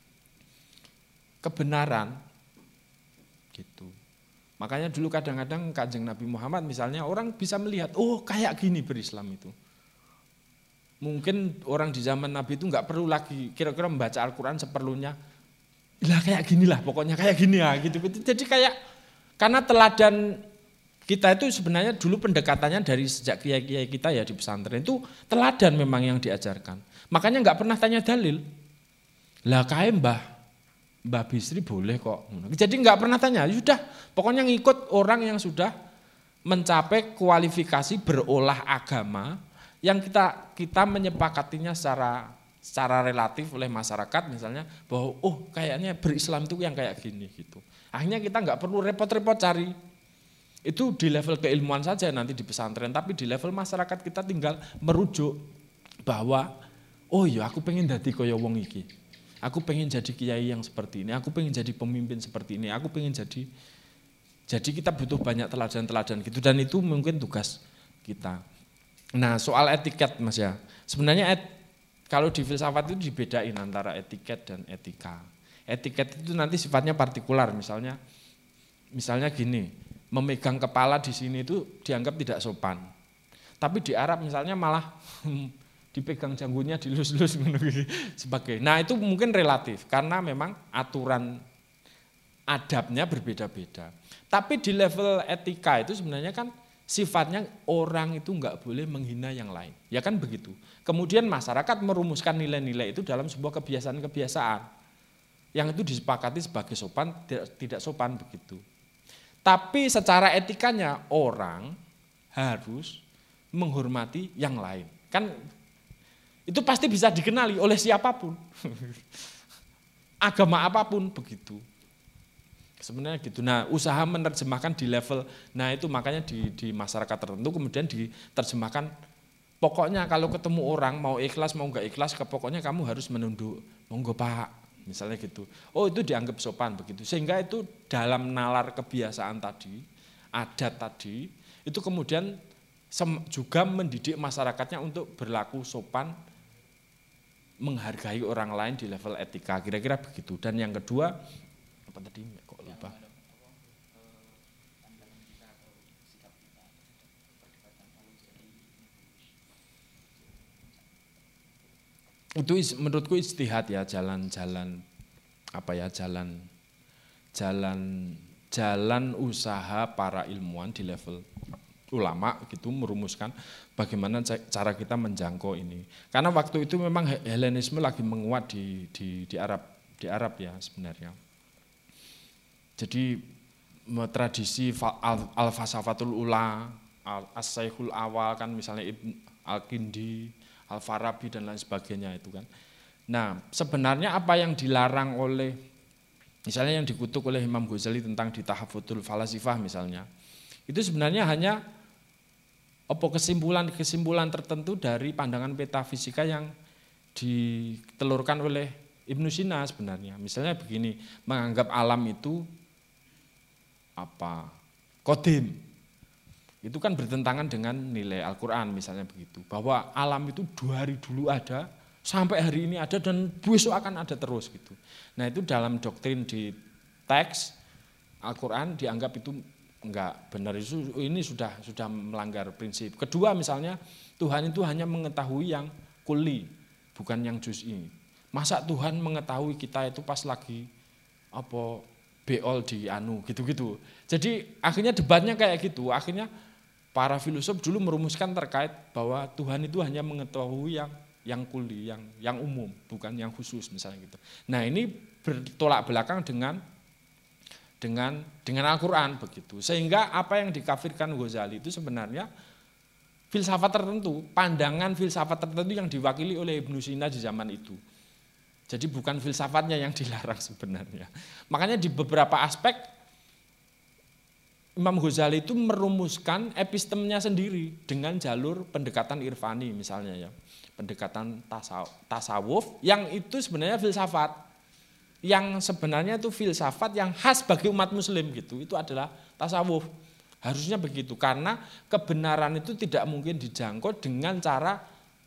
kebenaran gitu. Makanya dulu kadang-kadang Kanjeng Nabi Muhammad misalnya orang bisa melihat, oh kayak gini berislam itu. Mungkin orang di zaman Nabi itu nggak perlu lagi kira-kira membaca Al-Quran seperlunya. Lah kayak gini lah pokoknya kayak gini ya gitu. Jadi kayak karena teladan kita itu sebenarnya dulu pendekatannya dari sejak kiai-kiai kita ya di pesantren itu teladan memang yang diajarkan. Makanya nggak pernah tanya dalil. Lah kayak Mbah Bisri boleh kok. Jadi nggak pernah tanya, sudah pokoknya ngikut orang yang sudah mencapai kualifikasi berolah agama yang kita menyepakatinya secara relatif oleh masyarakat misalnya bahwa oh kayaknya berislam itu yang kayak gini gitu. Akhirnya kita nggak perlu repot-repot cari. Itu di level keilmuan saja nanti di pesantren, tapi di level masyarakat kita tinggal merujuk bahwa oh iya aku pengen dadi kaya wong iki. Aku pengen jadi kiai yang seperti ini, aku pengen jadi pemimpin seperti ini, aku pengen jadi kita butuh banyak teladan-teladan gitu dan itu mungkin tugas kita. Nah soal etiket Mas ya, sebenarnya kalau di filsafat itu dibedain antara etiket dan etika. Etiket itu nanti sifatnya partikular, misalnya gini, memegang kepala di sini itu dianggap tidak sopan. Tapi di Arab misalnya malah dipegang janggutnya dilus-lus sebagai. Nah itu mungkin relatif karena memang aturan adabnya berbeda-beda. Tapi di level etika itu sebenarnya kan sifatnya orang itu enggak boleh menghina yang lain. Ya kan begitu. Kemudian masyarakat merumuskan nilai-nilai itu dalam sebuah kebiasaan-kebiasaan. Yang itu disepakati sebagai sopan, tidak sopan begitu. Tapi secara etikanya orang harus menghormati yang lain. Kan itu pasti bisa dikenali oleh siapapun. Agama apapun begitu. Sebenarnya gitu. Nah, usaha menerjemahkan di level, nah itu makanya di masyarakat tertentu kemudian diterjemahkan pokoknya kalau ketemu orang mau ikhlas mau enggak ikhlas, pokoknya kamu harus menunduk. Monggo Pak, misalnya gitu. Oh, itu dianggap sopan begitu. Sehingga itu dalam nalar kebiasaan tadi, adat tadi, itu kemudian juga mendidik masyarakatnya untuk berlaku sopan, menghargai orang lain di level etika, kira-kira begitu. Dan yang kedua, apa tadi kok lupa? Itu menurutku ijtihad ya, jalan usaha para ilmuwan di level ulama gitu merumuskan bagaimana cara kita menjangkau ini. Karena waktu itu memang Helenisme lagi menguat di Arab ya sebenarnya. Jadi tradisi al-falsafatul ula, as-saikhul awal kan misalnya Ibn al-Kindi, Al-Farabi dan lain sebagainya itu kan. Nah, sebenarnya apa yang dilarang oleh misalnya yang dikutuk oleh Imam Ghazali tentang di Tahaffutul Falasifah misalnya. Itu sebenarnya hanya kesimpulan tertentu dari pandangan metafisika yang ditelurkan oleh Ibnu Sina sebenarnya. Misalnya begini, menganggap alam itu qadim. Itu kan bertentangan dengan nilai Al-Quran misalnya begitu. Bahwa alam itu 2 hari dulu ada, sampai hari ini ada dan besok akan ada terus gitu. Nah itu dalam doktrin di teks Al-Quran dianggap itu enggak benar, ini sudah melanggar prinsip. Kedua misalnya Tuhan itu hanya mengetahui yang kuli, bukan yang juz'i. Masa Tuhan mengetahui kita itu pas lagi beol di gitu-gitu. Jadi akhirnya debatnya kayak gitu. Akhirnya para filosof dulu merumuskan terkait bahwa Tuhan itu hanya mengetahui yang kuli, yang umum, bukan yang khusus misalnya gitu. Nah, ini bertolak belakang dengan Al-Quran begitu. Sehingga apa yang dikafirkan Ghazali itu sebenarnya filsafat tertentu, pandangan filsafat tertentu yang diwakili oleh Ibnu Sina di zaman itu. Jadi bukan filsafatnya yang dilarang sebenarnya. Makanya di beberapa aspek Imam Ghazali itu merumuskan epistemnya sendiri dengan jalur pendekatan irfani misalnya ya. Pendekatan tasawuf yang itu sebenarnya filsafat. Yang sebenarnya itu filsafat yang khas bagi umat muslim gitu, itu adalah tasawuf. Harusnya begitu, karena kebenaran itu tidak mungkin dijangkau dengan cara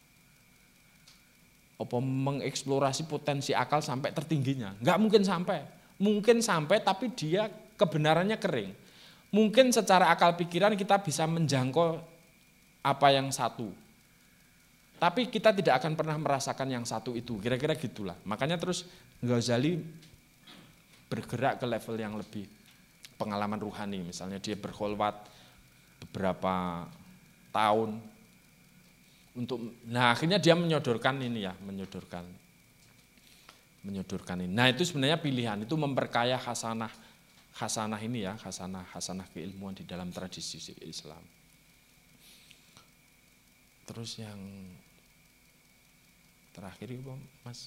mengeksplorasi potensi akal sampai tertingginya. Enggak mungkin sampai tapi dia kebenarannya kering. Mungkin secara akal pikiran kita bisa menjangkau apa yang satu, tapi kita tidak akan pernah merasakan yang satu itu, kira-kira gitulah. Makanya terus Ghazali bergerak ke level yang lebih pengalaman ruhani, misalnya dia berkholwat beberapa tahun akhirnya dia menyodorkan ini ya, menyodorkan ini. Nah, itu sebenarnya pilihan, itu memperkaya hasanah ini ya, hasanah keilmuan di dalam tradisi Islam. Terus yang terakhir itu Mas.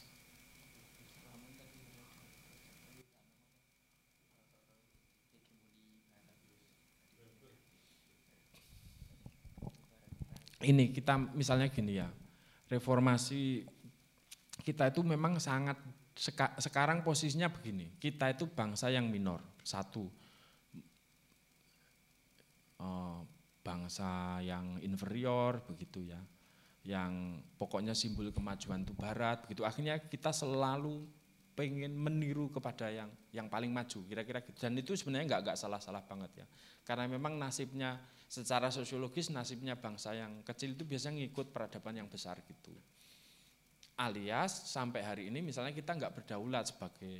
Ini kita misalnya gini ya, reformasi kita itu memang sangat, sekarang posisinya begini, kita itu bangsa yang minor, satu, bangsa yang inferior begitu ya, yang pokoknya simbol kemajuan itu barat begitu, akhirnya kita selalu pengen meniru kepada yang paling maju, kira-kira gitu. Dan itu sebenarnya enggak salah-salah banget ya, karena memang nasibnya secara sosiologis, nasibnya bangsa yang kecil itu biasanya ngikut peradaban yang besar gitu. Alias sampai hari ini misalnya kita enggak berdaulat sebagai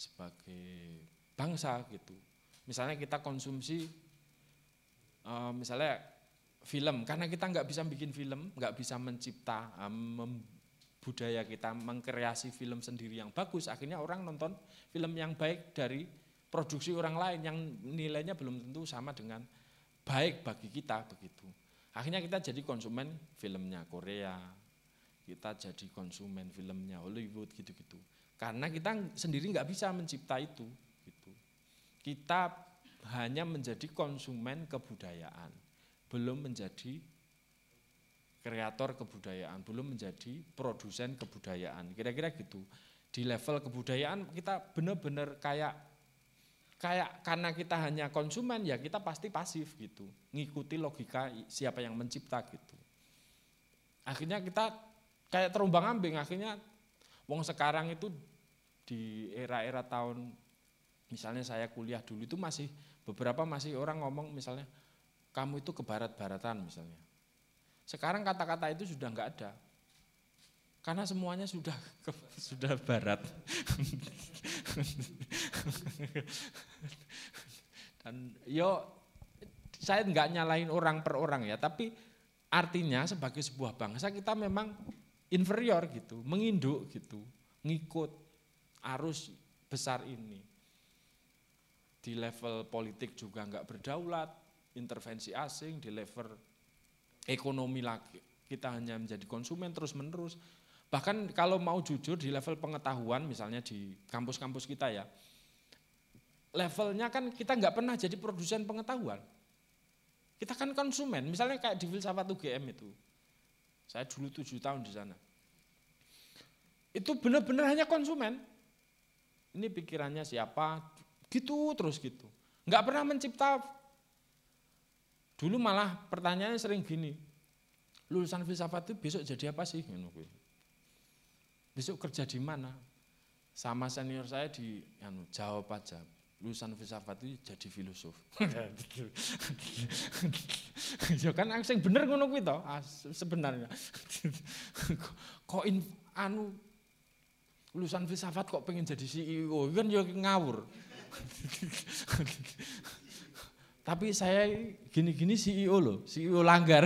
bangsa gitu. Misalnya kita konsumsi misalnya film, karena kita enggak bisa bikin film, enggak bisa mencipta budaya kita, mengkreasi film sendiri yang bagus, akhirnya orang nonton film yang baik dari produksi orang lain yang nilainya belum tentu sama dengan baik bagi kita begitu. Akhirnya kita jadi konsumen filmnya Korea, kita jadi konsumen filmnya Hollywood gitu-gitu. Karena kita sendiri nggak bisa mencipta itu gitu. Kita hanya menjadi konsumen kebudayaan, belum menjadi kreator kebudayaan, belum menjadi produsen kebudayaan. Kira-kira gitu. Di level kebudayaan kita benar-benar kayak karena kita hanya konsumen ya kita pasti pasif gitu, ngikuti logika siapa yang mencipta gitu. Akhirnya kita kayak terombang-ambing, akhirnya wong sekarang itu di era-era tahun, misalnya saya kuliah dulu itu beberapa masih orang ngomong misalnya kamu itu ke barat-baratan misalnya. Sekarang kata-kata itu sudah enggak ada. Karena semuanya sudah barat. Dan saya enggak nyalain orang per orang ya, tapi artinya sebagai sebuah bangsa kita memang inferior gitu, menginduk gitu, ngikut arus besar ini. Di level politik juga enggak berdaulat, intervensi asing, di level ekonomi lagi kita hanya menjadi konsumen terus-menerus. Bahkan kalau mau jujur di level pengetahuan misalnya di kampus-kampus kita ya, levelnya kan kita nggak pernah jadi produsen pengetahuan. Kita kan konsumen, misalnya kayak di filsafat UGM itu. Saya dulu 7 tahun di sana. Itu benar-benar hanya konsumen. Ini pikirannya siapa, gitu terus gitu. Nggak pernah mencipta. Dulu malah pertanyaannya sering gini, lulusan filsafat itu besok jadi apa sih? Besok kerja di mana? Sama senior saya jawab aja, lulusan filsafat itu jadi filosof. Ya kan sing bener ngono kuwi to sebenarnya. Kok lulusan filsafat kok pengen jadi CEO kan ya ngawur. Tapi saya gini-gini CEO loh, CEO Langgar.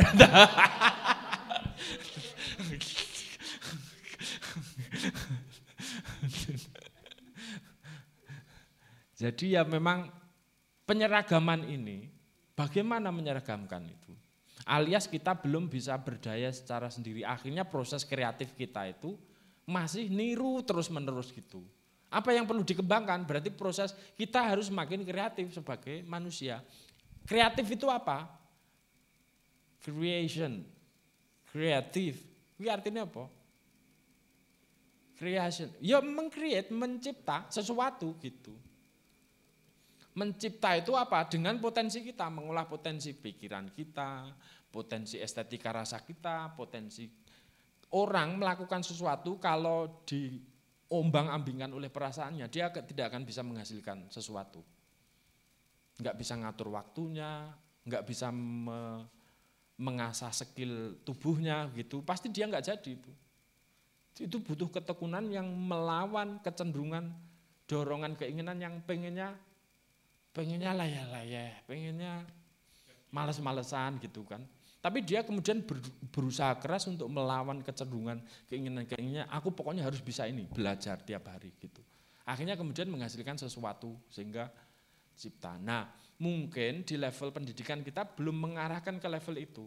Jadi ya memang penyeragaman ini, bagaimana menyeragamkan itu? Alias kita belum bisa berdaya secara sendiri, akhirnya proses kreatif kita itu masih niru terus-menerus gitu. Apa yang perlu dikembangkan? Berarti proses kita harus makin kreatif sebagai manusia. Kreatif itu apa? Creation, kreatif. Ini artinya apa? Creation, ya meng-create, mencipta sesuatu gitu. Mencipta itu apa? Dengan potensi kita, mengolah potensi pikiran kita, potensi estetika rasa kita, potensi orang melakukan sesuatu kalau diombang-ambingkan oleh perasaannya, dia tidak akan bisa menghasilkan sesuatu. Enggak bisa ngatur waktunya, enggak bisa mengasah skill tubuhnya gitu, pasti dia enggak jadi itu. Itu butuh ketekunan yang melawan kecenderungan, dorongan keinginan yang pengennya layah-layah, pengennya males-malesan gitu kan. Tapi dia kemudian berusaha keras untuk melawan kecenderungan keinginan-keinginannya, aku pokoknya harus bisa ini, belajar tiap hari gitu. Akhirnya kemudian menghasilkan sesuatu sehingga cipta. Nah, mungkin di level pendidikan kita belum mengarahkan ke level itu.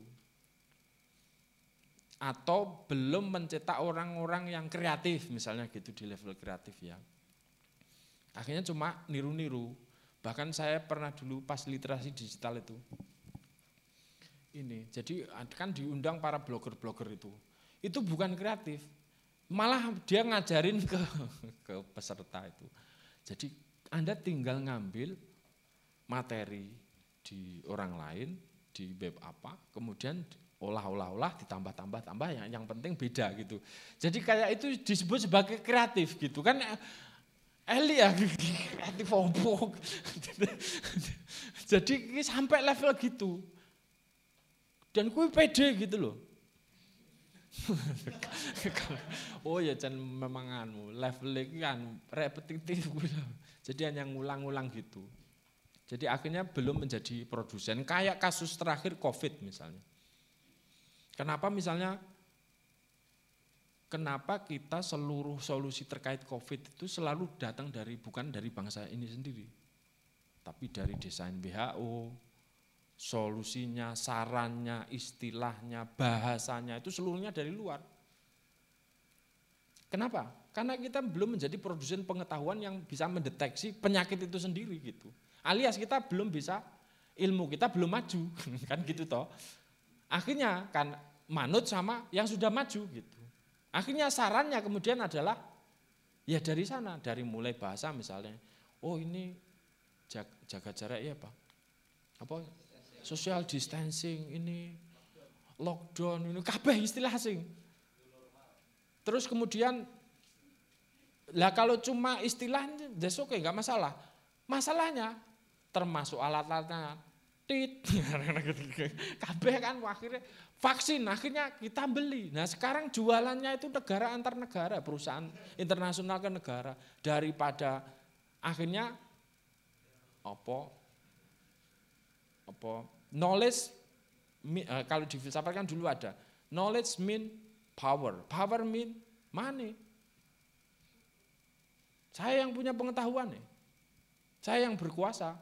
Atau belum mencetak orang-orang yang kreatif misalnya gitu di level kreatif ya. Akhirnya cuma niru-niru. Bahkan saya pernah dulu pas literasi digital itu. Ini, jadi kan diundang para blogger-blogger itu. Itu bukan kreatif. Malah dia ngajarin ke peserta itu. Jadi Anda tinggal ngambil materi di orang lain, di web apa, kemudian olah ditambah yang penting beda gitu. Jadi kayak itu disebut sebagai kreatif gitu kan. Eli ya kreatif opo. Jadi sampai level gitu. Dan kuwi pede gitu loh. Oh ya Chan memang level iki kan repetitif kuwi. Jadi hanya ngulang-ngulang gitu. Jadi akhirnya belum menjadi produsen kayak kasus terakhir Covid misalnya. Kenapa kita seluruh solusi terkait COVID itu selalu datang bukan dari bangsa ini sendiri, tapi dari desain WHO, solusinya, sarannya, istilahnya, bahasanya itu seluruhnya dari luar. Kenapa? Karena kita belum menjadi produsen pengetahuan yang bisa mendeteksi penyakit itu sendiri gitu. Alias kita belum bisa, ilmu kita belum maju, kan gitu toh. Akhirnya kan manut sama yang sudah maju gitu. Akhirnya sarannya kemudian adalah ya dari sana, dari mulai bahasa misalnya, oh ini jaga jarak ya apa social distancing, ini lockdown, ini kabeh istilah asing. Terus kemudian lah kalau cuma istilahnya, that's okay, nggak masalah. Masalahnya termasuk alat-alatnya, kabeh kan akhirnya vaksin akhirnya kita beli. Nah sekarang jualannya itu negara antar negara, perusahaan internasional ke negara, daripada akhirnya apa knowledge kalau di filsafat kan dulu ada knowledge mean power, power mean money. Saya yang punya pengetahuan nih, saya yang berkuasa.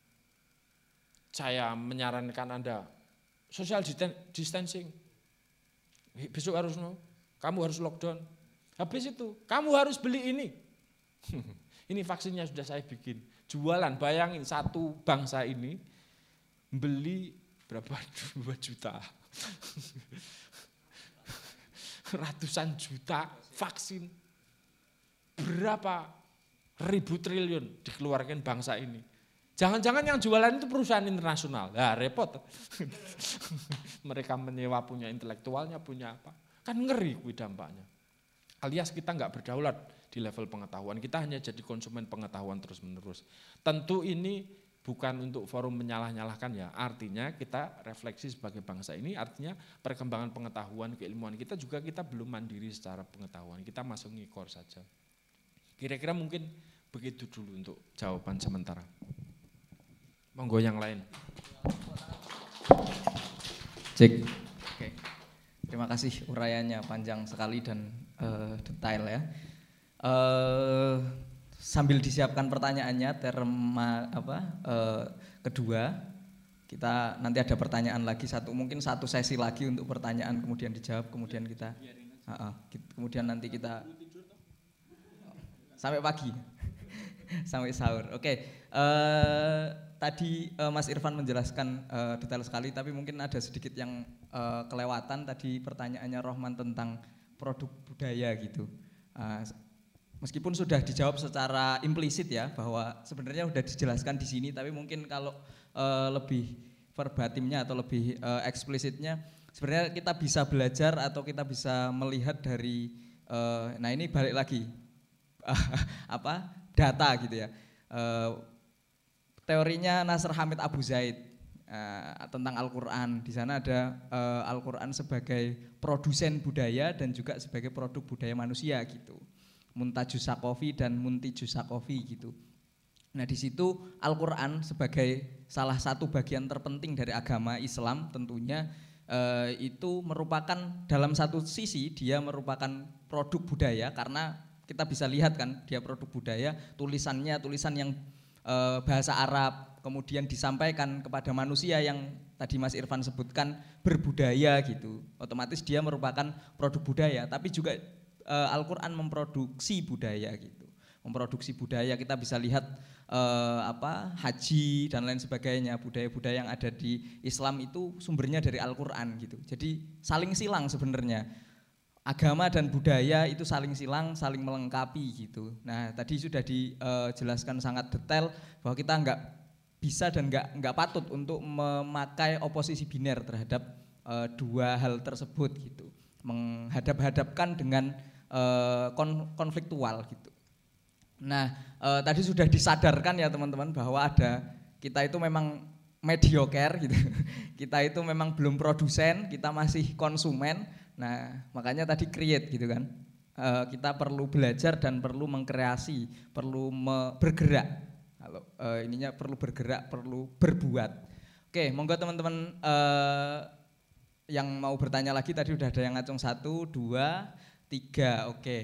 Saya menyarankan Anda social distancing. Besok kamu harus lockdown. Habis itu kamu harus beli ini. Ini vaksinnya sudah saya bikin. Jualan, bayangin satu bangsa ini beli berapa 2 juta. Ratusan juta vaksin. Berapa ribu triliun dikeluarkan bangsa ini. Jangan-jangan yang jualan itu perusahaan internasional. Ya repot. Mereka menyewa punya intelektualnya, punya apa. Kan ngeri kuwi dampaknya. alias kita nggak berdaulat di level pengetahuan, kita hanya jadi konsumen pengetahuan terus-menerus. Tentu ini bukan untuk forum menyalah-nyalahkan ya, artinya kita refleksi sebagai bangsa ini, artinya perkembangan pengetahuan, keilmuan kita juga kita belum mandiri secara pengetahuan, kita masuk ngikor saja. Kira-kira mungkin begitu dulu untuk jawaban sementara. Monggo yang lain. Cek. Oke. Terima kasih uraiannya panjang sekali dan detail ya. Sambil disiapkan pertanyaannya, kedua, kita nanti ada pertanyaan lagi mungkin satu sesi lagi untuk pertanyaan kemudian dijawab, kemudian kita, kemudian nanti kita sampai pagi, sampai sahur. Oke. Tadi Mas Irfan menjelaskan detail sekali, tapi mungkin ada sedikit yang kelewatan tadi pertanyaannya Rohman tentang produk budaya gitu. Meskipun sudah dijawab secara implisit ya, bahwa sebenarnya sudah dijelaskan di sini, tapi mungkin kalau lebih verbatimnya atau lebih eksplisitnya, sebenarnya kita bisa belajar atau kita bisa melihat dari, nah ini balik lagi, data gitu ya. Teorinya Nasr Hamid Abu Zaid tentang Al-Quran. Di sana ada Al-Quran sebagai produsen budaya dan juga sebagai produk budaya manusia gitu. Muntajus Sakofi dan Muntijus Sakofi gitu. Nah di situ Al-Quran sebagai salah satu bagian terpenting dari agama Islam tentunya itu merupakan dalam satu sisi dia merupakan produk budaya karena kita bisa lihat kan dia produk budaya, tulisan yang bahasa Arab, kemudian disampaikan kepada manusia yang tadi Mas Irfan sebutkan berbudaya gitu. Otomatis dia merupakan produk budaya, tapi juga Al-Quran memproduksi budaya gitu. Memproduksi budaya, kita bisa lihat haji dan lain sebagainya, budaya-budaya yang ada di Islam itu sumbernya dari Al-Quran gitu. Jadi saling silang sebenarnya. Agama dan budaya itu saling silang, saling melengkapi gitu. Nah tadi sudah dijelaskan sangat detail bahwa kita nggak bisa dan nggak patut untuk memakai oposisi biner terhadap dua hal tersebut gitu. Menghadap-hadapkan dengan konfliktual gitu. Nah tadi sudah disadarkan ya teman-teman bahwa kita itu memang mediocre gitu. Kita itu memang belum produsen, kita masih konsumen. Nah makanya tadi create gitu kan, kita perlu belajar dan perlu mengkreasi, perlu bergerak, ininya perlu bergerak, perlu berbuat. Oke, monggo teman-teman yang mau bertanya lagi, tadi udah ada yang ngacung 1, 2, 3, oke.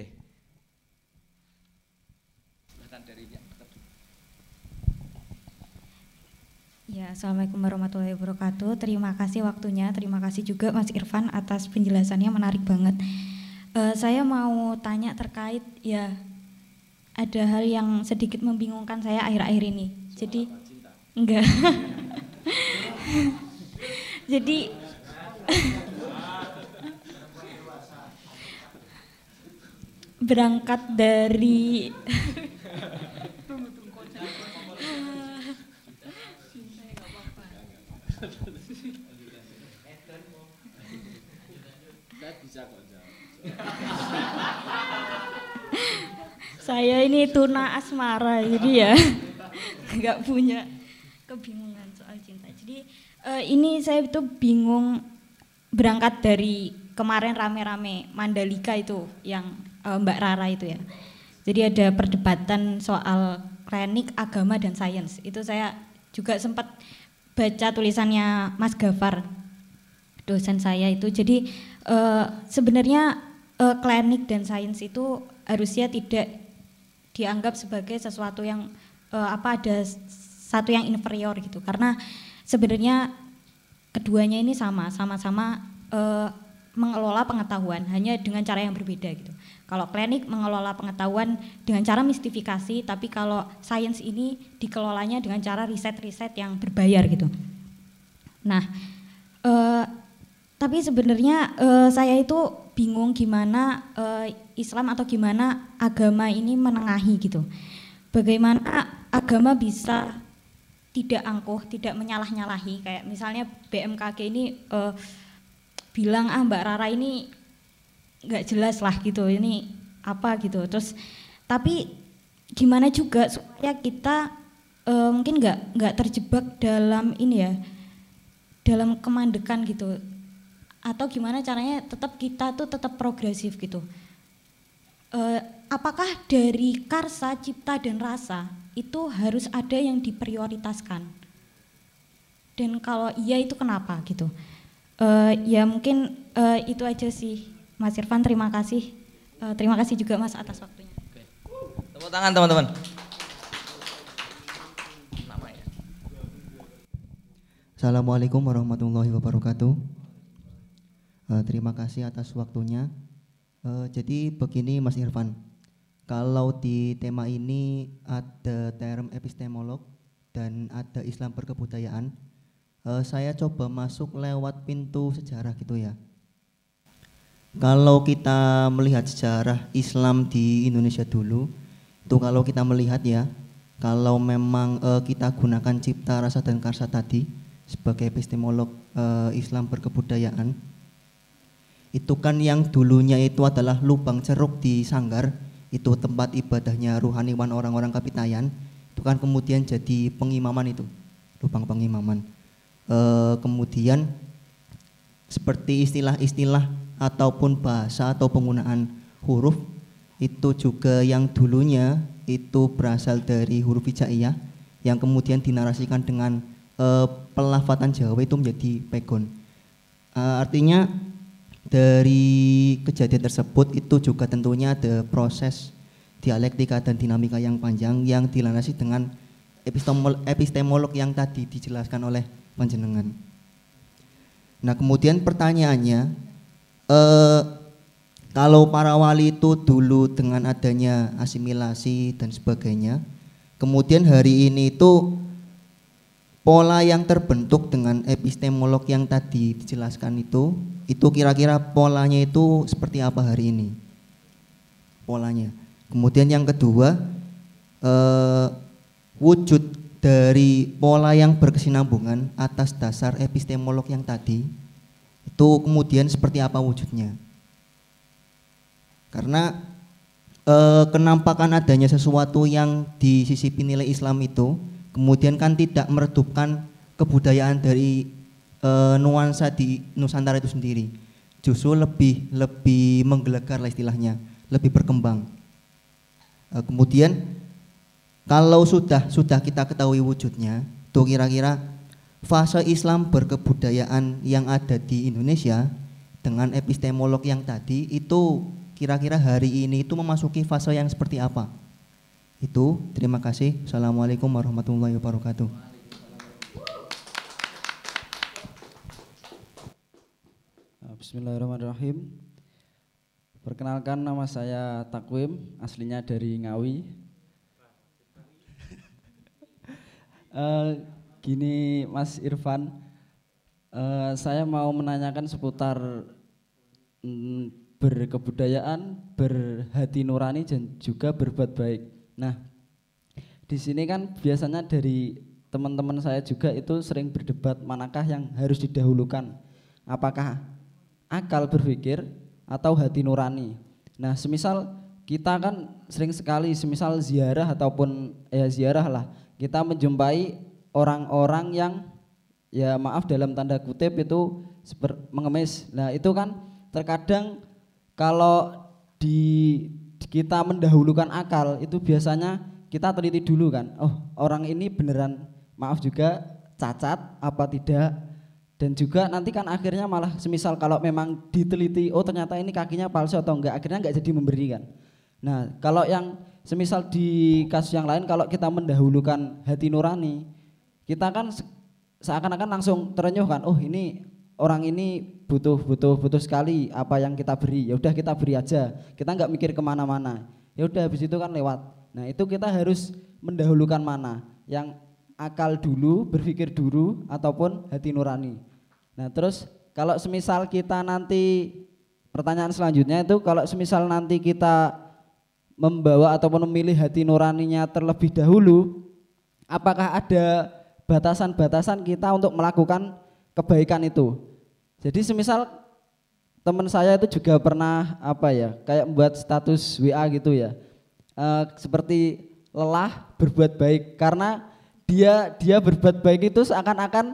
Ya, Assalamualaikum warahmatullahi wabarakatuh. Terima kasih waktunya, terima kasih juga Mas Irfan atas penjelasannya, menarik banget. Saya mau tanya terkait ya ada hal yang sedikit membingungkan saya akhir-akhir ini. Jadi enggak. Jadi berangkat dari saya ini tuna asmara, jadi ya nggak punya kebingungan soal cinta. Jadi ini saya itu bingung berangkat dari kemarin rame-rame Mandalika itu yang Mbak Rara itu ya. Jadi ada perdebatan soal klinik, agama dan sains. Itu saya juga sempat baca tulisannya Mas Gafar, dosen saya itu. Jadi sebenarnya klinik dan sains itu harusnya tidak dianggap sebagai sesuatu yang ada satu yang inferior gitu, karena sebenarnya keduanya ini sama-sama mengelola pengetahuan, hanya dengan cara yang berbeda gitu. Kalau klinik mengelola pengetahuan dengan cara mistifikasi, tapi kalau sains ini dikelolanya dengan cara riset-riset yang berbayar gitu. Nah, tapi sebenarnya saya itu bingung gimana Islam atau gimana agama ini menengahi gitu. Bagaimana agama bisa tidak angkuh, tidak menyalah-nyalahi, kayak misalnya BMKG ini bilang Mbak Rara ini nggak jelas lah gitu, ini apa gitu. Terus tapi gimana juga supaya kita mungkin nggak terjebak dalam ini ya, dalam kemandekan gitu, atau gimana caranya tetap kita tuh tetap progresif gitu. Apakah dari karsa, cipta dan rasa itu harus ada yang diprioritaskan? Dan kalau iya itu kenapa gitu? Ya mungkin itu aja sih Mas Irfan, terima kasih. Terima kasih juga Mas atas waktunya. Oke. Tepuk tangan teman-teman. Assalamualaikum warahmatullahi wabarakatuh. Terima kasih atas waktunya. Jadi begini Mas Irfan, kalau di tema ini ada term epistemolog dan ada Islam berkebudayaan, saya coba masuk lewat pintu sejarah gitu ya. Kalau kita melihat sejarah Islam di Indonesia dulu, itu kalau kita melihat ya, kalau memang kita gunakan cipta, rasa dan karsa tadi sebagai epistemolog Islam berkebudayaan, itu kan yang dulunya itu adalah lubang ceruk di Sanggar, itu tempat ibadahnya rohaniwan orang-orang Kapitayan, itu kan kemudian jadi pengimaman, itu lubang pengimaman. Kemudian seperti istilah-istilah ataupun bahasa atau penggunaan huruf itu juga yang dulunya itu berasal dari huruf hijaiyah yang kemudian dinarasikan dengan pelafatan Jawa itu menjadi pegon. Artinya dari kejadian tersebut itu juga tentunya ada proses dialektika dan dinamika yang panjang yang dilandasi dengan epistemolog yang tadi dijelaskan oleh panjenengan. Nah kemudian pertanyaannya, kalau para wali itu dulu dengan adanya asimilasi dan sebagainya, kemudian hari ini itu pola yang terbentuk dengan epistemolog yang tadi dijelaskan itu kira-kira polanya itu seperti apa hari ini? Polanya. Kemudian yang kedua, wujud dari pola yang berkesinambungan atas dasar epistemolog yang tadi itu kemudian seperti apa wujudnya? Karena kenampakan adanya sesuatu yang disisipi nilai Islam itu kemudian kan tidak meredupkan kebudayaan dari nuansa di Nusantara itu sendiri, justru lebih menggelegar lah istilahnya, lebih berkembang. Kemudian kalau sudah kita ketahui wujudnya, tuh kira-kira fase Islam berkebudayaan yang ada di Indonesia dengan epistemolog yang tadi itu kira-kira hari ini itu memasuki fase yang seperti apa? Itu, terima kasih. Assalamualaikum warahmatullahi wabarakatuh. Bismillahirrahmanirrahim. Perkenalkan, nama saya Takwim, aslinya dari Ngawi. Gini Mas Irfan, saya mau menanyakan seputar berkebudayaan, berhati nurani dan juga berbuat baik. Nah, di sini kan biasanya dari teman-teman saya juga itu sering berdebat manakah yang harus didahulukan, apakah akal berpikir atau hati nurani. Nah, semisal kita kan sering sekali semisal ziarah ataupun ziarah lah, kita menjumpai orang-orang yang ya maaf dalam tanda kutip itu mengemis. Nah, itu kan terkadang kalau kita mendahulukan akal itu biasanya kita teliti dulu kan, oh orang ini beneran maaf juga cacat apa tidak, dan juga nanti kan akhirnya malah semisal kalau memang diteliti oh ternyata ini kakinya palsu atau enggak, akhirnya enggak jadi memberi kan. Nah kalau yang semisal di kasus yang lain kalau kita mendahulukan hati nurani, kita kan seakan-akan langsung terenyuh kan, oh ini orang ini butuh sekali apa yang kita beri, ya udah kita beri aja, kita nggak mikir kemana-mana, ya udah habis itu kan lewat. Nah itu kita harus mendahulukan mana, yang akal dulu, berpikir dulu, ataupun hati nurani. Nah terus kalau semisal kita nanti, pertanyaan selanjutnya itu kalau semisal nanti kita membawa ataupun memilih hati nuraninya terlebih dahulu, apakah ada batasan-batasan kita untuk melakukan kebaikan itu? Jadi semisal teman saya itu juga pernah apa ya, kayak membuat status WA gitu ya, seperti lelah berbuat baik, karena dia berbuat baik itu seakan-akan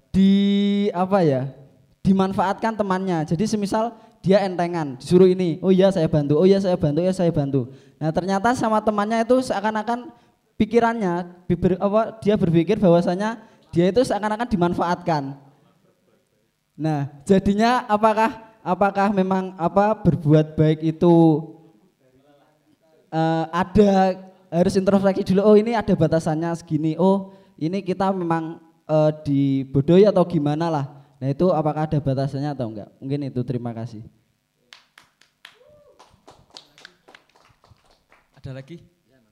dimanfaatkan temannya. Jadi semisal dia entengan disuruh ini, oh iya saya bantu, oh iya saya bantu, ya saya bantu. Nah ternyata sama temannya itu seakan-akan pikirannya dia berpikir bahwasanya dia itu seakan-akan dimanfaatkan. Nah jadinya apakah memang berbuat baik itu ada harus introspeksi dulu, oh ini ada batasannya segini, oh ini kita memang dibodohi atau gimana lah. Nah itu apakah ada batasannya atau enggak? Mungkin itu, terima kasih. Ada lagi?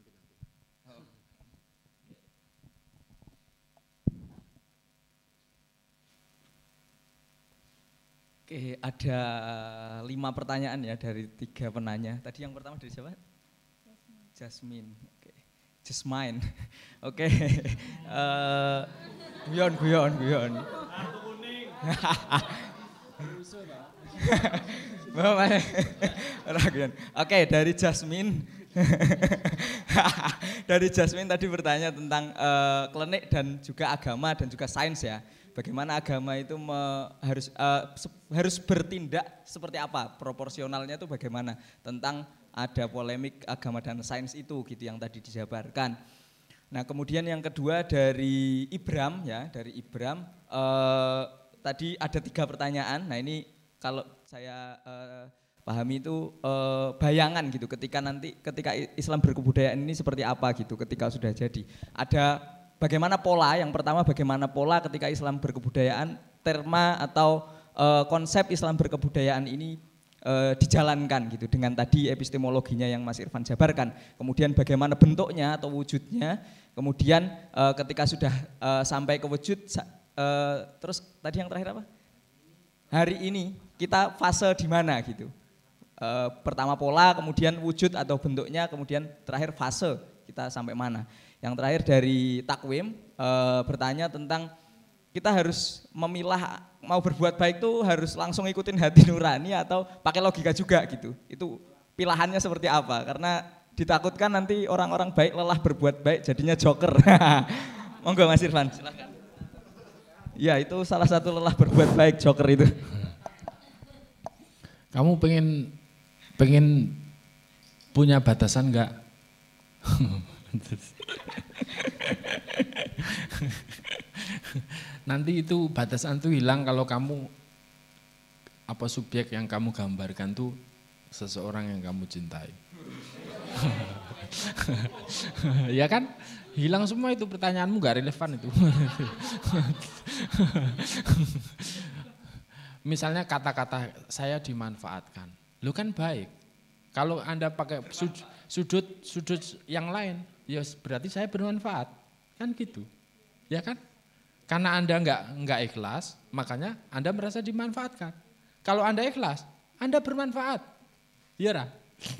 Oke, ada 5 pertanyaan ya dari 3 penanya. Tadi yang pertama dari siapa? Jasmine. Oke. Jasmine. Oke. Guyon. Oke, dari Jasmine. Dari Jasmine tadi bertanya tentang klinik dan juga agama dan juga sains ya. Bagaimana agama itu harus bertindak seperti apa? Proporsionalnya itu bagaimana? Tentang ada polemik agama dan sains itu gitu yang tadi dijabarkan. Nah kemudian yang kedua dari Ibram ya, tadi ada 3 pertanyaan. Nah ini kalau saya pahami itu bayangan gitu ketika Islam berkebudayaan ini seperti apa gitu ketika sudah jadi. Ada bagaimana pola, yang pertama bagaimana pola ketika Islam berkebudayaan, terma atau konsep Islam berkebudayaan ini dijalankan gitu dengan tadi epistemologinya yang Mas Irfan jabarkan. Kemudian bagaimana bentuknya atau wujudnya. Kemudian ketika sudah sampai ke wujud, terus tadi yang terakhir apa? Hari ini kita fase di mana gitu. Pertama pola, kemudian wujud atau bentuknya, kemudian terakhir fase kita sampai mana. Yang terakhir dari Takwim bertanya tentang kita harus memilah mau berbuat baik tuh harus langsung ikutin hati nurani atau pakai logika juga gitu. Itu pilihannya seperti apa? Karena ditakutkan nanti orang-orang baik lelah berbuat baik jadinya joker. Monggo Mas Irfan, silakan. Ya itu salah satu lelah berbuat baik, joker itu. Kamu pengen punya batasan enggak? Nanti itu batasan itu hilang kalau kamu subjek yang kamu gambarkan tuh seseorang yang kamu cintai. Ya kan? Hilang semua itu, pertanyaanmu gak relevan itu. Misalnya kata-kata saya dimanfaatkan. Lu kan baik. Kalau Anda pakai sudut yang lain, ya berarti saya bermanfaat. Kan gitu. Ya kan? Karena Anda enggak ikhlas, makanya Anda merasa dimanfaatkan. Kalau Anda ikhlas, Anda bermanfaat. Iya lah.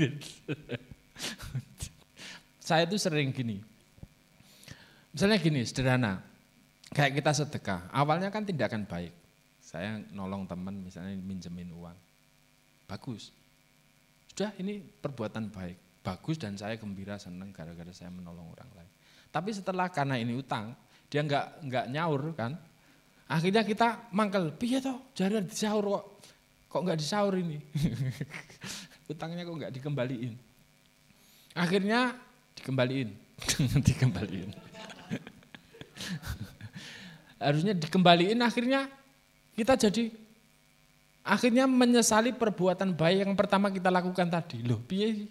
Saya itu sering gini. Misalnya gini, sederhana. Kayak kita sedekah, awalnya kan tindakan baik. Saya nolong teman misalnya minjemin uang. Bagus. Sudah ini perbuatan baik. Bagus dan saya gembira, senang gara-gara saya menolong orang lain. Tapi setelah karena ini utang, dia enggak nyaur kan. Akhirnya kita mangkel, piye toh jare disaur kok enggak disaur ini. Utangnya kok enggak dikembaliin. Akhirnya dikembaliin. Harusnya dikembaliin, akhirnya kita akhirnya menyesali perbuatan baik yang pertama kita lakukan tadi. Loh, piye?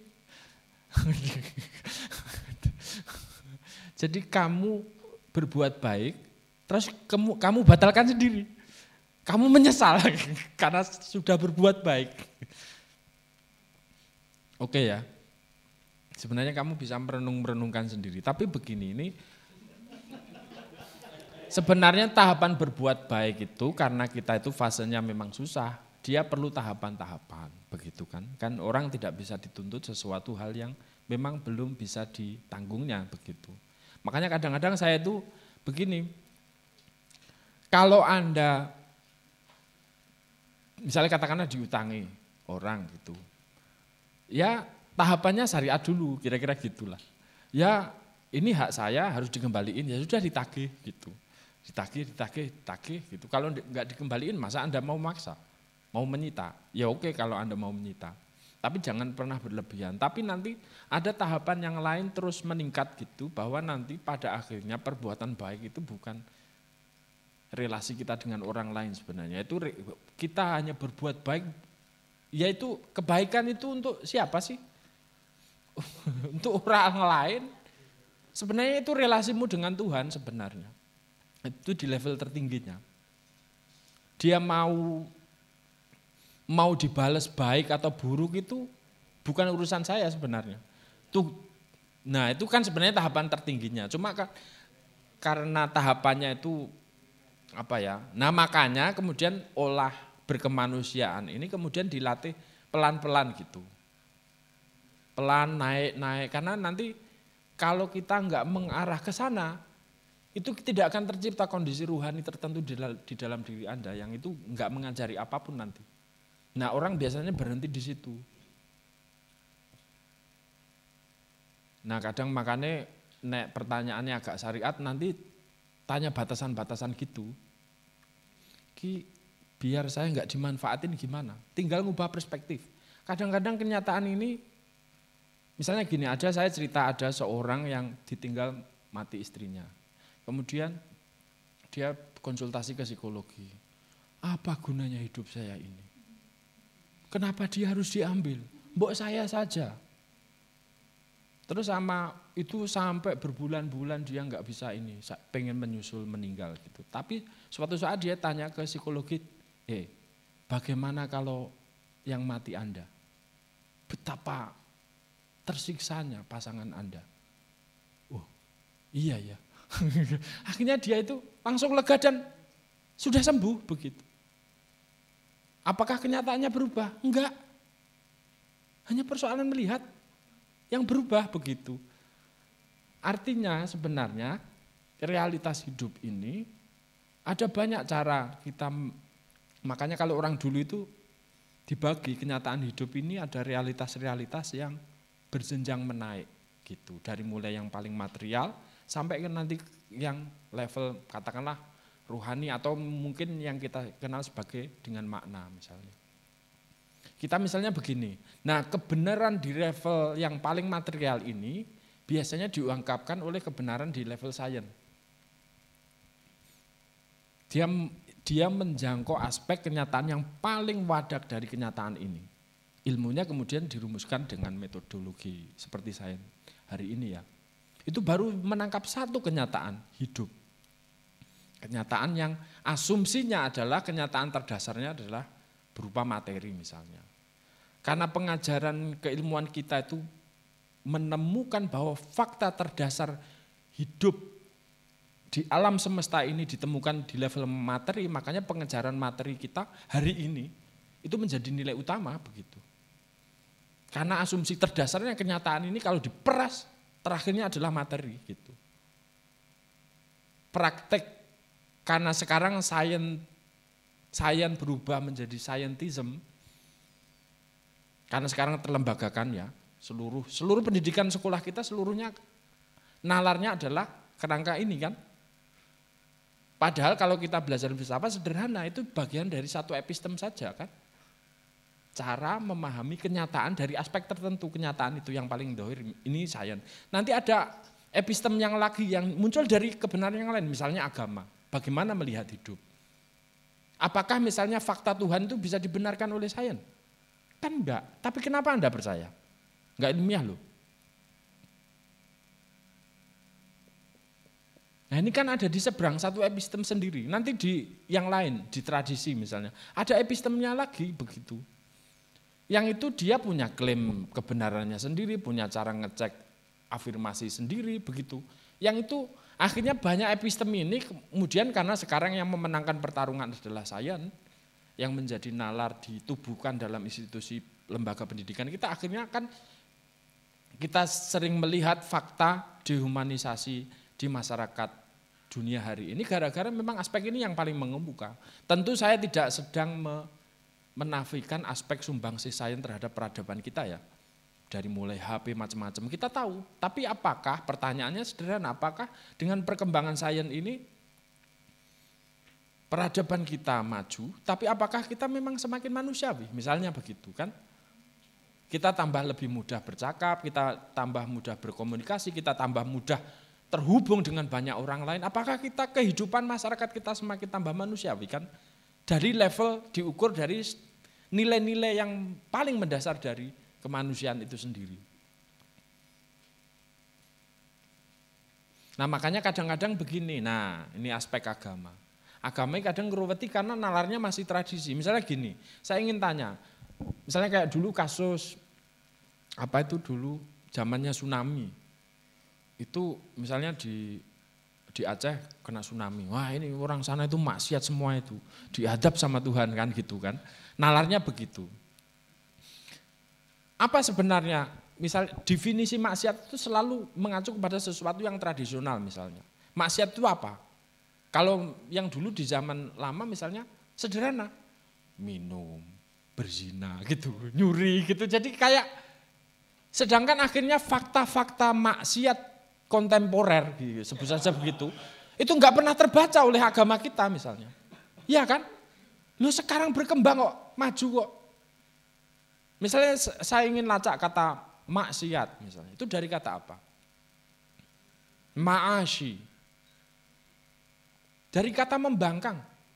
Jadi kamu berbuat baik, terus kamu batalkan sendiri. Kamu menyesal karena sudah berbuat baik. Oke ya, sebenarnya kamu bisa merenungkan sendiri. Tapi begini, ini sebenarnya tahapan berbuat baik itu karena kita itu fasenya memang susah. Dia perlu tahapan-tahapan, begitu kan? Kan orang tidak bisa dituntut sesuatu hal yang memang belum bisa ditanggungnya, begitu. Makanya kadang-kadang saya itu begini, kalau Anda misalnya katakanlah diutangi orang gitu. Ya tahapannya syariat dulu, kira-kira gitulah. Ya ini hak saya harus dikembaliin, ya sudah ditagih gitu. Ditagih gitu. Kalau nggak dikembaliin masa Anda mau maksa, mau menyita? Ya oke kalau Anda mau menyita. Tapi jangan pernah berlebihan. Tapi nanti ada tahapan yang lain terus meningkat gitu, bahwa nanti pada akhirnya perbuatan baik itu bukan relasi kita dengan orang lain sebenarnya. Itu kita hanya berbuat baik, yaitu kebaikan itu untuk siapa sih? Untuk orang lain. Sebenarnya itu relasimu dengan Tuhan sebenarnya. Itu di level tertingginya. Dia mau dibalas baik atau buruk itu bukan urusan saya sebenarnya. Nah itu kan sebenarnya tahapan tertingginya. Cuma karena tahapannya itu apa ya? Nah makanya kemudian olah berkemanusiaan ini kemudian dilatih pelan-pelan gitu. Pelan naik. Karena nanti kalau kita nggak mengarah ke sana, itu tidak akan tercipta kondisi ruhani tertentu di dalam diri Anda yang itu nggak mengajari apapun nanti. Nah orang biasanya berhenti di situ. Nah kadang makanya pertanyaannya agak syariat, nanti tanya batasan-batasan gitu. Biar saya nggak dimanfaatin gimana? Tinggal ngubah perspektif. Kadang-kadang kenyataan ini, misalnya gini aja, saya cerita ada seorang yang ditinggal mati istrinya. Kemudian dia konsultasi ke psikologi. Apa gunanya hidup saya ini? Kenapa dia harus diambil? Mbok saya saja. Terus sama itu sampai berbulan-bulan dia nggak bisa ini, pengen menyusul meninggal gitu. Tapi suatu saat dia tanya ke psikologi, bagaimana kalau yang mati Anda? Betapa tersiksanya pasangan Anda. Oh iya ya. Akhirnya dia itu langsung lega dan sudah sembuh begitu. Apakah kenyataannya berubah? Enggak. Hanya persoalan melihat yang berubah begitu. Artinya sebenarnya realitas hidup ini ada banyak cara kita, makanya kalau orang dulu itu dibagi kenyataan hidup ini ada realitas-realitas yang berjenjang menaik gitu. Dari mulai yang paling material sampai ke nanti yang level katakanlah ruhani atau mungkin yang kita kenal sebagai dengan makna misalnya. Kita misalnya begini, nah kebenaran di level yang paling material ini biasanya diungkapkan oleh kebenaran di level sains. Dia menjangkau aspek kenyataan yang paling wadak dari kenyataan ini. Ilmunya kemudian dirumuskan dengan metodologi seperti sains hari ini ya. Itu baru menangkap satu kenyataan hidup. Kenyataan yang asumsinya adalah kenyataan terdasarnya adalah berupa materi misalnya. Karena pengajaran keilmuan kita itu menemukan bahwa fakta terdasar hidup di alam semesta ini ditemukan di level materi, makanya pengejaran materi kita hari ini itu menjadi nilai utama begitu. Karena asumsi terdasarnya kenyataan ini kalau diperas terakhirnya adalah materi gitu. Praktek karena sekarang sains berubah menjadi scientism, karena sekarang terlembagakan ya, seluruh pendidikan sekolah kita seluruhnya nalarnya adalah kerangka ini kan. Padahal kalau kita belajar filsafat sederhana, itu bagian dari satu epistem saja kan. Cara memahami kenyataan dari aspek tertentu, kenyataan itu yang paling dohir, ini sains. Nanti ada epistem yang lagi yang muncul dari kebenaran yang lain, misalnya agama. Bagaimana melihat hidup? Apakah misalnya fakta Tuhan itu bisa dibenarkan oleh sains? Kan enggak. Tapi kenapa Anda percaya? Enggak ilmiah loh. Nah ini kan ada di seberang satu epistem sendiri. Nanti di yang lain, di tradisi misalnya. Ada epistemnya lagi begitu. Yang itu dia punya klaim kebenarannya sendiri, punya cara ngecek afirmasi sendiri begitu. Yang itu akhirnya banyak epistem ini kemudian karena sekarang yang memenangkan pertarungan adalah sains yang menjadi nalar ditubuhkan dalam institusi lembaga pendidikan kita, akhirnya kan kita sering melihat fakta dehumanisasi di masyarakat dunia hari ini gara-gara memang aspek ini yang paling mengemuka. Tentu saya tidak sedang menafikan aspek sumbangsih sains terhadap peradaban kita ya. Dari mulai HP macam-macam kita tahu. Tapi apakah, pertanyaannya sederhana, apakah dengan perkembangan sains ini peradaban kita maju, tapi apakah kita memang semakin manusiawi? Misalnya begitu kan. Kita tambah lebih mudah bercakap, kita tambah mudah berkomunikasi, kita tambah mudah terhubung dengan banyak orang lain. Apakah kita kehidupan masyarakat kita semakin tambah manusiawi kan? Dari level diukur dari nilai-nilai yang paling mendasar dari kemanusiaan itu sendiri. Nah makanya kadang-kadang begini, nah ini aspek agama. Agama kadang ngeruweti karena nalarnya masih tradisi. Misalnya gini, saya ingin tanya, misalnya kayak dulu kasus, apa itu dulu zamannya tsunami. Itu misalnya di Aceh kena tsunami, wah ini orang sana itu maksiat semua itu, diadab sama Tuhan kan gitu kan. Nalarnya begitu. Apa sebenarnya, misal definisi maksiat itu selalu mengacu kepada sesuatu yang tradisional misalnya. Maksiat itu apa? Kalau yang dulu di zaman lama misalnya sederhana, minum, berzina gitu, nyuri gitu. Jadi kayak, sedangkan akhirnya fakta-fakta maksiat kontemporer, gitu, sebut saja begitu, itu enggak pernah terbaca oleh agama kita misalnya. Iya kan? Lu sekarang berkembang kok, maju kok. Misalnya saya ingin lacak kata maksiat misalnya, itu dari kata apa? Ma'ashi. Dari kata membangkang.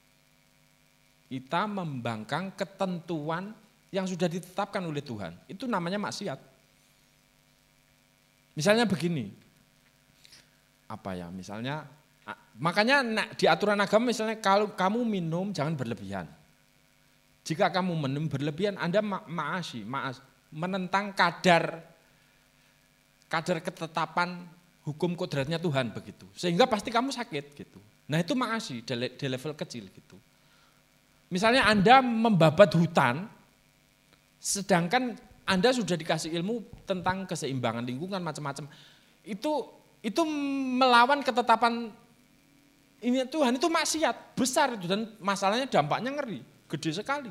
Kita membangkang ketentuan yang sudah ditetapkan oleh Tuhan. Itu namanya maksiat. Misalnya begini. Apa ya? Misalnya, makanya di aturan agama misalnya kalau kamu minum jangan berlebihan. Jika kamu minum berlebihan, Anda menentang kadar ketetapan hukum kodratnya Tuhan begitu. Sehingga pasti kamu sakit gitu. Nah itu ma'asi di level kecil gitu. Misalnya Anda membabat hutan, sedangkan Anda sudah dikasih ilmu tentang keseimbangan lingkungan macam-macam. Itu melawan ketetapan ini Tuhan, itu maksiat besar itu, dan masalahnya dampaknya ngeri. Gede sekali.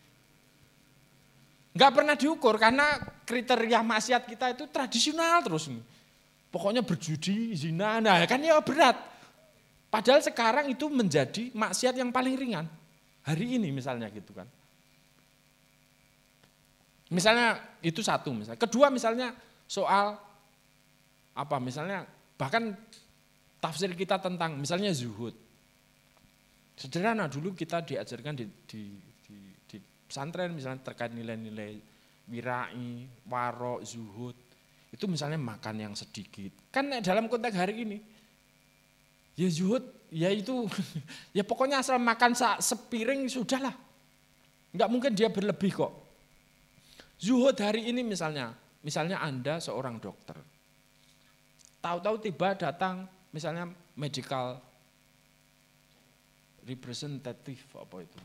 Enggak pernah diukur karena kriteria maksiat kita itu tradisional terus. Pokoknya berjudi, zina, nah kan ya berat. Padahal sekarang itu menjadi maksiat yang paling ringan. Hari ini misalnya gitu kan. Misalnya itu satu misalnya. Kedua misalnya soal apa misalnya bahkan tafsir kita tentang misalnya zuhud. Sederhana dulu kita diajarkan di pesantren misalnya terkait nilai-nilai wirai, waro, zuhud. Itu misalnya makan yang sedikit. Kan dalam konteks hari ini, ya zuhud, ya itu, ya pokoknya asal makan sepiring sudahlah. Enggak mungkin dia berlebih kok. Zuhud hari ini misalnya Anda seorang dokter. Tahu-tahu tiba datang misalnya medical representative apa itu,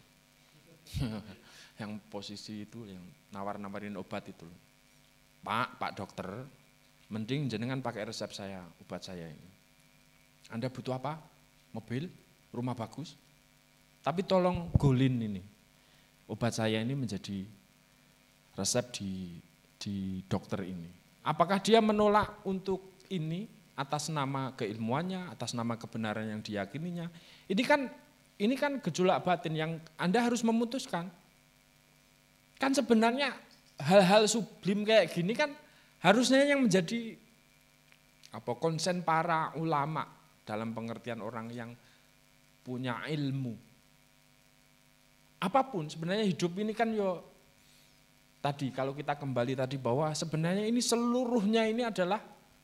yang posisi itu yang nawar-nawarin obat itu, Pak dokter, mending jenengan pakai resep saya, obat saya ini. Anda butuh apa? Mobil, rumah bagus, tapi tolong golin ini, obat saya ini menjadi resep di dokter ini. Apakah dia menolak untuk ini atas nama keilmuannya, atas nama kebenaran yang diyakininya? Ini kan gejolak batin yang Anda harus memutuskan. Kan sebenarnya hal-hal sublim kayak gini kan harusnya yang menjadi konsen para ulama dalam pengertian orang yang punya ilmu. Apapun sebenarnya hidup ini kan tadi kalau kita kembali tadi bahwa sebenarnya ini seluruhnya ini adalah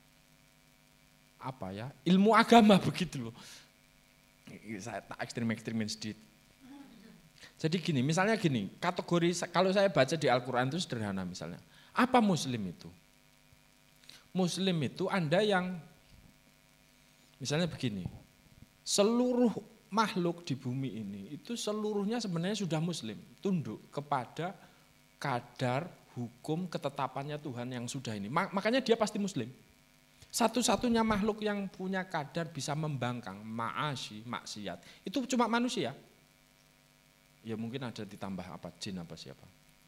ilmu agama begitu loh. Saya tak ekstrim-ekstrimin sedikit. Jadi gini, misalnya gini, kategori kalau saya baca di Al-Quran itu sederhana misalnya. Apa muslim itu? Muslim itu Anda yang, misalnya begini, seluruh makhluk di bumi ini itu seluruhnya sebenarnya sudah muslim, tunduk kepada kadar hukum ketetapannya Tuhan yang sudah ini. Makanya dia pasti muslim. Satu-satunya makhluk yang punya kadar bisa membangkang, maksiat, itu cuma manusia. Ya mungkin ada ditambah apa, jin apa siapa.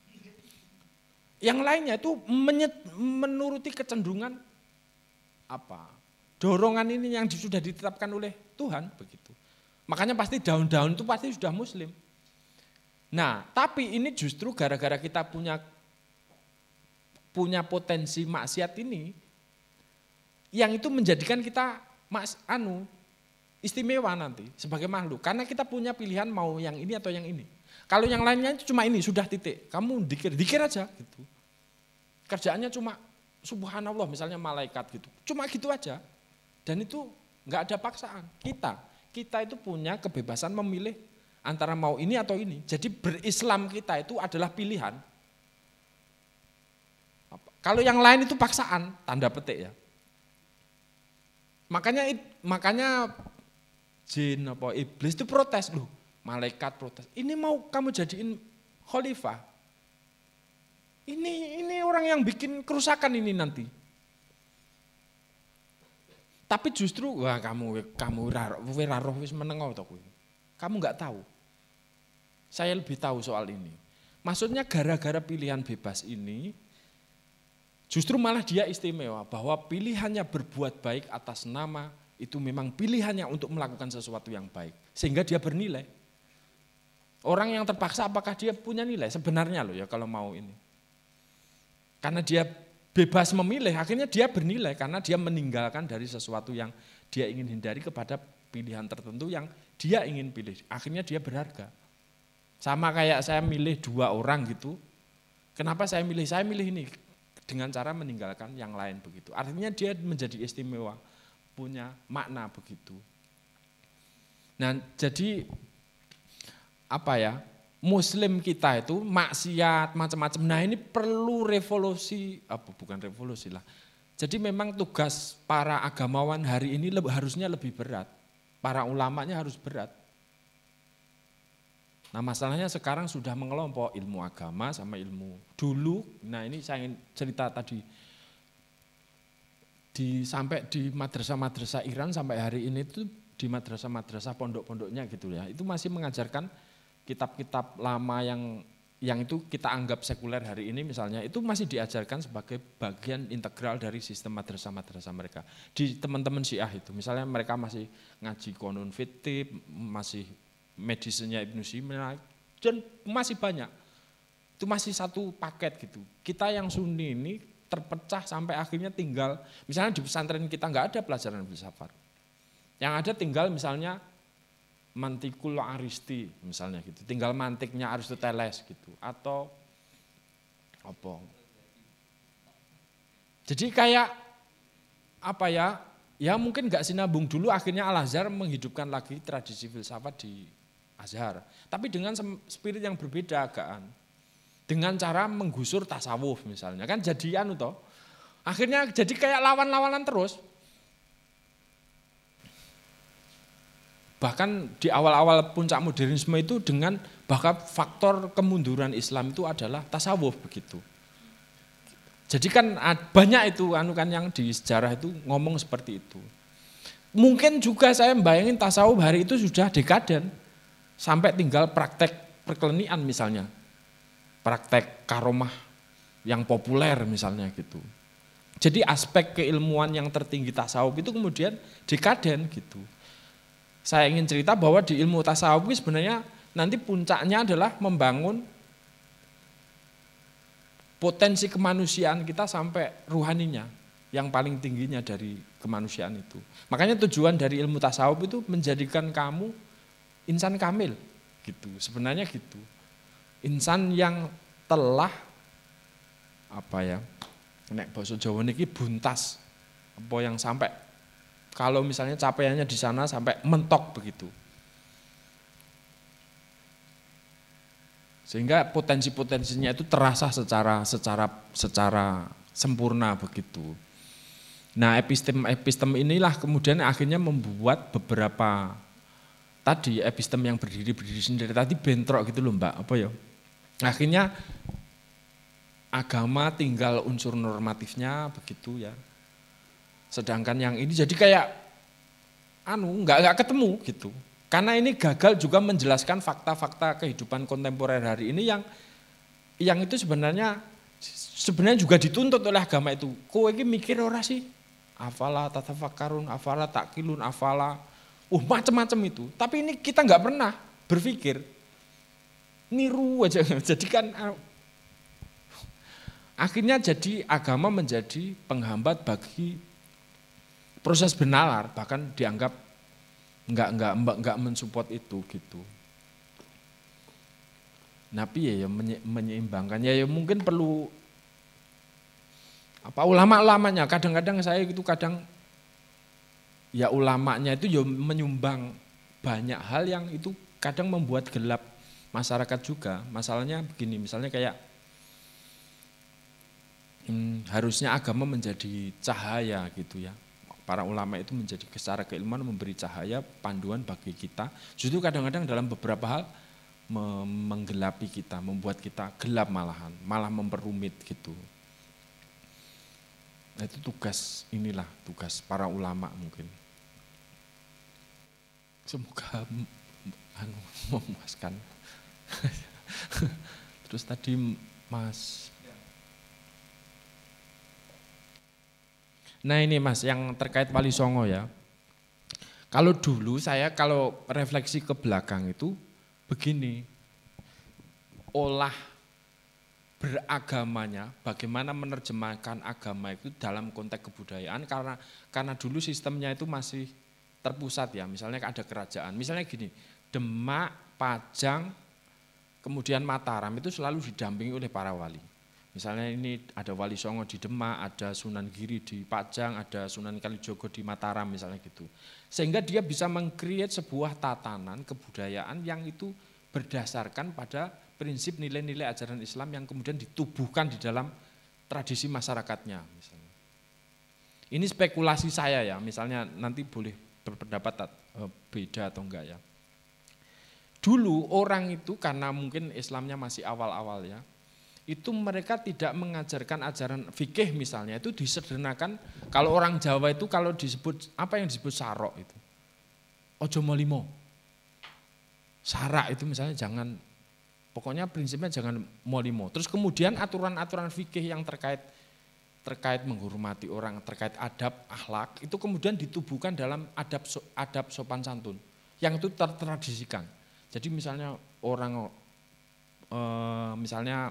Yang lainnya itu menuruti kecenderungan apa? Dorongan ini yang sudah ditetapkan oleh Tuhan begitu. Makanya pasti daun-daun itu pasti sudah muslim. Nah, tapi ini justru gara-gara kita punya potensi maksiat ini, yang itu menjadikan kita istimewa nanti sebagai makhluk. Karena kita punya pilihan mau yang ini atau yang ini. Kalau yang lainnya itu cuma ini, sudah titik. Kamu dikir aja gitu. Kerjaannya cuma subhanallah misalnya malaikat gitu. Cuma gitu aja. Dan itu enggak ada paksaan. Kita itu punya kebebasan memilih antara mau ini atau ini. Jadi berislam kita itu adalah pilihan. Kalau yang lain itu paksaan, tanda petik ya. Makanya jin apa iblis itu protes loh. Malaikat protes. Ini mau kamu jadiin khalifah. Ini orang yang bikin kerusakan ini nanti. Tapi justru wah kamu roh wis menengok to kowe. Kamu enggak tahu. Saya lebih tahu soal ini. Maksudnya gara-gara pilihan bebas ini justru malah dia istimewa bahwa pilihannya berbuat baik atas nama itu memang pilihannya untuk melakukan sesuatu yang baik sehingga dia bernilai. Orang yang terpaksa apakah dia punya nilai? Sebenarnya loh ya kalau mau ini. Karena dia bebas memilih, akhirnya dia bernilai karena dia meninggalkan dari sesuatu yang dia ingin hindari kepada pilihan tertentu yang dia ingin pilih. Akhirnya dia berharga. Sama kayak saya milih 2 orang gitu. Kenapa saya milih? Saya milih ini dengan cara meninggalkan yang lain begitu. Artinya dia menjadi istimewa, punya makna begitu. Nah, jadi apa ya, muslim kita itu maksiat macam-macam. Nah ini perlu revolusi, bukan revolusi lah. Jadi memang tugas para agamawan hari ini harusnya lebih berat. Para ulamanya harus berat. Nah masalahnya sekarang sudah mengelompok ilmu agama sama ilmu dulu. Nah ini saya ingin cerita tadi. Sampai di madrasah-madrasah Iran sampai hari ini tuh di madrasah-madrasah pondok-pondoknya gitu ya. Itu masih mengajarkan kitab-kitab lama yang itu kita anggap sekuler hari ini misalnya, itu masih diajarkan sebagai bagian integral dari sistem madrasah-madrasah mereka. Di teman-teman Syiah itu, misalnya mereka masih ngaji Qanun Fittib, masih medisenya Ibnu Sina, dan masih banyak. Itu masih satu paket gitu. Kita yang Sunni ini terpecah sampai akhirnya tinggal, misalnya di pesantren kita nggak ada pelajaran filsafat. Yang ada tinggal misalnya mantikul Aristi misalnya gitu, tinggal mantiknya Aristoteles gitu, atau apa. Jadi kayak apa ya, ya mungkin nggak sinambung dulu akhirnya Al-Azhar menghidupkan lagi tradisi filsafat di Azhar. Tapi dengan spirit yang berbeda agaan. Dengan cara menggusur tasawuf misalnya, kan jadi toh. Akhirnya jadi kayak lawan-lawanan terus. Bahkan di awal-awal puncak modernisme itu dengan bahkan faktor kemunduran Islam itu adalah tasawuf begitu. Jadi kan banyak itu kan yang di sejarah itu ngomong seperti itu. Mungkin juga saya membayangin tasawuf hari itu sudah dekaden sampai tinggal praktek perkelenian misalnya. Praktek karomah yang populer misalnya gitu. Jadi aspek keilmuan yang tertinggi tasawuf itu kemudian dekaden gitu. Saya ingin cerita bahwa di ilmu tasawuf sebenarnya nanti puncaknya adalah membangun potensi kemanusiaan kita sampai ruhaninya yang paling tingginya dari kemanusiaan itu. Makanya tujuan dari ilmu tasawuf itu menjadikan kamu insan kamil gitu. Sebenarnya gitu. Insan yang telah apa ya? Nek basa Jawa niki buntas. Apa yang sampai kalau misalnya capaiannya di sana sampai mentok begitu. Sehingga potensi-potensinya itu terasa secara sempurna begitu. Nah, epistem inilah kemudian akhirnya membuat beberapa tadi epistem yang berdiri sendiri tadi bentrok gitu loh Mbak, apa ya? Akhirnya agama tinggal unsur normatifnya begitu ya. Sedangkan yang ini jadi kayak nggak ketemu gitu. Karena ini gagal juga menjelaskan fakta-fakta kehidupan kontemporer hari ini yang itu sebenarnya juga dituntut oleh agama itu. Kowe iki mikir ora sih? Afala tatafakkarun, afala takilun, afala macam-macam itu. Tapi ini kita nggak pernah berpikir. Niru aja. Jadi kan akhirnya jadi agama menjadi penghambat bagi proses benalar, bahkan dianggap nggak mensupport itu gitu. Nabi ya menyeimbangkan ya mungkin perlu ulama-ulamanya. Kadang-kadang saya itu ya ulamanya itu ya menyumbang banyak hal yang itu kadang membuat gelap masyarakat juga. Masalahnya begini, misalnya kayak harusnya agama menjadi cahaya gitu ya. Para ulama itu menjadi secara keilmuan memberi cahaya panduan bagi kita. Justru kadang-kadang dalam beberapa hal menggelapi kita, membuat kita gelap malah memperumit gitu. Nah, itu tugas para ulama mungkin. Semoga memuaskan. Terus tadi Mas. Nah ini Mas yang terkait Wali Songo ya. Kalau dulu saya kalau refleksi ke belakang itu begini. Olah beragamanya, bagaimana menerjemahkan agama itu dalam konteks kebudayaan karena dulu sistemnya itu masih terpusat ya. Misalnya ada kerajaan. Misalnya gini, Demak, Pajang, kemudian Mataram itu selalu didampingi oleh para wali. Misalnya ini ada Wali Songo di Demak, ada Sunan Giri di Pajang, ada Sunan Kalijogo di Mataram misalnya gitu. Sehingga dia bisa meng-create sebuah tatanan kebudayaan yang itu berdasarkan pada prinsip nilai-nilai ajaran Islam yang kemudian ditubuhkan di dalam tradisi masyarakatnya. Misalnya. Ini spekulasi saya ya, misalnya nanti boleh berpendapat beda atau enggak ya. Dulu orang itu karena mungkin Islamnya masih awal-awal ya, itu mereka tidak mengajarkan ajaran fikih misalnya, itu disederhanakan. Kalau orang Jawa itu kalau disebut, apa yang disebut sarok itu? Ojo molimo. Sarak itu misalnya jangan, pokoknya prinsipnya jangan molimo. Terus kemudian aturan-aturan fikih yang terkait menghormati orang, terkait adab, akhlak, itu kemudian ditubuhkan dalam adab sopan santun, yang itu tertradisikan. Jadi misalnya orang, misalnya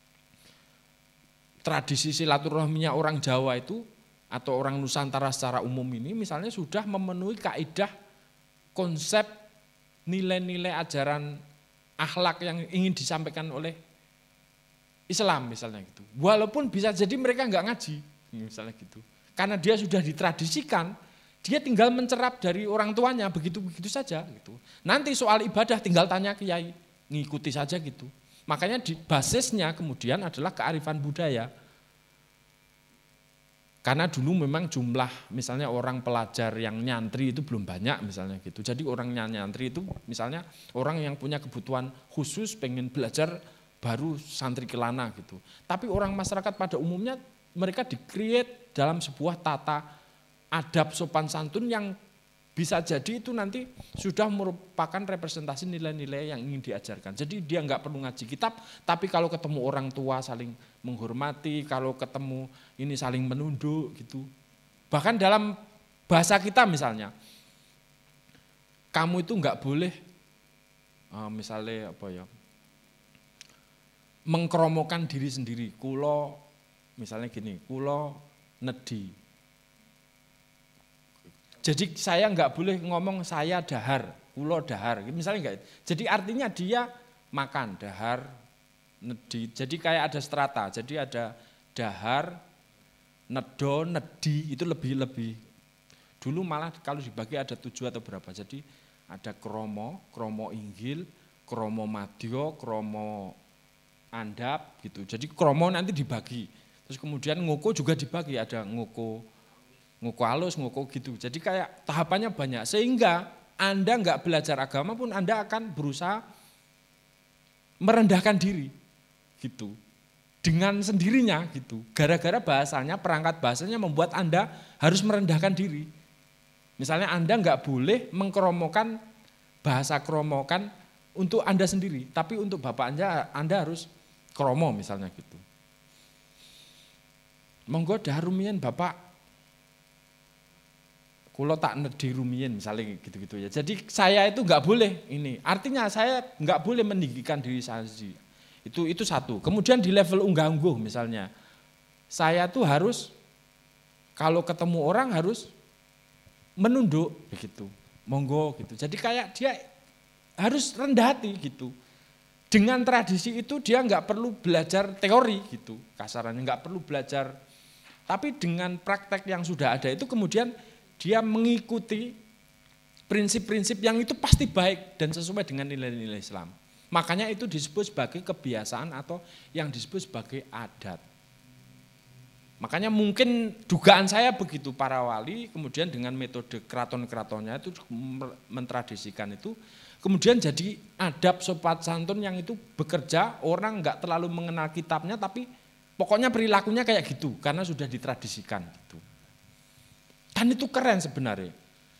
tradisi silaturahminya orang Jawa itu atau orang Nusantara secara umum ini misalnya sudah memenuhi kaidah konsep nilai-nilai ajaran akhlak yang ingin disampaikan oleh Islam misalnya gitu. Walaupun bisa jadi mereka nggak ngaji misalnya gitu. Karena dia sudah ditradisikan, dia tinggal mencerap dari orang tuanya begitu-begitu saja gitu. Nanti soal ibadah tinggal tanya kiai, ngikuti saja gitu. Makanya di basisnya kemudian adalah kearifan budaya. Karena dulu memang jumlah misalnya orang pelajar yang nyantri itu belum banyak misalnya gitu. Jadi orang nyantri itu misalnya orang yang punya kebutuhan khusus pengen belajar baru santri kelana gitu. Tapi orang masyarakat pada umumnya mereka di-create dalam sebuah tata adab sopan santun yang bisa jadi itu nanti sudah merupakan representasi nilai-nilai yang ingin diajarkan. Jadi dia nggak perlu ngaji kitab, tapi kalau ketemu orang tua saling menghormati, kalau ketemu ini saling menunduk gitu. Bahkan dalam bahasa kita misalnya, kamu itu nggak boleh misalnya apa ya, mengkromokan diri sendiri. Kulo misalnya gini, kulo nedi. Jadi saya nggak boleh ngomong saya dahar, kulo dahar, misalnya enggak. Jadi artinya dia makan dahar, nedi. Jadi kayak ada strata. Jadi ada dahar, nedo, nedi itu lebih. Dulu malah kalau dibagi ada 7 atau berapa. Jadi ada kromo inggil, kromo madya, kromo andap gitu. Jadi kromo nanti dibagi. Terus kemudian ngoko juga dibagi, ada ngoko halus, ngoko gitu. Jadi kayak tahapannya banyak. Sehingga Anda nggak belajar agama pun Anda akan berusaha merendahkan diri gitu. Dengan sendirinya gitu. Gara-gara bahasanya, perangkat bahasanya membuat Anda harus merendahkan diri. Misalnya Anda nggak boleh mengkromokan bahasa kromo kan untuk Anda sendiri, tapi untuk bapak Anda harus kromo misalnya gitu. Monggo dah rumiyin bapak, kulo tak nedhi rumiyin misalnya gitu-gitu ya. Jadi saya itu nggak boleh ini, artinya saya nggak boleh meninggikan diri saya sendiri. Itu satu. Kemudian di level unggah-ungguh misalnya, saya tuh harus kalau ketemu orang harus menunduk begitu, monggo gitu. Jadi kayak dia harus rendah hati gitu. Dengan tradisi itu dia nggak perlu belajar teori gitu, kasarannya nggak perlu belajar. Tapi dengan praktek yang sudah ada itu kemudian dia mengikuti prinsip-prinsip yang itu pasti baik dan sesuai dengan nilai-nilai Islam. Makanya itu disebut sebagai kebiasaan atau yang disebut sebagai adat. Makanya mungkin dugaan saya begitu, para wali kemudian dengan metode keraton-keratonnya itu mentradisikan itu, kemudian jadi adab sopan santun yang itu bekerja, orang nggak terlalu mengenal kitabnya tapi pokoknya perilakunya kayak gitu karena sudah ditradisikan gitu. Dan itu keren sebenarnya.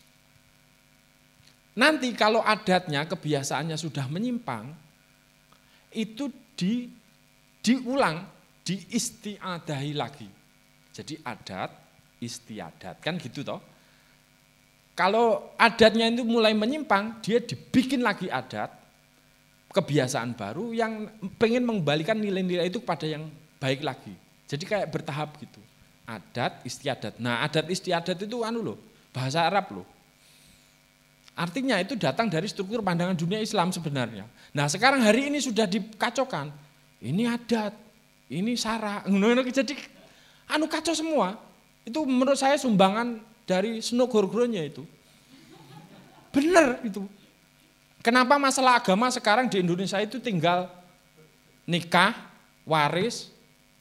Nanti kalau adatnya, kebiasaannya sudah menyimpang, itu diulang, diistiadahi lagi. Jadi adat, istiadat, kan gitu toh. Kalau adatnya itu mulai menyimpang, dia dibikin lagi adat, kebiasaan baru yang pengen mengembalikan nilai-nilai itu kepada yang baik lagi. Jadi kayak bertahap gitu. Adat, istiadat. Nah, adat istiadat itu bahasa Arab loh. Artinya itu datang dari struktur pandangan dunia Islam sebenarnya. Nah, sekarang hari ini sudah dikacaukan. Ini adat, ini sara. Jadi kacau semua. Itu menurut saya sumbangan dari Seno Goro-Goronya itu. Bener itu. Kenapa masalah agama sekarang di Indonesia itu tinggal nikah, waris,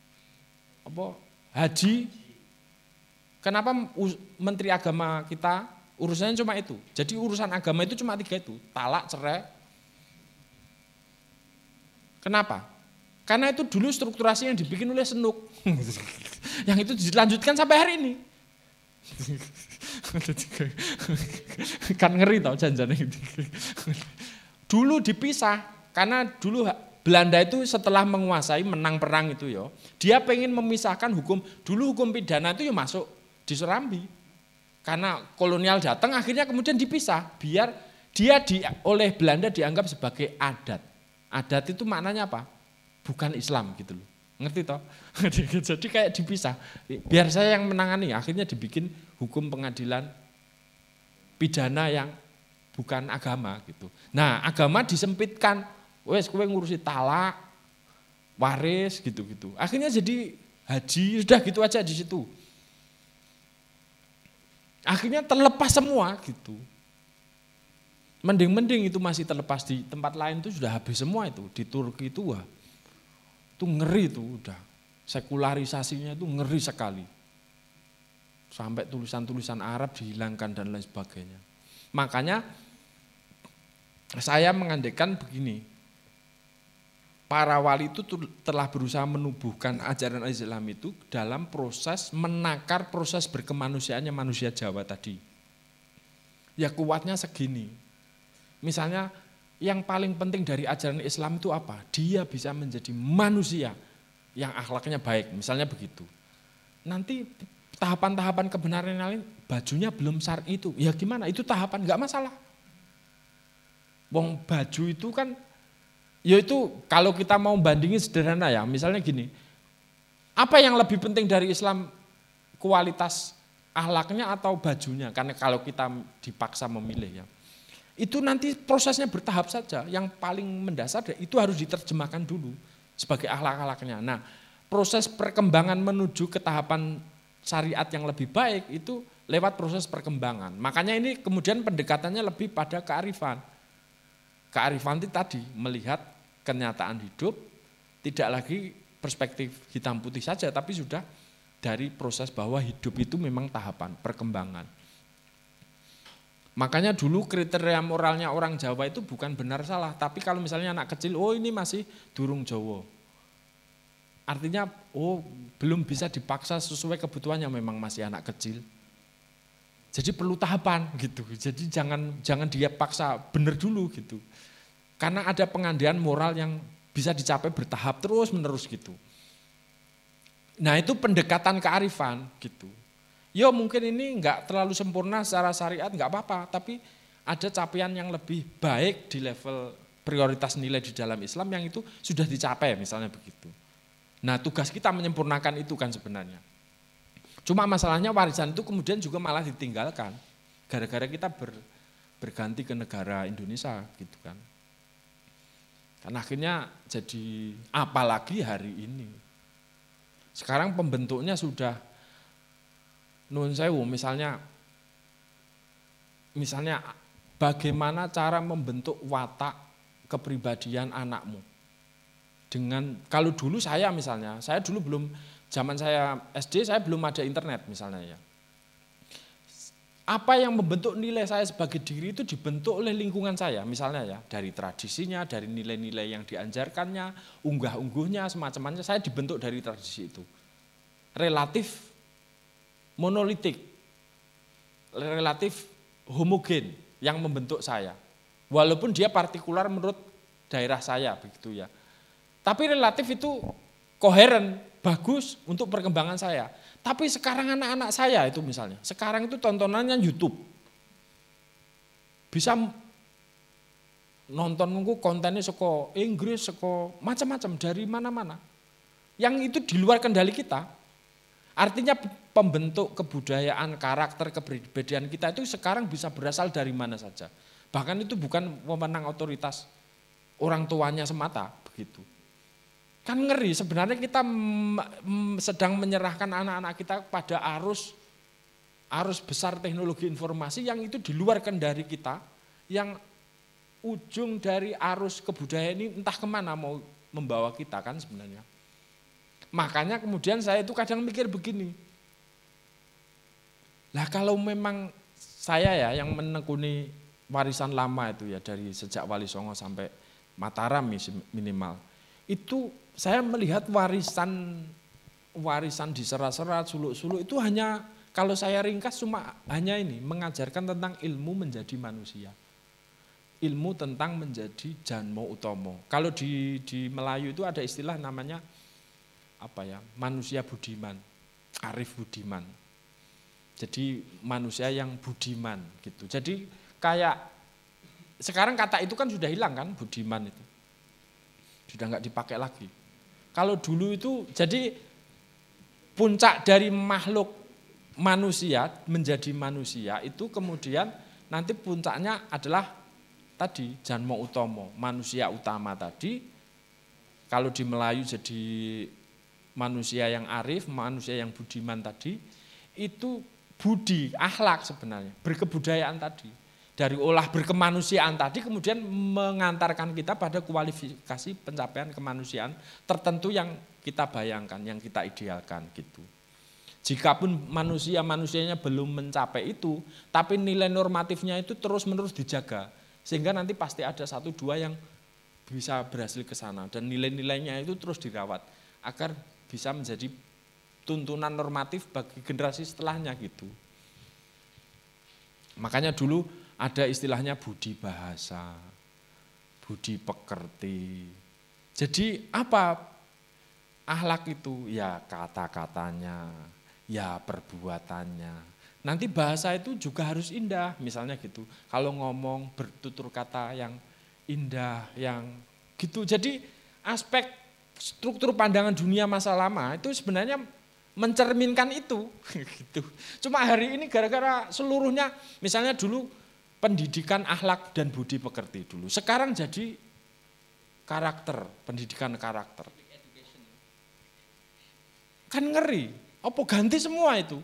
haji. Kenapa Menteri Agama kita urusannya cuma itu? Jadi urusan agama itu cuma 3 itu, talak, cerai. Kenapa? Karena itu dulu strukturasi yang dibikin oleh Senuk. Yang itu dilanjutkan sampai hari ini. Kan ngeri tau janjane gitu. Dulu dipisah, karena dulu Belanda itu setelah menguasai, menang perang itu ya, dia pengen memisahkan hukum, dulu hukum pidana itu ya masuk di Serambi. Karena kolonial datang akhirnya kemudian dipisah, biar dia oleh Belanda dianggap sebagai adat. Adat itu maknanya apa? Bukan Islam gitu loh. Ngerti toh? Jadi kayak dipisah. Biar saya yang menangani, akhirnya dibikin hukum pengadilan pidana yang bukan agama gitu. Nah, agama disempitkan. Wes kowe ngurusi talak, waris gitu-gitu. Akhirnya jadi haji, sudah gitu aja di situ. Akhirnya terlepas semua gitu. Mending-mending itu masih terlepas, di tempat lain itu sudah habis semua itu. Di Turki itu wah, itu ngeri itu udah. Sekularisasinya itu ngeri sekali. Sampai tulisan-tulisan Arab dihilangkan dan lain sebagainya. Makanya saya mengandaikan begini, para wali itu telah berusaha menubuhkan ajaran Islam itu dalam proses menakar proses berkemanusiaannya manusia Jawa tadi. Ya kuatnya segini. Misalnya yang paling penting dari ajaran Islam itu apa? Dia bisa menjadi manusia yang akhlaknya baik, misalnya begitu. Nanti tahapan-tahapan kebenaran yang lain, bajunya belum syar'i itu. Ya gimana? Itu tahapan, enggak masalah. Wong baju itu kan, ya itu kalau kita mau bandingin sederhana ya, misalnya gini, apa yang lebih penting dari Islam, kualitas akhlaknya atau bajunya? Karena kalau kita dipaksa memilih ya, itu nanti prosesnya bertahap saja, yang paling mendasar itu harus diterjemahkan dulu sebagai akhlak-akhlaknya. Nah, proses perkembangan menuju ke tahapan syariat yang lebih baik itu lewat proses perkembangan. Makanya ini kemudian pendekatannya lebih pada kearifan. Kearifan itu tadi melihat kenyataan hidup, tidak lagi perspektif hitam putih saja, tapi sudah dari proses bahwa hidup itu memang tahapan perkembangan. Makanya dulu kriteria moralnya orang Jawa itu bukan benar salah, tapi kalau misalnya anak kecil, oh ini masih durung Jawa. Artinya, oh belum bisa dipaksa sesuai kebutuhannya, memang masih anak kecil. Jadi perlu tahapan gitu. Jadi jangan dia paksa bener dulu gitu. Karena ada pengandian moral yang bisa dicapai bertahap terus menerus gitu. Nah itu pendekatan kearifan gitu. Yo mungkin ini enggak terlalu sempurna secara syariat enggak apa-apa, tapi ada capaian yang lebih baik di level prioritas nilai di dalam Islam yang itu sudah dicapai misalnya begitu. Nah tugas kita menyempurnakan itu kan sebenarnya. Cuma masalahnya warisan itu kemudian juga malah ditinggalkan. Gara-gara kita berganti ke negara Indonesia gitu kan. Karena akhirnya jadi apalagi hari ini. Sekarang pembentuknya sudah nun sewu misalnya bagaimana cara membentuk watak kepribadian anakmu. Kalau dulu saya dulu belum, zaman saya SD saya belum ada internet misalnya ya. Apa yang membentuk nilai saya sebagai diri itu dibentuk oleh lingkungan saya misalnya ya. Dari tradisinya, dari nilai-nilai yang diajarkannya, unggah-ungguhnya, semacamnya saya dibentuk dari tradisi itu. Relatif monolitik, relatif homogen yang membentuk saya. Walaupun dia partikular menurut daerah saya begitu ya. Tapi relatif itu koheren, bagus untuk perkembangan saya. Tapi sekarang anak-anak saya itu misalnya, sekarang itu tontonannya YouTube. Bisa nonton kontennya seko Inggris, seko macam-macam dari mana-mana. Yang itu di luar kendali kita. Artinya pembentuk kebudayaan, karakter, kepribadian kita itu sekarang bisa berasal dari mana saja. Bahkan itu bukan wewenang otoritas orang tuanya semata, begitu. Kan ngeri, sebenarnya kita sedang menyerahkan anak-anak kita pada arus besar teknologi informasi yang itu di luar kendali kita, yang ujung dari arus kebudayaan ini entah kemana mau membawa kita kan sebenarnya. Makanya kemudian saya itu kadang mikir begini, lah kalau memang saya ya yang menekuni warisan lama itu ya dari sejak Wali Songo sampai Mataram minimal, itu saya melihat warisan di serat-serat, suluk-suluk itu hanya, kalau saya ringkas cuma hanya ini, mengajarkan tentang ilmu menjadi manusia. Ilmu tentang menjadi janmo utomo. Kalau di Melayu itu ada istilah namanya manusia budiman, arif budiman. Jadi manusia yang budiman gitu. Jadi kayak sekarang kata itu kan sudah hilang kan, budiman itu. Sudah enggak dipakai lagi. Kalau dulu itu jadi puncak dari makhluk manusia menjadi manusia itu kemudian nanti puncaknya adalah tadi janmo utomo, manusia utama tadi. Kalau di Melayu jadi manusia yang arif, manusia yang budiman tadi, itu budi, akhlak sebenarnya, berkebudayaan tadi. Dari olah berkemanusiaan tadi kemudian mengantarkan kita pada kualifikasi pencapaian kemanusiaan tertentu yang kita bayangkan, yang kita idealkan gitu. Jikapun manusianya belum mencapai itu, tapi nilai normatifnya itu terus-menerus dijaga. Sehingga nanti pasti ada 1-2 yang bisa berhasil ke sana dan nilai-nilainya itu terus dirawat agar bisa menjadi tuntunan normatif bagi generasi setelahnya gitu. Makanya dulu ada istilahnya budi bahasa, budi pekerti. Jadi apa akhlak itu? Ya kata-katanya, ya perbuatannya. Nanti bahasa itu juga harus indah, misalnya gitu. Kalau ngomong bertutur kata yang indah, yang gitu. Jadi aspek struktur pandangan dunia masa lama itu sebenarnya mencerminkan itu. Gitu. Cuma hari ini gara-gara seluruhnya, misalnya dulu pendidikan akhlak dan budi pekerti dulu. Sekarang jadi karakter, pendidikan karakter. Kan ngeri, apa ganti semua itu?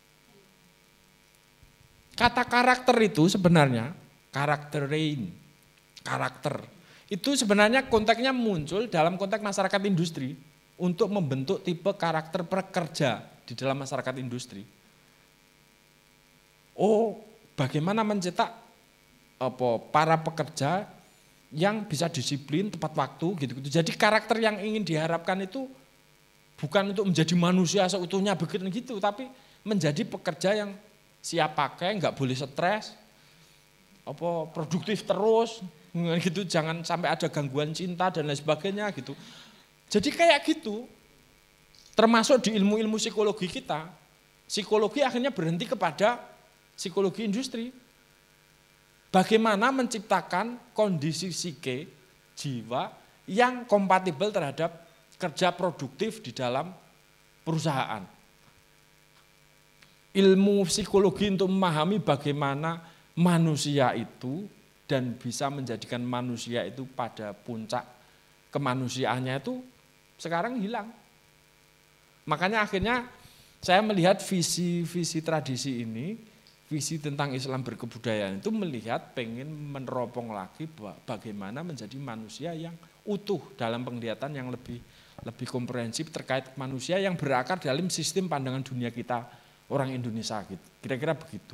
Kata karakter itu sebenarnya, karakterin, karakter. Itu sebenarnya konteksnya muncul dalam konteks masyarakat industri untuk membentuk tipe karakter pekerja di dalam masyarakat industri. Oh, bagaimana mencetak para pekerja yang bisa disiplin, tepat waktu, gitu-gitu. Jadi karakter yang ingin diharapkan itu bukan untuk menjadi manusia seutuhnya begitu gitu, tapi menjadi pekerja yang siap pakai, nggak boleh stres, produktif terus, gitu, jangan sampai ada gangguan cinta dan lain sebagainya gitu. Jadi kayak gitu, termasuk di ilmu-ilmu psikologi kita, psikologi akhirnya berhenti kepada psikologi industri. Bagaimana menciptakan kondisi psike, jiwa yang kompatibel terhadap kerja produktif di dalam perusahaan. Ilmu psikologi untuk memahami bagaimana manusia itu dan bisa menjadikan manusia itu pada puncak kemanusiaannya itu sekarang hilang. Makanya akhirnya saya melihat visi tradisi ini, visi tentang Islam berkebudayaan itu melihat pengen meneropong lagi bagaimana menjadi manusia yang utuh dalam penglihatan yang lebih komprehensif terkait manusia yang berakar dalam sistem pandangan dunia kita orang Indonesia gitu. Kira-kira begitu.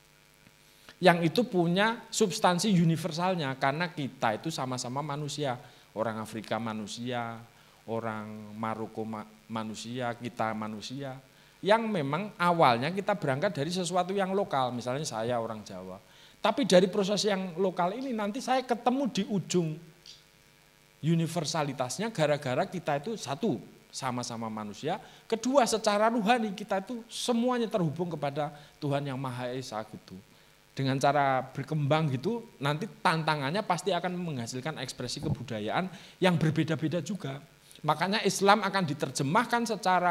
Yang itu punya substansi universalnya karena kita itu sama-sama manusia. Orang Afrika manusia, orang Maroko manusia, kita manusia. Yang memang awalnya kita berangkat dari sesuatu yang lokal, misalnya saya orang Jawa. Tapi dari proses yang lokal ini nanti saya ketemu di ujung universalitasnya gara-gara kita itu satu, sama-sama manusia. Kedua, secara rohani kita itu semuanya terhubung kepada Tuhan yang Maha Esa gitu. Dengan cara berkembang gitu, nanti tantangannya pasti akan menghasilkan ekspresi kebudayaan yang berbeda-beda juga. Makanya Islam akan diterjemahkan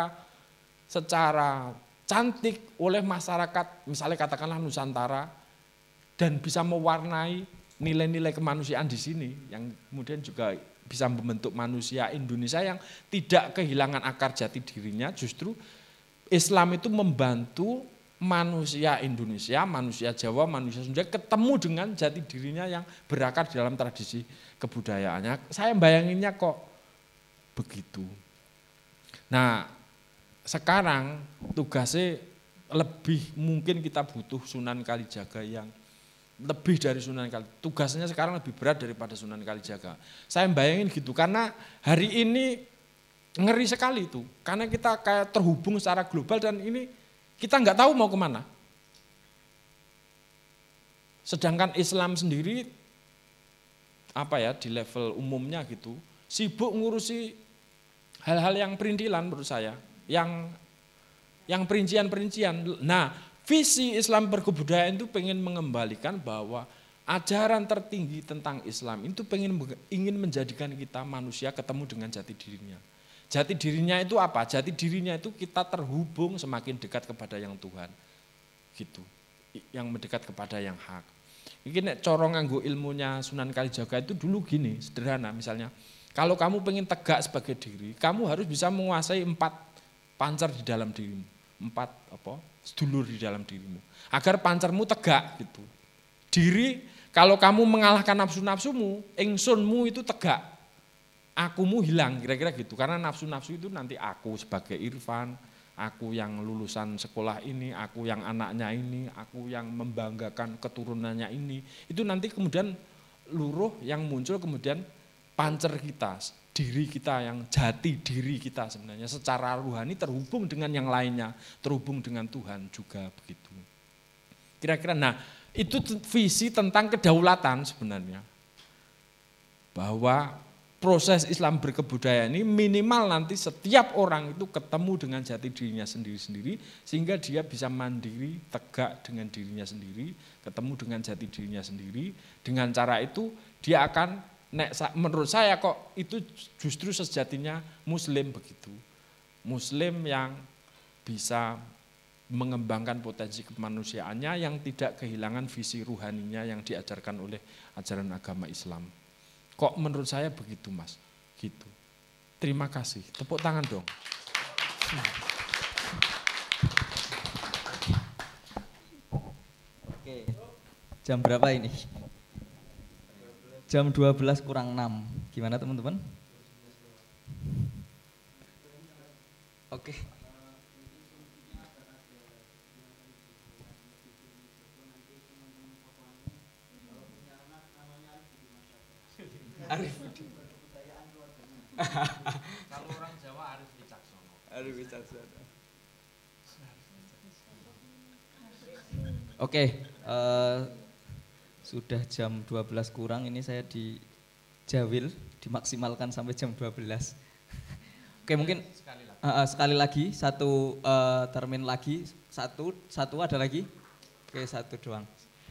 secara cantik oleh masyarakat, misalnya katakanlah Nusantara, dan bisa mewarnai nilai-nilai kemanusiaan di sini, yang kemudian juga bisa membentuk manusia Indonesia yang tidak kehilangan akar jati dirinya. Justru Islam itu membantu manusia Indonesia, manusia Jawa, manusia Sunda ketemu dengan jati dirinya yang berakar di dalam tradisi kebudayaannya. Saya bayanginnya kok begitu. Nah, sekarang tugasnya lebih mungkin kita butuh Sunan Kalijaga yang lebih dari Sunan Kalijaga. Tugasnya sekarang lebih berat daripada Sunan Kalijaga. Saya bayangin gitu karena hari ini ngeri sekali itu. Karena kita kayak terhubung secara global dan ini kita nggak tahu mau kemana. Sedangkan Islam sendiri di level umumnya gitu sibuk ngurusi hal-hal yang perintilan menurut saya, yang perincian-perincian. Nah, visi Islam berkebudayaan itu pengen mengembalikan bahwa ajaran tertinggi tentang Islam itu ingin menjadikan kita manusia ketemu dengan jati dirinya. Jati dirinya itu apa? Jati dirinya itu kita terhubung semakin dekat kepada yang Tuhan. Gitu. Yang mendekat kepada yang hak. Ini corong nganggo ilmunya Sunan Kalijaga itu dulu gini, sederhana misalnya. Kalau kamu pengen tegak sebagai diri, kamu harus bisa menguasai 4 pancer di dalam dirimu. 4 sedulur di dalam dirimu. Agar pancermu tegak gitu. Diri, kalau kamu mengalahkan nafsu-nafsumu, ingsunmu itu tegak. Akumu hilang, kira-kira gitu. Karena nafsu-nafsu itu nanti aku sebagai Irfan, aku yang lulusan sekolah ini, aku yang anaknya ini, aku yang membanggakan keturunannya ini. Itu nanti kemudian luruh yang muncul kemudian pancer kita, diri kita yang jati diri kita sebenarnya secara rohani terhubung dengan yang lainnya, terhubung dengan Tuhan juga begitu. Kira-kira, nah itu visi tentang kedaulatan sebenarnya. Bahwa proses Islam berkebudayaan ini minimal nanti setiap orang itu ketemu dengan jati dirinya sendiri-sendiri sehingga dia bisa mandiri, tegak dengan dirinya sendiri, ketemu dengan jati dirinya sendiri. Dengan cara itu dia akan, menurut saya kok itu justru sejatinya Muslim begitu. Muslim yang bisa mengembangkan potensi kemanusiaannya yang tidak kehilangan visi ruhaninya yang diajarkan oleh ajaran agama Islam. Kok menurut saya begitu Mas, gitu. Terima kasih, tepuk tangan dong. Oke, jam berapa ini? Jam 12 kurang 6, gimana teman-teman? Oke. Arif. Kalau orang Jawa Arif Wicaksono. Arif Wicaksono. Oke, sudah jam 12 kurang, ini saya di Jawil, dimaksimalkan sampai jam 12. Oke, mungkin sekali lagi, satu termin lagi, satu ada lagi. Oke, satu doang.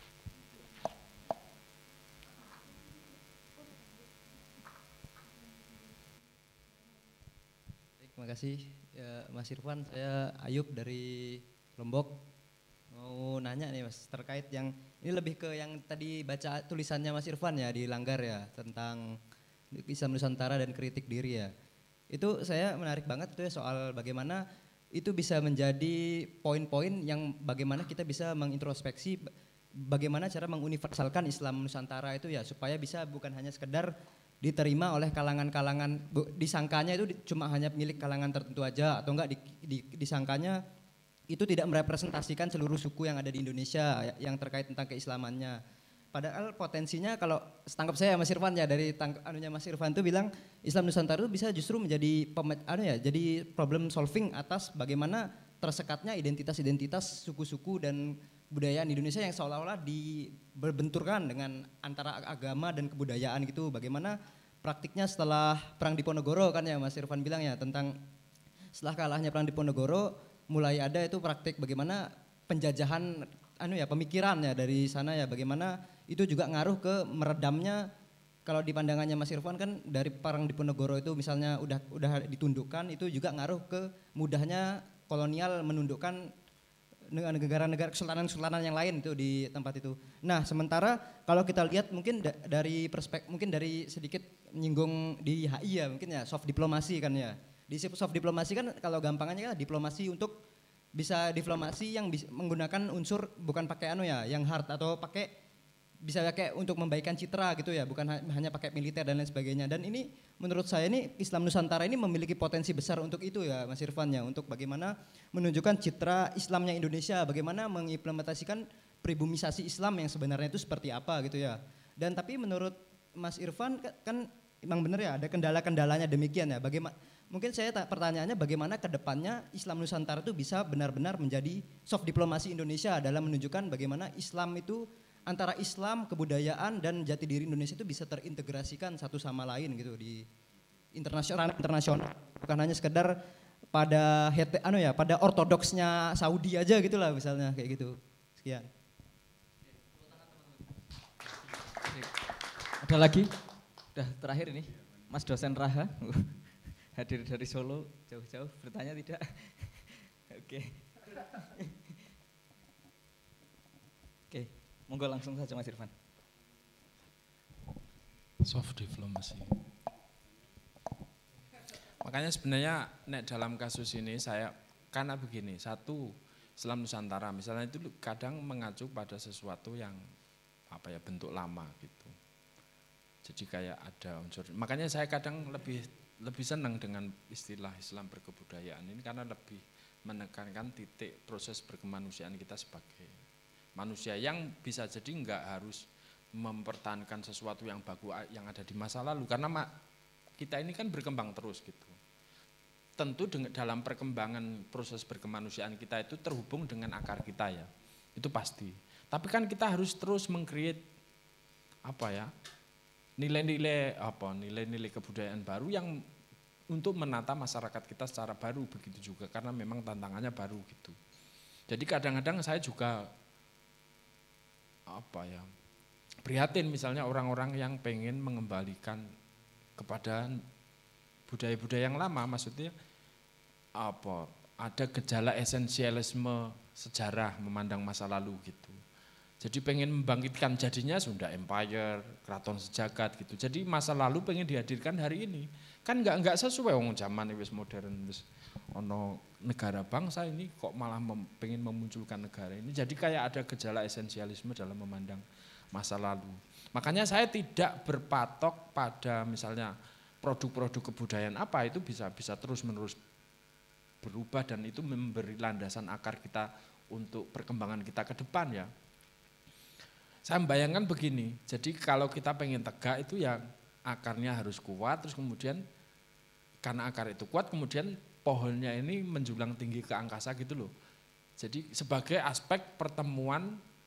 Terima kasih ya, Mas Irfan. Saya Ayub dari Lombok. Mau nanya nih Mas, terkait yang ini lebih ke yang tadi baca tulisannya Mas Irfan ya di Langgar ya, tentang Islam Nusantara dan kritik diri ya. Itu saya menarik banget itu ya, soal bagaimana itu bisa menjadi poin-poin yang bagaimana kita bisa mengintrospeksi bagaimana cara menguniversalkan Islam Nusantara itu ya, supaya bisa bukan hanya sekedar diterima oleh kalangan-kalangan, disangkanya itu cuma hanya milik kalangan tertentu aja, atau enggak disangkanya itu tidak merepresentasikan seluruh suku yang ada di Indonesia yang terkait tentang keislamannya. Padahal potensinya kalau setangkap saya Mas Irfan ya, dari Mas Irfan itu bilang Islam Nusantara itu bisa justru menjadi jadi problem solving atas bagaimana tersekatnya identitas-identitas suku-suku dan budayaan Indonesia yang seolah-olah berbenturkan dengan antara agama dan kebudayaan gitu. Bagaimana praktiknya setelah Perang Diponegoro kan ya Mas Irfan bilang ya, tentang setelah kalahnya Perang Diponegoro mulai ada itu praktik bagaimana penjajahan pemikiran ya dari sana ya, bagaimana itu juga ngaruh ke meredamnya. Kalau di pandangannya Mas Irfan kan dari Perang Diponegoro itu misalnya udah ditundukkan, itu juga ngaruh ke mudahnya kolonial menundukkan negara-negara kesultanan-kesultanan yang lain itu di tempat itu. Nah, sementara kalau kita lihat mungkin dari sedikit menyinggung di HI ya, mungkin ya soft diplomasi kan ya. Di soft diplomasi kan kalau gampangannya kan diplomasi untuk bisa diplomasi yang menggunakan unsur bukan pakai yang hard, atau bisa pakai untuk membaikan citra gitu ya, bukan hanya pakai militer dan lain sebagainya. Dan ini menurut saya ini Islam Nusantara ini memiliki potensi besar untuk itu ya Mas Irfan ya, untuk bagaimana menunjukkan citra Islamnya Indonesia, bagaimana mengimplementasikan pribumisasi Islam yang sebenarnya itu seperti apa gitu ya. Dan tapi menurut Mas Irfan kan memang benar ya ada kendala-kendalanya demikian ya. Mungkin saya pertanyaannya bagaimana ke depannya Islam Nusantara itu bisa benar-benar menjadi soft diplomasi Indonesia dalam menunjukkan bagaimana Islam itu antara Islam, kebudayaan dan jati diri Indonesia itu bisa terintegrasikan satu sama lain gitu di internasional, bukan hanya sekedar pada pada ortodoksnya Saudi aja gitulah misalnya kayak gitu. Sekian. Ada lagi? Udah terakhir ini, Mas dosen Raha. Hadir dari Solo, jauh-jauh, bertanya tidak? Oke. Oke, monggo langsung saja Mas Irfan. Soft diplomacy. Makanya sebenarnya dalam kasus ini saya, karena begini, satu Islam Nusantara misalnya itu kadang mengacu pada sesuatu yang bentuk lama gitu. Jadi kayak ada unsur, makanya saya kadang lebih senang dengan istilah Islam berkebudayaan ini karena lebih menekankan titik proses berkemanusiaan kita sebagai manusia yang bisa jadi enggak harus mempertahankan sesuatu yang bagus yang ada di masa lalu, karena kita ini kan berkembang terus gitu. Tentu dalam perkembangan proses berkemanusiaan kita itu terhubung dengan akar kita ya, itu pasti. Tapi kan kita harus terus meng-create nilai-nilai kebudayaan baru yang untuk menata masyarakat kita secara baru begitu juga, karena memang tantangannya baru gitu. Jadi kadang-kadang saya juga prihatin misalnya orang-orang yang pengen mengembalikan kepada budaya-budaya yang lama, maksudnya ada gejala esensialisme sejarah memandang masa lalu gitu. Jadi pengen membangkitkan jadinya Sunda Empire, Keraton Sejagat gitu. Jadi masa lalu pengen dihadirkan hari ini. Kan enggak sesuai wong zaman wis modern, wis ono negara bangsa ini kok malah pengen memunculkan negara ini. Jadi kayak ada gejala esensialisme dalam memandang masa lalu. Makanya saya tidak berpatok pada misalnya produk-produk kebudayaan apa itu bisa terus-menerus berubah dan itu memberi landasan akar kita untuk perkembangan kita ke depan ya. Saya membayangkan begini, jadi kalau kita pengen tegak itu ya akarnya harus kuat, terus kemudian karena akar itu kuat, kemudian pohonnya ini menjulang tinggi ke angkasa gitu loh. Jadi sebagai aspek pertemuan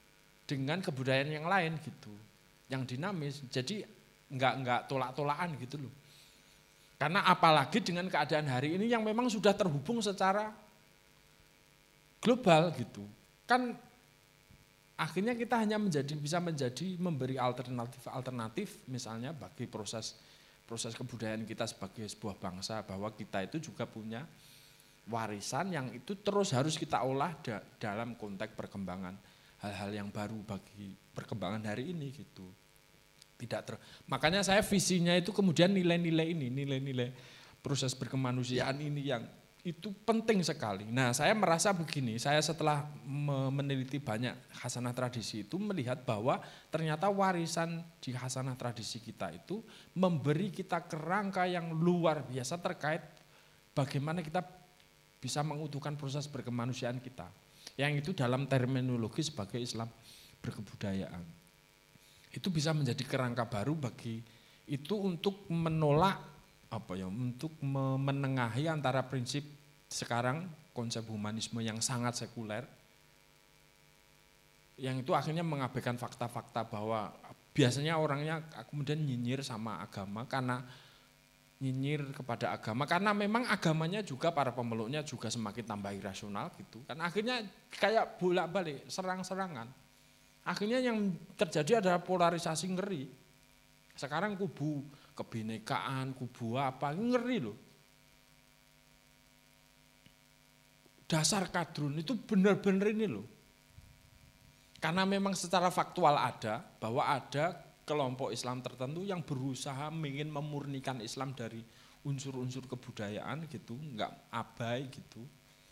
dengan kebudayaan yang lain gitu, yang dinamis. Jadi enggak tolak-tolakan gitu loh. Karena apalagi dengan keadaan hari ini yang memang sudah terhubung secara global gitu. Kan akhirnya kita hanya bisa menjadi memberi alternatif misalnya bagi proses kebudayaan kita sebagai sebuah bangsa, bahwa kita itu juga punya warisan yang itu terus harus kita olah dalam konteks perkembangan hal-hal yang baru bagi perkembangan hari ini gitu. Makanya saya visinya itu kemudian nilai-nilai proses berkemanusiaan ini yang itu penting sekali. Nah, saya merasa begini, saya setelah meneliti banyak khasanah tradisi itu melihat bahwa ternyata warisan di khasanah tradisi kita itu memberi kita kerangka yang luar biasa terkait bagaimana kita bisa mengutuhkan proses berkemanusiaan kita. Yang itu dalam terminologi sebagai Islam berkebudayaan. Itu bisa menjadi kerangka baru bagi itu untuk menolak untuk menengahi antara prinsip sekarang konsep humanisme yang sangat sekuler, yang itu akhirnya mengabaikan fakta-fakta bahwa biasanya orangnya kemudian nyinyir sama agama karena memang agamanya juga para pemeluknya juga semakin tambah irasional gitu kan, akhirnya kayak bolak-balik serang-serangan. Akhirnya yang terjadi adalah polarisasi ngeri. Sekarang kubu kebinekaan, kubu apa, ngeri loh. Dasar kadrun itu benar-benar ini loh. Karena memang secara faktual ada, bahwa ada kelompok Islam tertentu yang berusaha ingin memurnikan Islam dari unsur-unsur kebudayaan gitu, enggak abai gitu.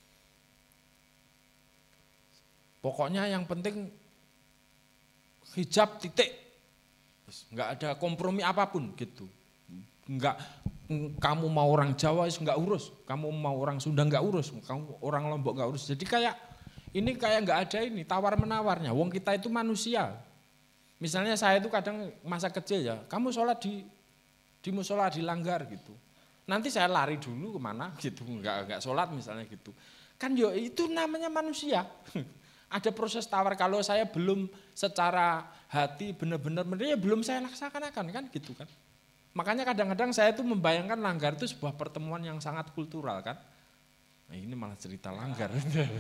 Pokoknya yang penting hijab titik, nggak ada kompromi apapun gitu, nggak kamu mau orang Jawa nggak urus, kamu mau orang Sunda nggak urus, kamu orang Lombok nggak urus. Jadi kayak nggak ada ini tawar menawarnya. Wong kita itu manusia. Misalnya saya itu kadang masa kecil ya, kamu sholat di musola di Langgar gitu. Nanti saya lari dulu kemana gitu, nggak sholat misalnya gitu. Kan yo itu namanya manusia. Ada proses tawar, kalau saya belum secara hati benar-benar ya belum saya laksanakan kan gitu kan. Makanya kadang-kadang saya itu membayangkan Langgar itu sebuah pertemuan yang sangat kultural kan. Nah, ini malah cerita Langgar.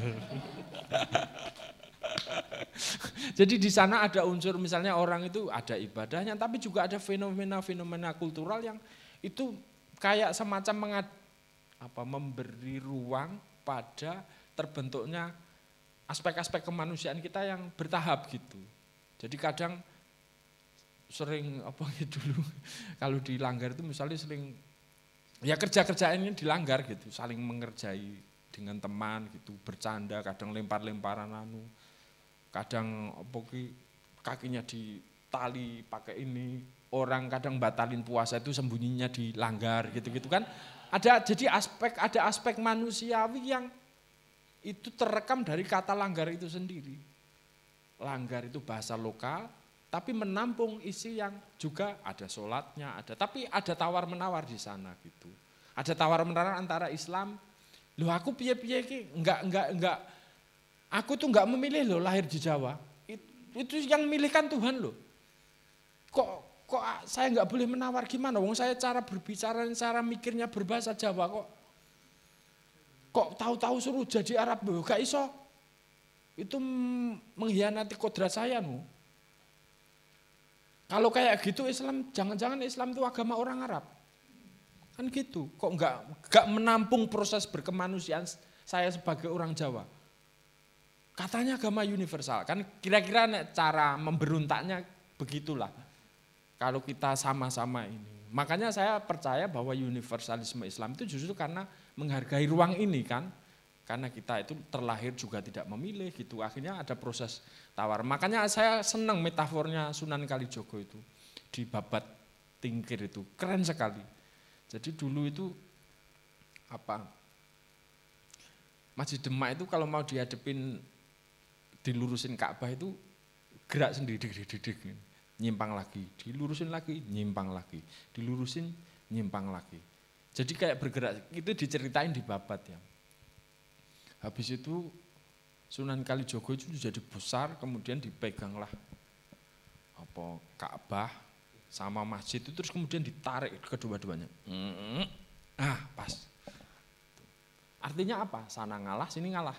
Jadi di sana ada unsur misalnya orang itu ada ibadahnya, tapi juga ada fenomena-fenomena kultural yang itu kayak semacam memberi ruang pada terbentuknya aspek-aspek kemanusiaan kita yang bertahap gitu. Jadi kadang sering dulu kalau di Langgar itu misalnya sering ya kerja-kerjaannya dilanggar gitu, saling mengerjai dengan teman gitu, bercanda, kadang lempar-lemparan kadang kakinya ditali pakai ini, orang kadang batalin puasa itu sembunyinya di Langgar gitu-gitu kan. Ada aspek manusiawi yang itu terekam dari kata Langgar itu sendiri. Langgar itu bahasa lokal, tapi menampung isi yang juga ada sholatnya, tapi ada tawar menawar di sana gitu. Ada tawar menawar antara Islam. Loh aku piye-piye ki enggak. Aku tuh enggak memilih loh lahir di Jawa. Itu yang milihkan Tuhan loh. Kok saya enggak boleh menawar gimana? Wong saya cara berbicara, cara mikirnya berbahasa Jawa kok tahu-tahu suruh jadi Arab, gak iso. Itu mengkhianati kodrat saya no. Kalau kayak gitu Islam, jangan-jangan Islam itu agama orang Arab. Kan gitu, kok enggak menampung proses berkemanusiaan saya sebagai orang Jawa. Katanya agama universal, kan kira-kira cara memberontaknya begitulah. Kalau kita sama-sama ini. Makanya saya percaya bahwa universalisme Islam itu justru karena menghargai ruang ini kan. Karena kita itu terlahir juga tidak memilih gitu. Akhirnya ada proses tawar. Makanya saya senang metafornya Sunan Kalijogo itu. Di Babat Tingkir itu. Keren sekali. Jadi dulu itu Masjid Demak itu kalau mau dihadapin dilurusin Ka'bah itu gerak sendiri. Nyimpang lagi, dilurusin lagi, nyimpang lagi, dilurusin, nyimpang lagi. Jadi kayak bergerak, itu diceritain di Babat ya. Habis itu Sunan Kalijogo itu jadi besar, kemudian dipeganglah Ka'bah sama masjid itu, terus kemudian ditarik kedua-duanya. Pas. Artinya apa? Sana ngalah, sini ngalah.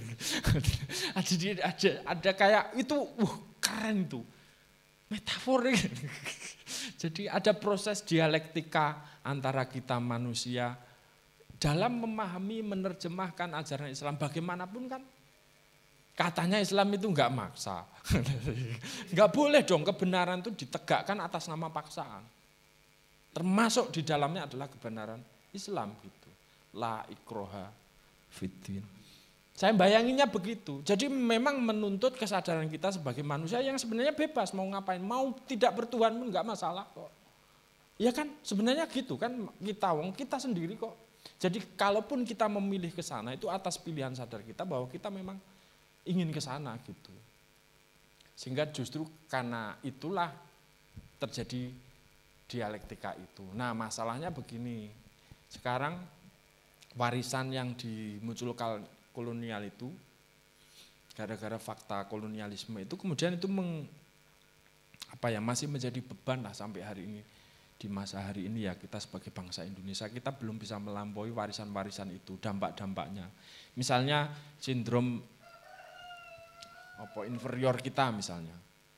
Jadi ada kayak itu, keren itu. Metaforik. Jadi ada proses dialektika antara kita manusia dalam memahami, menerjemahkan ajaran Islam. Bagaimanapun kan katanya Islam itu enggak maksa. Enggak boleh dong kebenaran itu ditegakkan atas nama paksaan. Termasuk di dalamnya adalah kebenaran Islam gitu. La ikroha fiddin. Saya bayanginnya begitu. Jadi memang menuntut kesadaran kita sebagai manusia yang sebenarnya bebas mau ngapain, mau tidak bertuhan pun enggak masalah kok. Ya kan sebenarnya gitu kan, kita sendiri kok. Jadi kalaupun kita memilih ke sana itu atas pilihan sadar kita bahwa kita memang ingin ke sana gitu. Sehingga justru karena itulah terjadi dialektika itu. Nah, masalahnya begini. Sekarang warisan yang dimunculkan kolonial itu gara-gara fakta kolonialisme itu kemudian itu masih menjadi beban lah sampai hari ini. Di masa hari ini ya kita sebagai bangsa Indonesia kita belum bisa melampaui warisan-warisan itu, dampak-dampaknya. Misalnya sindrom inferior kita misalnya.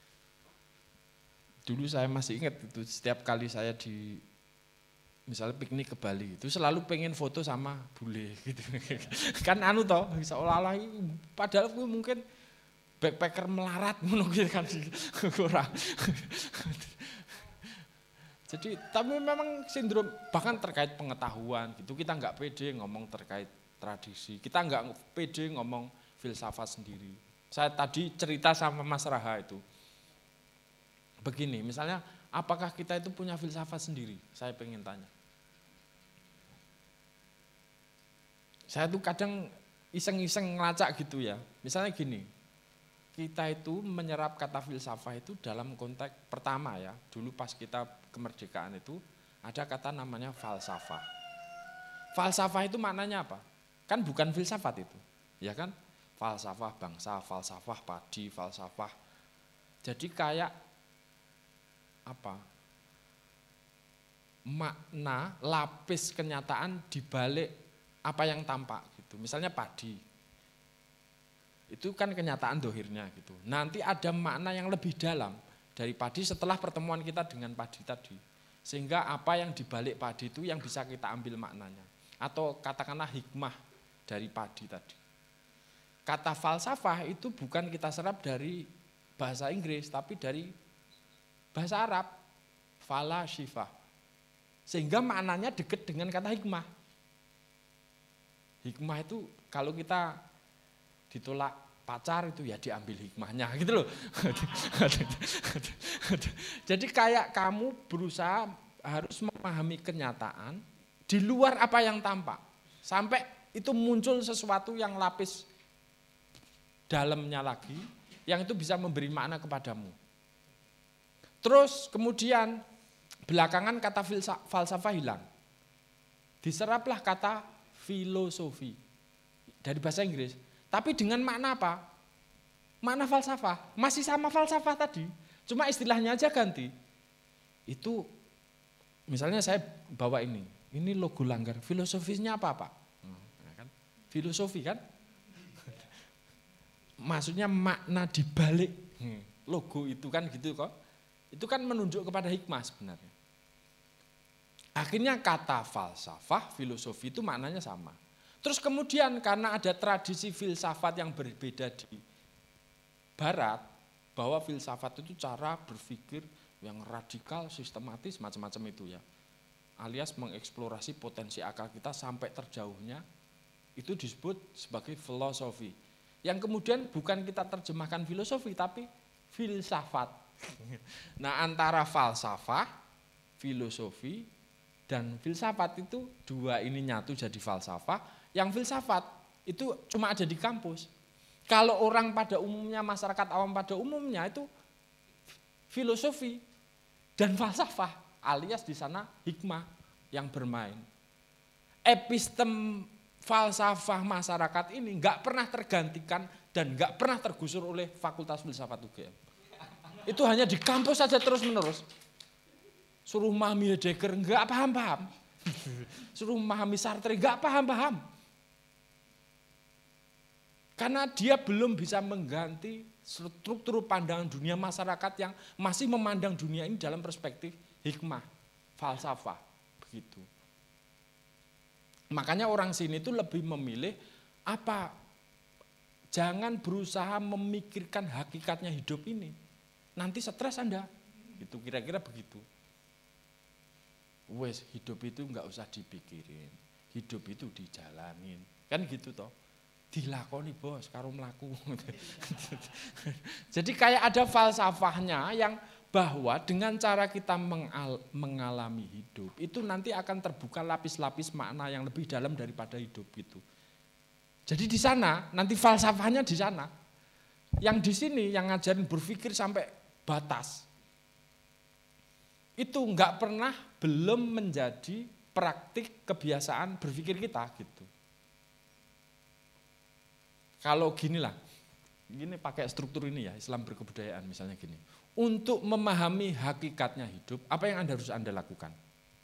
Dulu saya masih ingat itu setiap kali saya misalnya piknik ke Bali itu selalu pengen foto sama bule gitu. Kan toh seolah-olah padahal gue mungkin backpacker melarat gitu kan kurang. Jadi tapi memang sindrom bahkan terkait pengetahuan gitu kita nggak pede ngomong terkait tradisi, kita nggak pede ngomong filsafat sendiri. Saya tadi cerita sama Mas Raha itu. Begini, misalnya apakah kita itu punya filsafat sendiri? Saya pengen tanya. Saya tuh kadang iseng-iseng ngelacak gitu ya. Misalnya gini, kita itu menyerap kata filsafat itu dalam konteks pertama ya. Dulu pas kita kemerdekaan itu ada kata namanya falsafah. Falsafah itu maknanya apa? Kan bukan filsafat itu, ya kan? Falsafah bangsa, falsafah padi, falsafah. Jadi kayak makna lapis kenyataan dibalik apa yang tampak gitu. Misalnya padi, itu kan kenyataan dohirnya gitu. Nanti ada makna yang lebih dalam dari padi setelah pertemuan kita dengan padi tadi. Sehingga apa yang dibalik padi itu yang bisa kita ambil maknanya. Atau katakanlah hikmah dari padi tadi. Kata falsafah itu bukan kita serap dari bahasa Inggris, tapi dari bahasa Arab, falasifah. Sehingga maknanya dekat dengan kata hikmah. Hikmah itu kalau kita ditolak pacar itu ya diambil hikmahnya gitu loh. Jadi kayak kamu berusaha harus memahami kenyataan di luar apa yang tampak. Sampai itu muncul sesuatu yang lapis dalamnya lagi, yang itu bisa memberi makna kepadamu. Terus kemudian belakangan kata falsafah hilang. Diseraplah kata filosofi dari bahasa Inggris. Tapi dengan makna apa? Makna falsafah. Masih sama falsafah tadi, cuma istilahnya aja ganti. Itu misalnya saya bawa ini logo Langgar. Filosofinya apa Pak? Filosofi kan? Maksudnya makna dibalik logo itu kan gitu kok. Itu kan menunjuk kepada hikmah sebenarnya. Akhirnya kata falsafah, filosofi itu maknanya sama. Terus kemudian karena ada tradisi filsafat yang berbeda di Barat, bahwa filsafat itu cara berpikir yang radikal, sistematis, macam-macam itu ya. Alias mengeksplorasi potensi akal kita sampai terjauhnya, itu disebut sebagai filosofi. Yang kemudian bukan kita terjemahkan filosofi, tapi filsafat. Nah antara falsafah, filosofi, dan filsafat itu dua ini nyatu jadi falsafah. Yang filsafat itu cuma ada di kampus. Kalau orang pada umumnya, masyarakat awam pada umumnya itu filosofi dan falsafah, alias di sana hikmah yang bermain. Epistem falsafah masyarakat ini nggak pernah tergantikan dan nggak pernah tergusur oleh Fakultas Filsafat UGM. Itu hanya di kampus saja terus-menerus. Suruh memahami Heidegger nggak paham-paham. Suruh memahami Sartre nggak paham-paham. Karena dia belum bisa mengganti struktur pandangan dunia masyarakat yang masih memandang dunia ini dalam perspektif hikmah, falsafah, begitu. Makanya orang sini itu lebih memilih apa? Jangan berusaha memikirkan hakikatnya hidup ini. Nanti stres Anda. Itu kira-kira begitu. Wes, hidup itu enggak usah dipikirin. Hidup itu dijalanin. Kan gitu toh. Dilakoni bos, karo mlaku. Jadi kayak ada falsafahnya yang bahwa dengan cara kita mengalami hidup itu nanti akan terbuka lapis-lapis makna yang lebih dalam daripada hidup gitu. Jadi di sana nanti falsafahnya di sana. Yang di sini yang ngajarin berpikir sampai batas. Itu enggak pernah belum menjadi praktik kebiasaan berpikir kita gitu. Kalau ginilah, gini pakai struktur ini ya, Islam berkebudayaan misalnya gini. Untuk memahami hakikatnya hidup, apa yang harus Anda lakukan?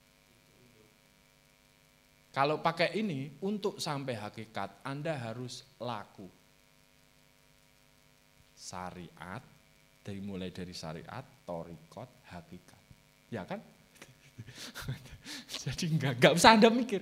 Kalau pakai ini, untuk sampai hakikat, Anda harus laku. Syariat, mulai dari syariat, thariqat, hakikat. Ya kan? Jadi enggak usah Anda mikir.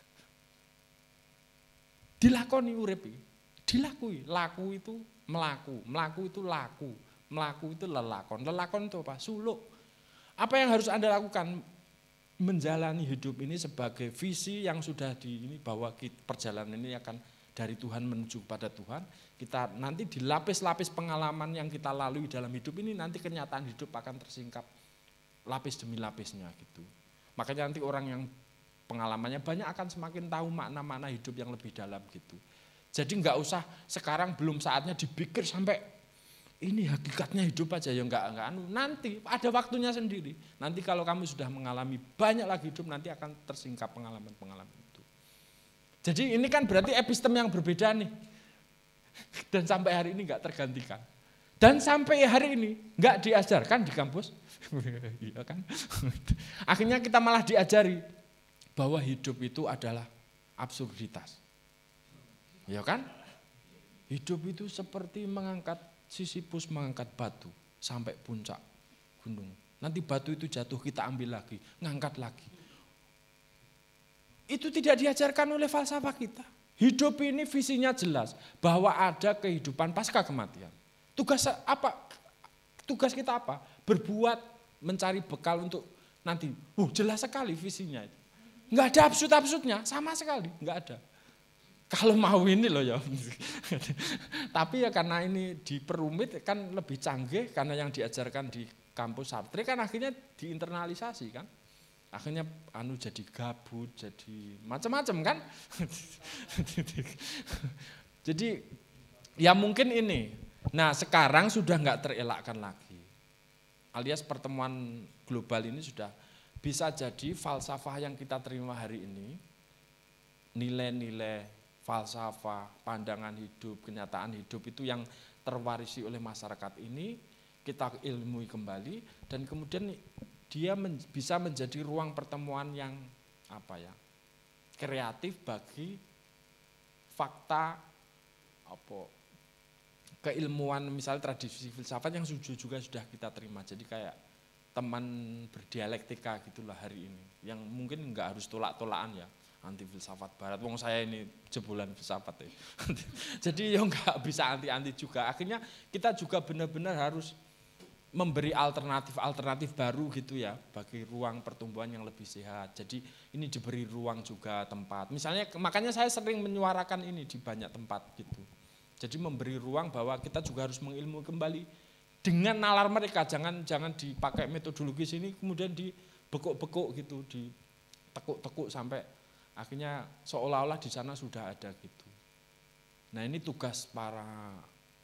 Dilakoni urip iki. Dilakui, laku itu melaku itu laku, melaku itu lelakon itu apa? Suluk. Apa yang harus Anda lakukan? Menjalani hidup ini sebagai visi yang sudah ini bahwa perjalanan ini akan dari Tuhan menuju kepada Tuhan. Kita nanti di lapis-lapis pengalaman yang kita lalui dalam hidup ini nanti kenyataan hidup akan tersingkap lapis demi lapisnya gitu. Makanya nanti orang yang pengalamannya banyak akan semakin tahu makna-makna hidup yang lebih dalam gitu. Jadi enggak usah sekarang belum saatnya dipikir sampai ini hakikatnya hidup aja ya enggak nanti ada waktunya sendiri. Nanti kalau kamu sudah mengalami banyak lagi hidup nanti akan tersingkap pengalaman-pengalaman itu. Jadi ini kan berarti epistem yang berbeda nih. Dan sampai hari ini enggak tergantikan. Dan sampai hari ini enggak diajarkan di kampus. Iya kan? Akhirnya kita malah diajari bahwa hidup itu adalah absurditas. Ya kan? Hidup itu seperti mengangkat Sisyphus mengangkat batu sampai puncak gunung. Nanti batu itu jatuh kita ambil lagi, ngangkat lagi. Itu tidak diajarkan oleh falsafah kita. Hidup ini visinya jelas bahwa ada kehidupan pasca kematian. Tugas apa? Tugas kita apa? Berbuat, mencari bekal untuk nanti. Jelas sekali visinya itu. Enggak ada absurd-absurdnya, sama sekali, enggak ada. Kalau mau ini loh ya. Tapi ya karena ini diperumit kan lebih canggih karena yang diajarkan di kampus Sartre kan akhirnya diinternalisasi kan. Akhirnya jadi gabut, jadi macam-macam kan. Jadi ya mungkin ini. Nah, sekarang sudah enggak terelakkan lagi. Alias pertemuan global ini sudah bisa jadi falsafah yang kita terima hari ini, nilai-nilai falsafah, pandangan hidup, kenyataan hidup itu yang terwarisi oleh masyarakat ini kita ilmui kembali dan kemudian dia bisa menjadi ruang pertemuan yang kreatif bagi fakta keilmuan misalnya tradisi filsafat yang juga sudah kita terima. Jadi kayak teman berdialektika gitulah hari ini yang mungkin enggak harus tolak-tolakan ya. Anti filsafat barat, wong saya ini jebolan filsafat ya. Jadi ya enggak bisa anti-anti juga. Akhirnya kita juga benar-benar harus memberi alternatif baru gitu ya bagi ruang pertumbuhan yang lebih sehat. Jadi ini diberi ruang juga tempat. Misalnya makanya saya sering menyuarakan ini di banyak tempat gitu. Jadi memberi ruang bahwa kita juga harus mengilmu kembali dengan nalar mereka. Jangan dipakai metodologis ini kemudian dibekuk-bekuk gitu, ditekuk-tekuk sampai akhirnya seolah-olah di sana sudah ada gitu. Nah ini tugas para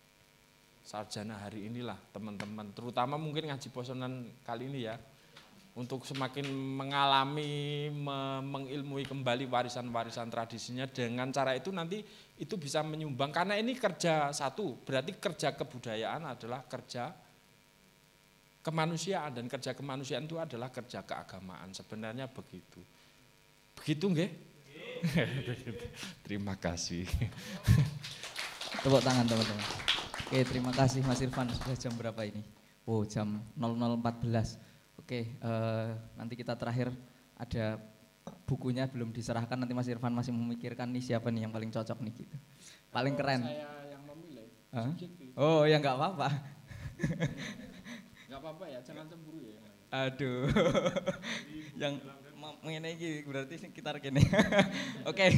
sarjana hari inilah teman-teman, terutama mungkin ngaji posonan kali ini ya. untuk semakin mengalami, mengilmui kembali warisan-warisan tradisinya. Dengan cara itu nanti itu bisa menyumbang, karena ini kerja satu, berarti kerja kebudayaan adalah kerja kemanusiaan, dan kerja kemanusiaan itu adalah kerja keagamaan, sebenarnya begitu. Begitu nggih? Terima kasih. Tepuk tangan teman-teman. Oke, terima kasih Mas Irfan. Sudah jam berapa ini? Oh, jam 00.14. Oke, nanti kita terakhir ada bukunya belum diserahkan, nanti Mas Irfan masih memikirkan nih siapa nih yang paling cocok nih gitu. Paling keren. Saya yang memilih. Oh, ya nggak apa-apa. Nggak apa-apa ya, jangan cemburu ya. Aduh, yang mengenai ini berarti kita rekene. Oke.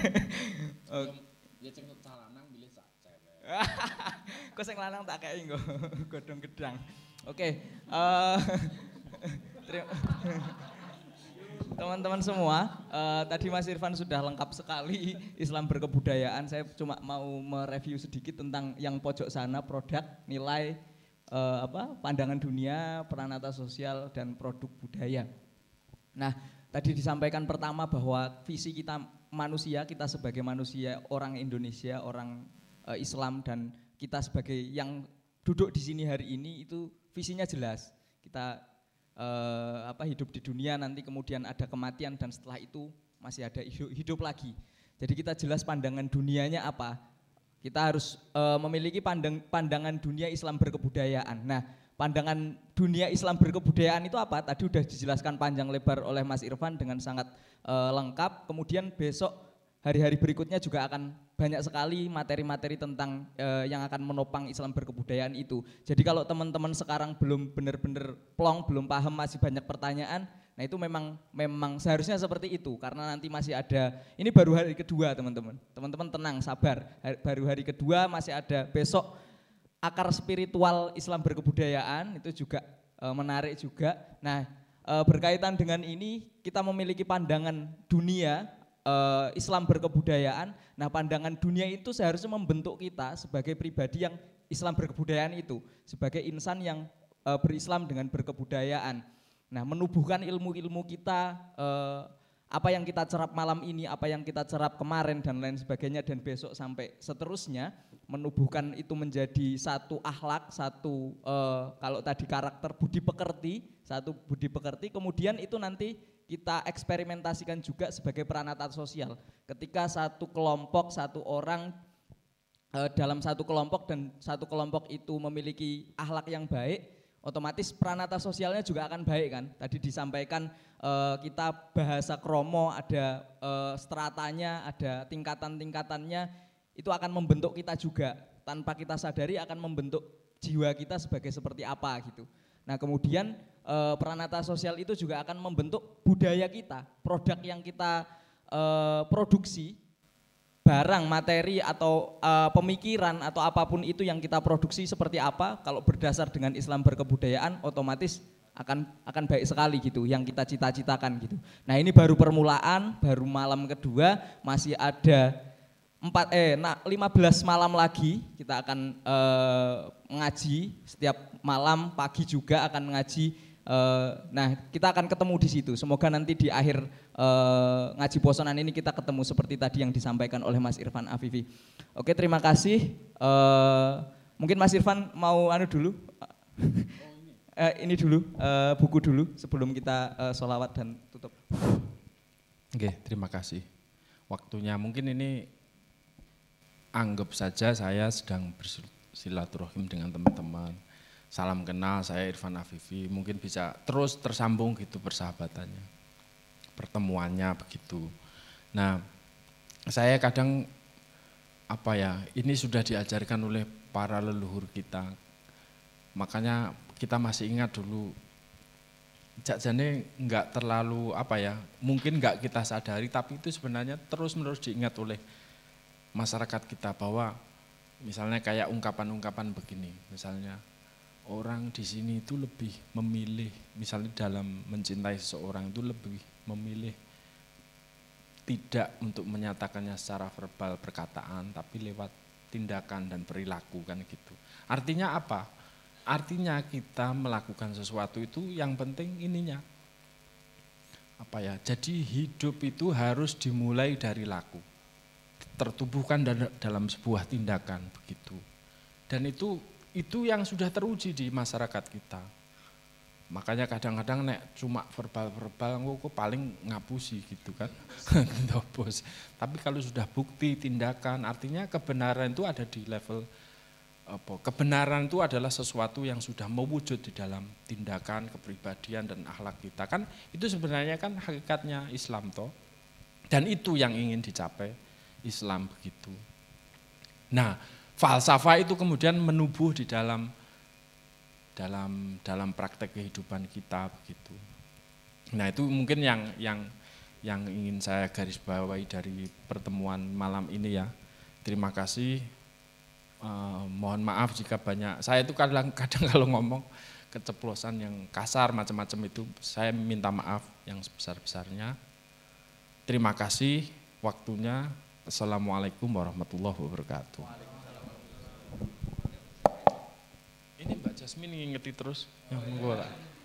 Ya cengkok calanang milih sak cewek. Kok sing lanang tak kei nggo godhong gedang. Oke. Teman-teman semua, tadi Mas Irfan sudah lengkap sekali Islam berkebudayaan. Saya cuma mau mereview sedikit tentang yang pojok sana, produk, nilai, pandangan dunia, peranata sosial, dan produk budaya. Nah, tadi disampaikan pertama bahwa visi kita manusia, kita sebagai manusia orang Indonesia, orang Islam, dan kita sebagai yang duduk di sini hari ini itu visinya jelas. Kita hidup di dunia, nanti kemudian ada kematian, dan setelah itu masih ada hidup lagi. Jadi kita jelas pandangan dunianya apa. Kita harus memiliki pandangan dunia Islam berkebudayaan. Nah, pandangan dunia Islam berkebudayaan itu apa? Tadi sudah dijelaskan panjang lebar oleh Mas Irfan dengan sangat lengkap. Kemudian besok hari-hari berikutnya juga akan banyak sekali materi-materi tentang yang akan menopang Islam berkebudayaan itu. Jadi kalau teman-teman sekarang belum benar-benar plong, belum paham, masih banyak pertanyaan, nah itu memang seharusnya seperti itu, karena nanti masih ada, ini baru hari kedua teman-teman. Teman-teman tenang, sabar, baru hari kedua, masih ada besok akar spiritual Islam berkebudayaan, itu juga menarik juga. Nah, berkaitan dengan ini kita memiliki pandangan dunia Islam berkebudayaan. Nah, pandangan dunia itu seharusnya membentuk kita sebagai pribadi yang Islam berkebudayaan itu, sebagai insan yang berislam dengan berkebudayaan. Nah, menubuhkan ilmu-ilmu kita, apa yang kita cerap malam ini, apa yang kita cerap kemarin, dan lain sebagainya, dan besok sampai seterusnya, menubuhkan itu menjadi satu akhlak, satu kalau tadi karakter budi pekerti, satu budi pekerti, kemudian itu nanti kita eksperimentasikan juga sebagai peranata sosial. Ketika satu kelompok, satu orang dalam satu kelompok, dan satu kelompok itu memiliki akhlak yang baik, otomatis peranata sosialnya juga akan baik kan. Tadi disampaikan kita bahasa kromo, ada stratanya, ada tingkatan-tingkatannya, itu akan membentuk kita juga. Tanpa kita sadari akan membentuk jiwa kita sebagai seperti apa gitu. Nah, kemudian peranata sosial itu juga akan membentuk budaya kita, produk yang kita produksi, barang, materi, atau pemikiran, atau apapun itu yang kita produksi seperti apa, kalau berdasar dengan Islam berkebudayaan, otomatis akan baik sekali gitu, yang kita cita-citakan gitu. Nah, ini baru permulaan, baru malam kedua, masih ada 15 malam lagi kita akan ngaji, setiap malam, pagi juga akan ngaji. Nah, kita akan ketemu di situ. Semoga nanti di akhir ngaji posonan ini kita ketemu seperti tadi yang disampaikan oleh Mas Irfan Afifi. Oke, terima kasih. Mungkin Mas Irfan mau dulu. Ini dulu, buku dulu sebelum kita sholawat dan tutup. Oke, terima kasih. Waktunya mungkin ini anggap saja saya sedang bersilaturahim dengan teman-teman. Salam kenal, saya Irfan Afifi, mungkin bisa terus tersambung gitu persahabatannya, pertemuannya begitu. Nah, saya kadang ini sudah diajarkan oleh para leluhur kita, makanya kita masih ingat dulu, jakjane enggak terlalu mungkin enggak kita sadari, tapi itu sebenarnya terus-menerus diingat oleh masyarakat kita, bahwa misalnya kayak ungkapan-ungkapan begini, misalnya orang di sini itu lebih memilih, misalnya dalam mencintai seseorang itu lebih memilih tidak untuk menyatakannya secara verbal, perkataan, tapi lewat tindakan dan perilaku kan gitu. Artinya apa? Artinya kita melakukan sesuatu itu yang penting ininya, Jadi hidup itu harus dimulai dari laku. Tertubuhkan dalam sebuah tindakan begitu. Dan itu yang sudah teruji di masyarakat kita. Makanya kadang-kadang nek cuma verbal-verbal kok paling ngapusi gitu kan. Bos. Tapi kalau sudah bukti tindakan, artinya kebenaran itu ada di level apa? Kebenaran itu adalah sesuatu yang sudah mewujud di dalam tindakan, kepribadian dan akhlak kita. Kan itu sebenarnya kan hakikatnya Islam toh. Dan itu yang ingin dicapai Islam begitu. Nah, falsafah itu kemudian menubuh di dalam praktek kehidupan kita begitu. Nah, itu mungkin yang ingin saya garis bawahi dari pertemuan malam ini ya. Terima kasih. Mohon maaf jika banyak. Saya itu kadang-kadang kalau ngomong keceplosan yang kasar macam-macam itu, saya minta maaf yang sebesar-besarnya. Terima kasih waktunya. Assalamualaikum warahmatullahi wabarakatuh. Ini Mbak Jasmine ngingeti terus. Ya,